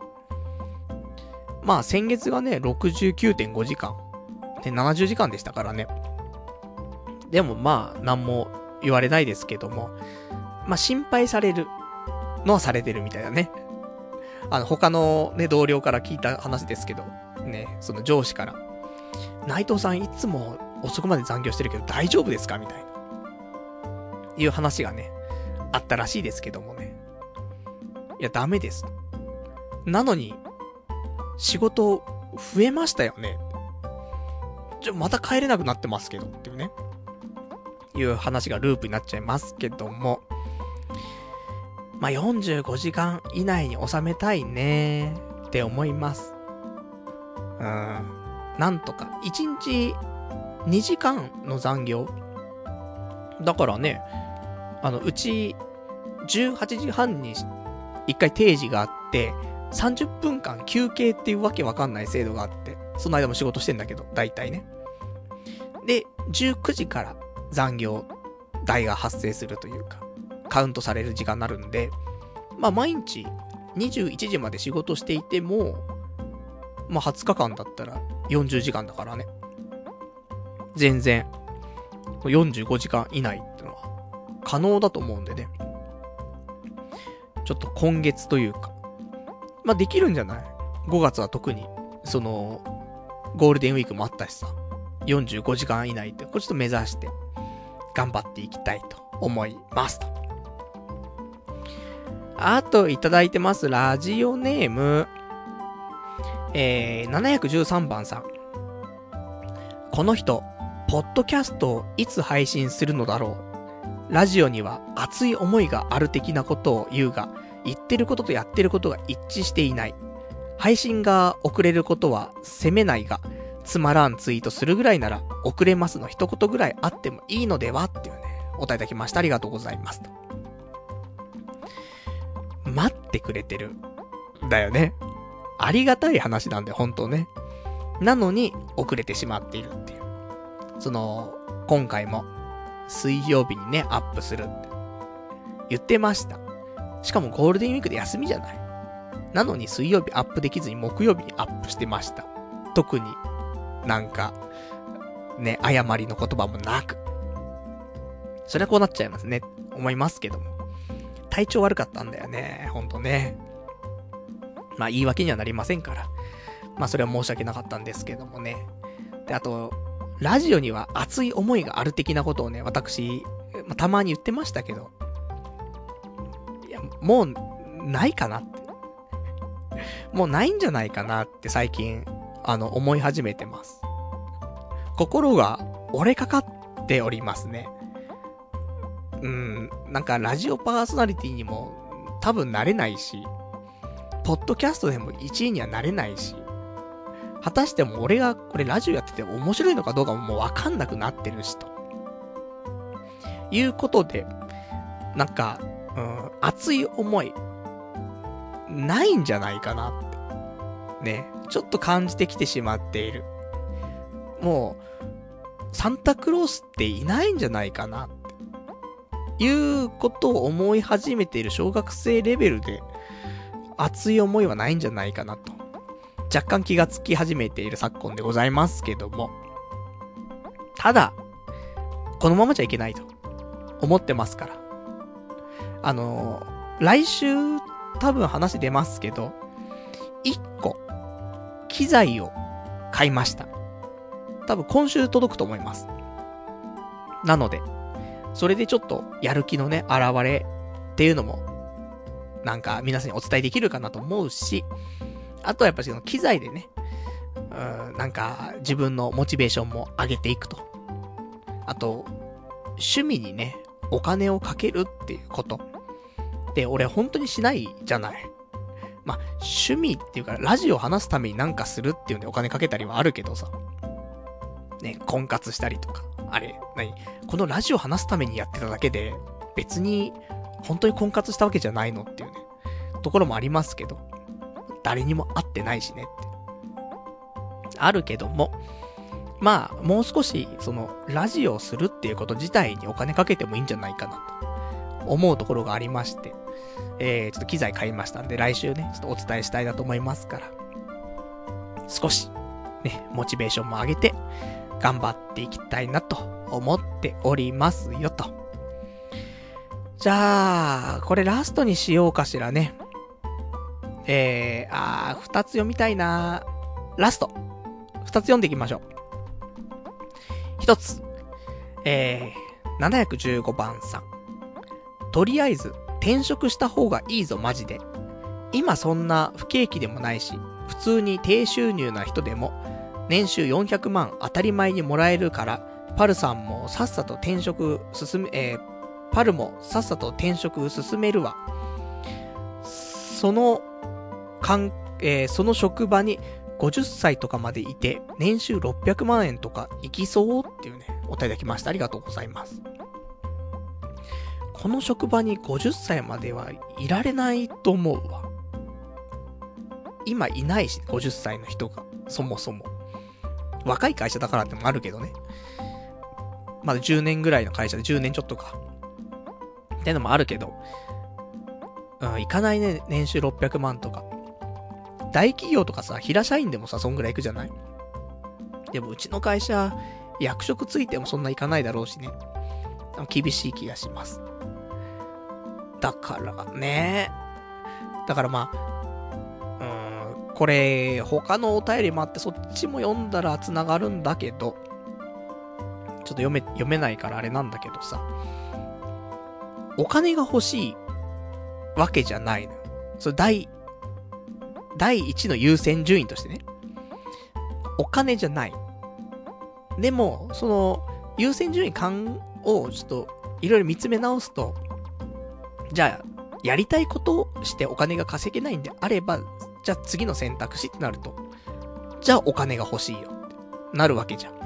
先月がね、69.5 時間。で、70時間でしたからね。でもなんも言われないですけども。心配されるのはされてるみたいだね。他のね、同僚から聞いた話ですけど、ね、その上司から、内藤さんいつも遅くまで残業してるけど大丈夫ですかみたいな。いう話がね、あったらしいですけどもね。いや、ダメです。なのに、仕事増えましたよね。また帰れなくなってますけどっていうね。いう話がループになっちゃいますけども。45時間以内に収めたいねって思います。なんとか、1日2時間の残業。だからね、うち 18時半に一回定時があって、30分間休憩っていうわけわかんない制度があって、その間も仕事してんだけど、大体ね。で、19時から残業代が発生するというか、カウントされる時間になるんで、まあ毎日21時まで仕事していても、まあ20日間だったら40時間だからね。全然、45時間以内ってのは可能だと思うんでね。ちょっと今月というか、まあできるんじゃない？ 5 月は特に、その、ゴールデンウィークもあったしさ、45時間以内って、これちょっと目指して、頑張っていきたいと思いますと。あといただいてます。ラジオネーム、713番さん。この人、ポッドキャストをいつ配信するのだろう。ラジオには熱い思いがある的なことを言うが、言ってることとやってることが一致していない。配信が遅れることは責めないが、つまらんツイートするぐらいなら遅れますの一言ぐらいあってもいいのではっていうね、お答えいただきました。ありがとうございますと。待ってくれてる。だよね。ありがたい話なんで、本当ね。なのに遅れてしまっているっていう。その、今回も水曜日にね、アップするって言ってました。しかもゴールデンウィークで休みじゃない。なのに水曜日アップできずに木曜日にアップしてました。特になんかね、誤りの言葉もなく。そりゃこうなっちゃいますね、思いますけども。体調悪かったんだよね、ほんとね。まあ言い訳にはなりませんから。まあそれは申し訳なかったんですけどもね。で、あと、ラジオには熱い思いがある的なことをね、私、たまに言ってましたけど、いや、もう、ないかなって。もうないんじゃないかなって最近、思い始めてます。心が折れかかっておりますね。なんかラジオパーソナリティにも多分なれないし、ポッドキャストでも1位にはなれないし、果たしても俺がこれラジオやってて面白いのかどうかももうわかんなくなってるしと。いうことで、なんか、熱い思い、ないんじゃないかなって。ね。ちょっと感じてきてしまっている。もう、サンタクロースっていないんじゃないかなって。いうことを思い始めている小学生レベルで、熱い思いはないんじゃないかなと。若干気がつき始めている昨今でございますけども。ただ、このままじゃいけないと思ってますから。来週多分話出ますけど、1個、機材を買いました。多分今週届くと思います。なので、それでちょっとやる気のね、現れっていうのも、なんか皆さんにお伝えできるかなと思うし、あとはやっぱりその機材でね、なんか自分のモチベーションも上げていくと。あと、趣味にね、お金をかけるっていうこと。で、俺本当にしないじゃない。まあ、趣味っていうか、ラジオ話すためになんかするっていうんでお金かけたりはあるけどさ。ね、婚活したりとか。あれ、このラジオ話すためにやってただけで、別に、本当に婚活したわけじゃないのっていうね、ところもありますけど。誰にも会ってないしねって。あるけども、まあ、もう少し、その、ラジオをするっていうこと自体にお金かけてもいいんじゃないかなと、思うところがありまして、ちょっと機材買いましたんで、来週ね、ちょっとお伝えしたいなと思いますから、少し、ね、モチベーションも上げて、頑張っていきたいなと思っておりますよと。じゃあ、これラストにしようかしらね。二つ読みたいな。ラスト。二つ読んでいきましょう。一つ。715番さん。とりあえず、転職した方がいいぞマジで。今そんな不景気でもないし、普通に低収入な人でも、年収400万当たり前にもらえるから、パルさんもさっさと転職パルもさっさと転職進めるわ。その職場に50歳とかまでいて、年収600万円とかいきそうっていうね、お答えいただきました。ありがとうございます。 この職場に50歳まではいられないと思うわ。今いないし、50歳の人が、そもそも。若い会社だからってもあるけどね。まだ10年ぐらいの会社で10年ちょっとか。ってのもあるけど、いかないね、年収600万とか。大企業とかさ、平社員でもさ、そんぐらいいくじゃない？でもうちの会社、役職ついてもそんないかないだろうしね。厳しい気がします。だからね。だからまあ、これ、他のお便りもあってそっちも読んだら繋がるんだけど、ちょっと読めないからあれなんだけどさ。お金が欲しいわけじゃないのよ。それ第一の優先順位としてね。お金じゃない。でも、その、優先順位をちょっと、いろいろ見つめ直すと、じゃあ、やりたいことをしてお金が稼げないんであれば、じゃあ次の選択肢ってなると、じゃあお金が欲しいよってなるわけじゃん。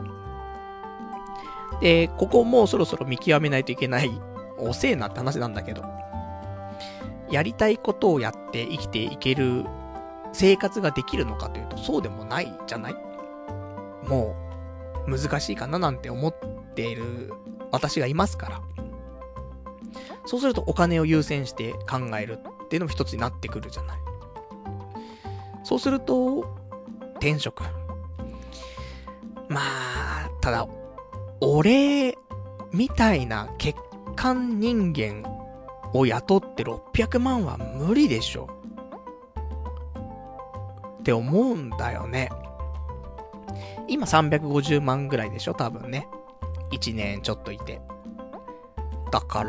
で、ここもうそろそろ見極めないといけない、遅えなって話なんだけど、やりたいことをやって生きていける生活ができるのかというと、そうでもないじゃない？もう、難しいかななんて思っている私がいますから。そうするとお金を優先して考えるっていうのも一つになってくるじゃない。そうすると、転職。まあ、ただ、俺、みたいな欠陥人間を雇って600万は無理でしょ。って思うんだよね。今350万ぐらいでしょ、多分ね。1年ちょっといて。だから、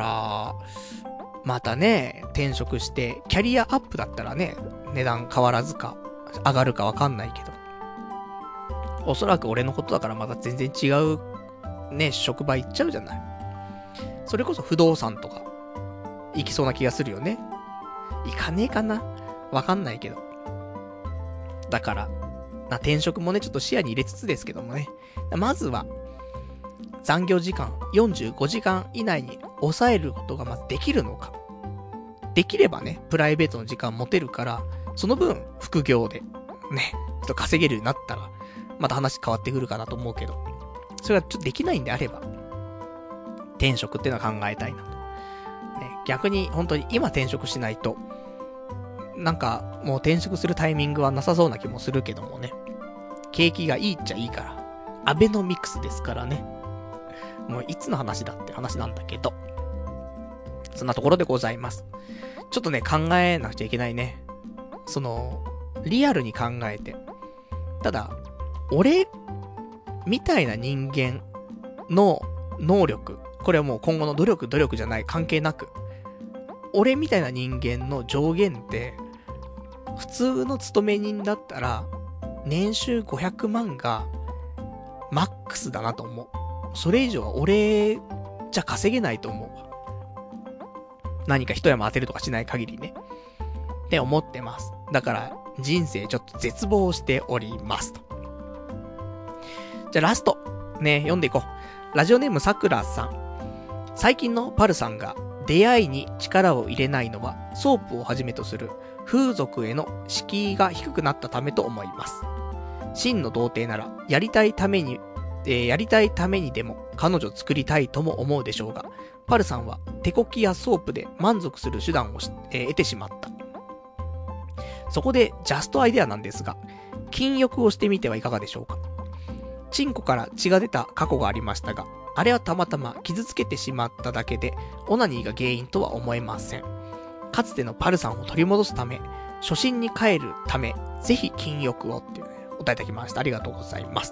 またね、転職して、キャリアアップだったらね、値段変わらずか、上がるかわかんないけど。おそらく俺のことだからまた全然違う、ね、職場行っちゃうじゃない。それこそ不動産とか、行きそうな気がするよね。行かねえかな？わかんないけど。だから、転職もね、ちょっと視野に入れつつですけどもね。まずは、残業時間45時間以内に抑えることがまずできるのか。できればね、プライベートの時間持てるから、その分、副業で、ね、ちょっと稼げるようになったら、また話変わってくるかなと思うけど、それがちょっとできないんであれば、転職っていうのは考えたいなと。ね、逆に本当に今転職しないと、なんかもう転職するタイミングはなさそうな気もするけどもね。景気がいいっちゃいいから。アベノミクスですからね。もういつの話だって話なんだけど。そんなところでございます。ちょっとね、考えなくちゃいけないね。リアルに考えて。ただ、俺、みたいな人間の能力、これはもう今後の努力じゃない関係なく、俺みたいな人間の上限って、普通の勤め人だったら、年収500万が、マックスだなと思う。それ以上は俺、じゃ稼げないと思うわ。何か一山当てるとかしない限りね。って思ってます。だから、人生ちょっと絶望しておりますと。じゃあラスト。ね、読んでいこう。ラジオネームさくらさん。最近のパルさんが出会いに力を入れないのはソープをはじめとする風俗への敷居が低くなったためと思います。真の童貞ならやりたいためにでも彼女作りたいとも思うでしょうが、パルさんは手こきやソープで満足する手段を得てしまった。そこでジャストアイデアなんですが、禁欲をしてみてはいかがでしょうか。チンコから血が出た過去がありましたが、あれはたまたま傷つけてしまっただけで、オナニーが原因とは思えません。かつてのパルさんを取り戻すため、初心に帰るため、ぜひ禁欲をっていうね、お答えいただきました。ありがとうございます。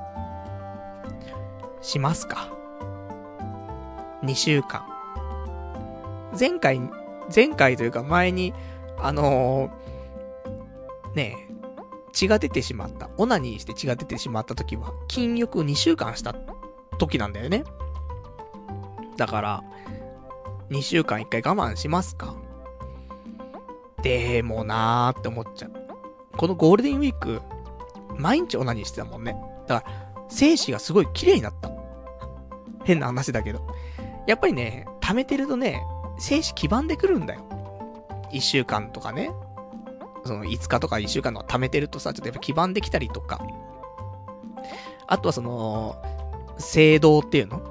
しますか。2週間。前回というか前に、ねえ、血が出てしまった。オナニーして血が出てしまった時は、禁欲を2週間した時なんだよね。だから、2週間1回我慢しますか。でもなーって思っちゃう。このゴールデンウィーク、毎日オナニーしてたもんね。だから、精子がすごい綺麗になった。変な話だけど。やっぱりね、 溜めてるとね、精子黄ばんでくるんだよ。1週間とかね。その5日とか1週間の溜めてるとさ、ちょっとやっぱ黄ばんできたりとか。あとはその、聖道っていうの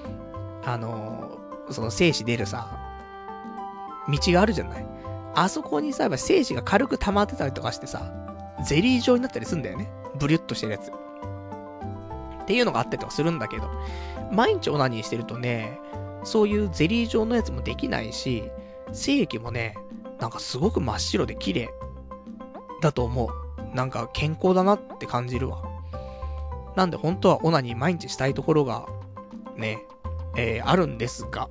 その精子出るさ、道があるじゃない。あそこにさ、やっぱ精子が軽く溜まってたりとかしてさ、ゼリー状になったりするんだよね。ブリュッとしてるやつ。っていうのがあったりとかするんだけど、毎日オナニーしてるとね、そういうゼリー状のやつもできないし、精液もね、なんかすごく真っ白で綺麗だと思う。なんか健康だなって感じるわ。なんで本当はオナニー毎日したいところが、ね、あるんですが、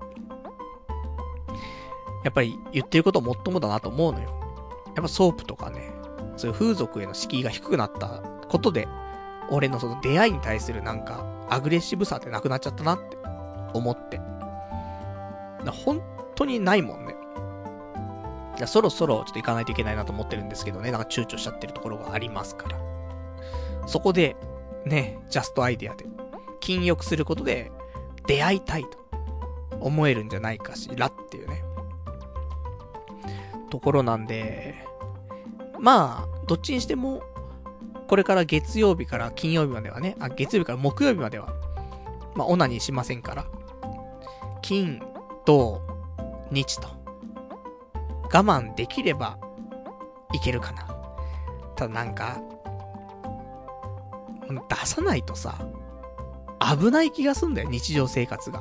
やっぱり言ってることもっともだなと思うのよ。やっぱソープとかね、そういう風俗への敷居が低くなったことで、俺のその出会いに対するなんか、アグレッシブさってなくなっちゃったなって思って。本当にないもんね。そろそろちょっと行かないといけないなと思ってるんですけどね、なんか躊躇しちゃってるところがありますから。そこで、ね、ジャストアイデアで、禁欲することで、出会いたいと思えるんじゃないかしらっていうね。ところなんで、まあ、どっちにしても、これから月曜日から金曜日まではね、月曜日から木曜日までは、まあ、オナニーしませんから、金、土、日と、我慢できれば、いけるかな。ただなんか、出さないとさ、危ない気がすんだよ、日常生活が。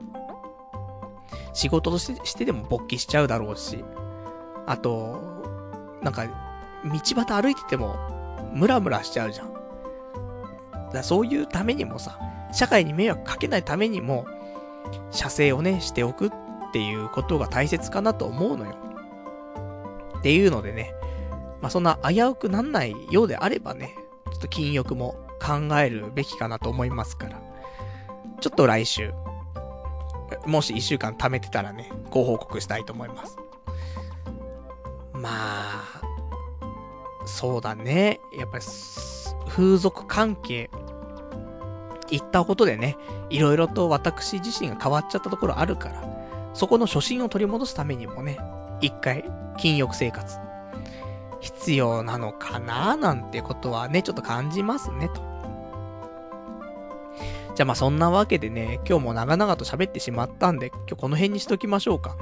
仕事としてでも勃起しちゃうだろうし、あと、なんか、道端歩いてても、ムラムラしちゃうじゃん。だそういうためにもさ、社会に迷惑かけないためにも、射精をね、しておくっていうことが大切かなと思うのよ。っていうのでね、まあ、そんな危うくなんないようであればね、ちょっと禁欲も考えるべきかなと思いますから、ちょっと来週、もし1週間貯めてたらね、ご報告したいと思います。まあ、そうだね。やっぱり、風俗関係、行ったことでね、いろいろと私自身が変わっちゃったところあるから、そこの初心を取り戻すためにもね、一回、禁欲生活、必要なのかななんてことはね、ちょっと感じますね、と。じゃあまあそんなわけでね、今日も長々と喋ってしまったんで、今日この辺にしときましょうか。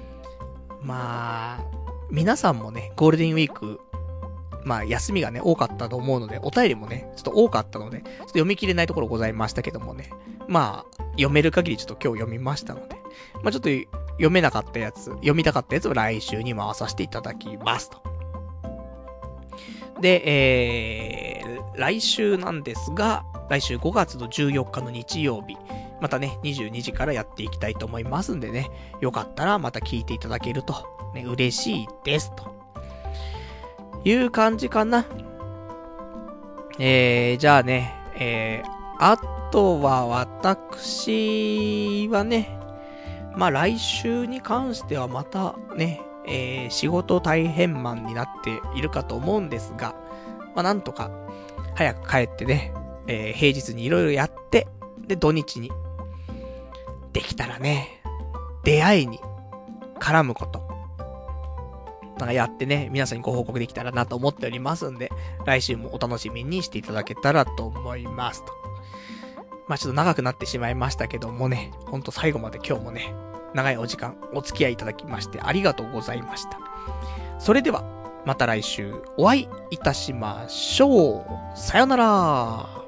まあ、皆さんもね、ゴールデンウィーク、まあ休みがね、多かったと思うので、お便りもね、ちょっと多かったので、ちょっと読み切れないところございましたけどもね、まあ、読める限りちょっと今日読みましたので、まあちょっと読めなかったやつ、読みたかったやつを来週に回させていただきますと。で、来週なんですが、来週5月の14日の日曜日、またね、22時からやっていきたいと思いますんでね、よかったらまた聞いていただけると、ね、嬉しいです、という感じかな。じゃあね、あとは私はね、まあ来週に関してはまたね、仕事大変マンになっているかと思うんですが、まあなんとか早く帰ってね、平日にいろいろやって、で土日にできたらね、出会いに絡むことなんかやってね、皆さんにご報告できたらなと思っておりますんで、来週もお楽しみにしていただけたらと思いますと。まあちょっと長くなってしまいましたけどもね、ほんと最後まで今日もね、長いお時間お付き合いいただきましてありがとうございました。それでは、また来週お会いいたしましょう。さよなら。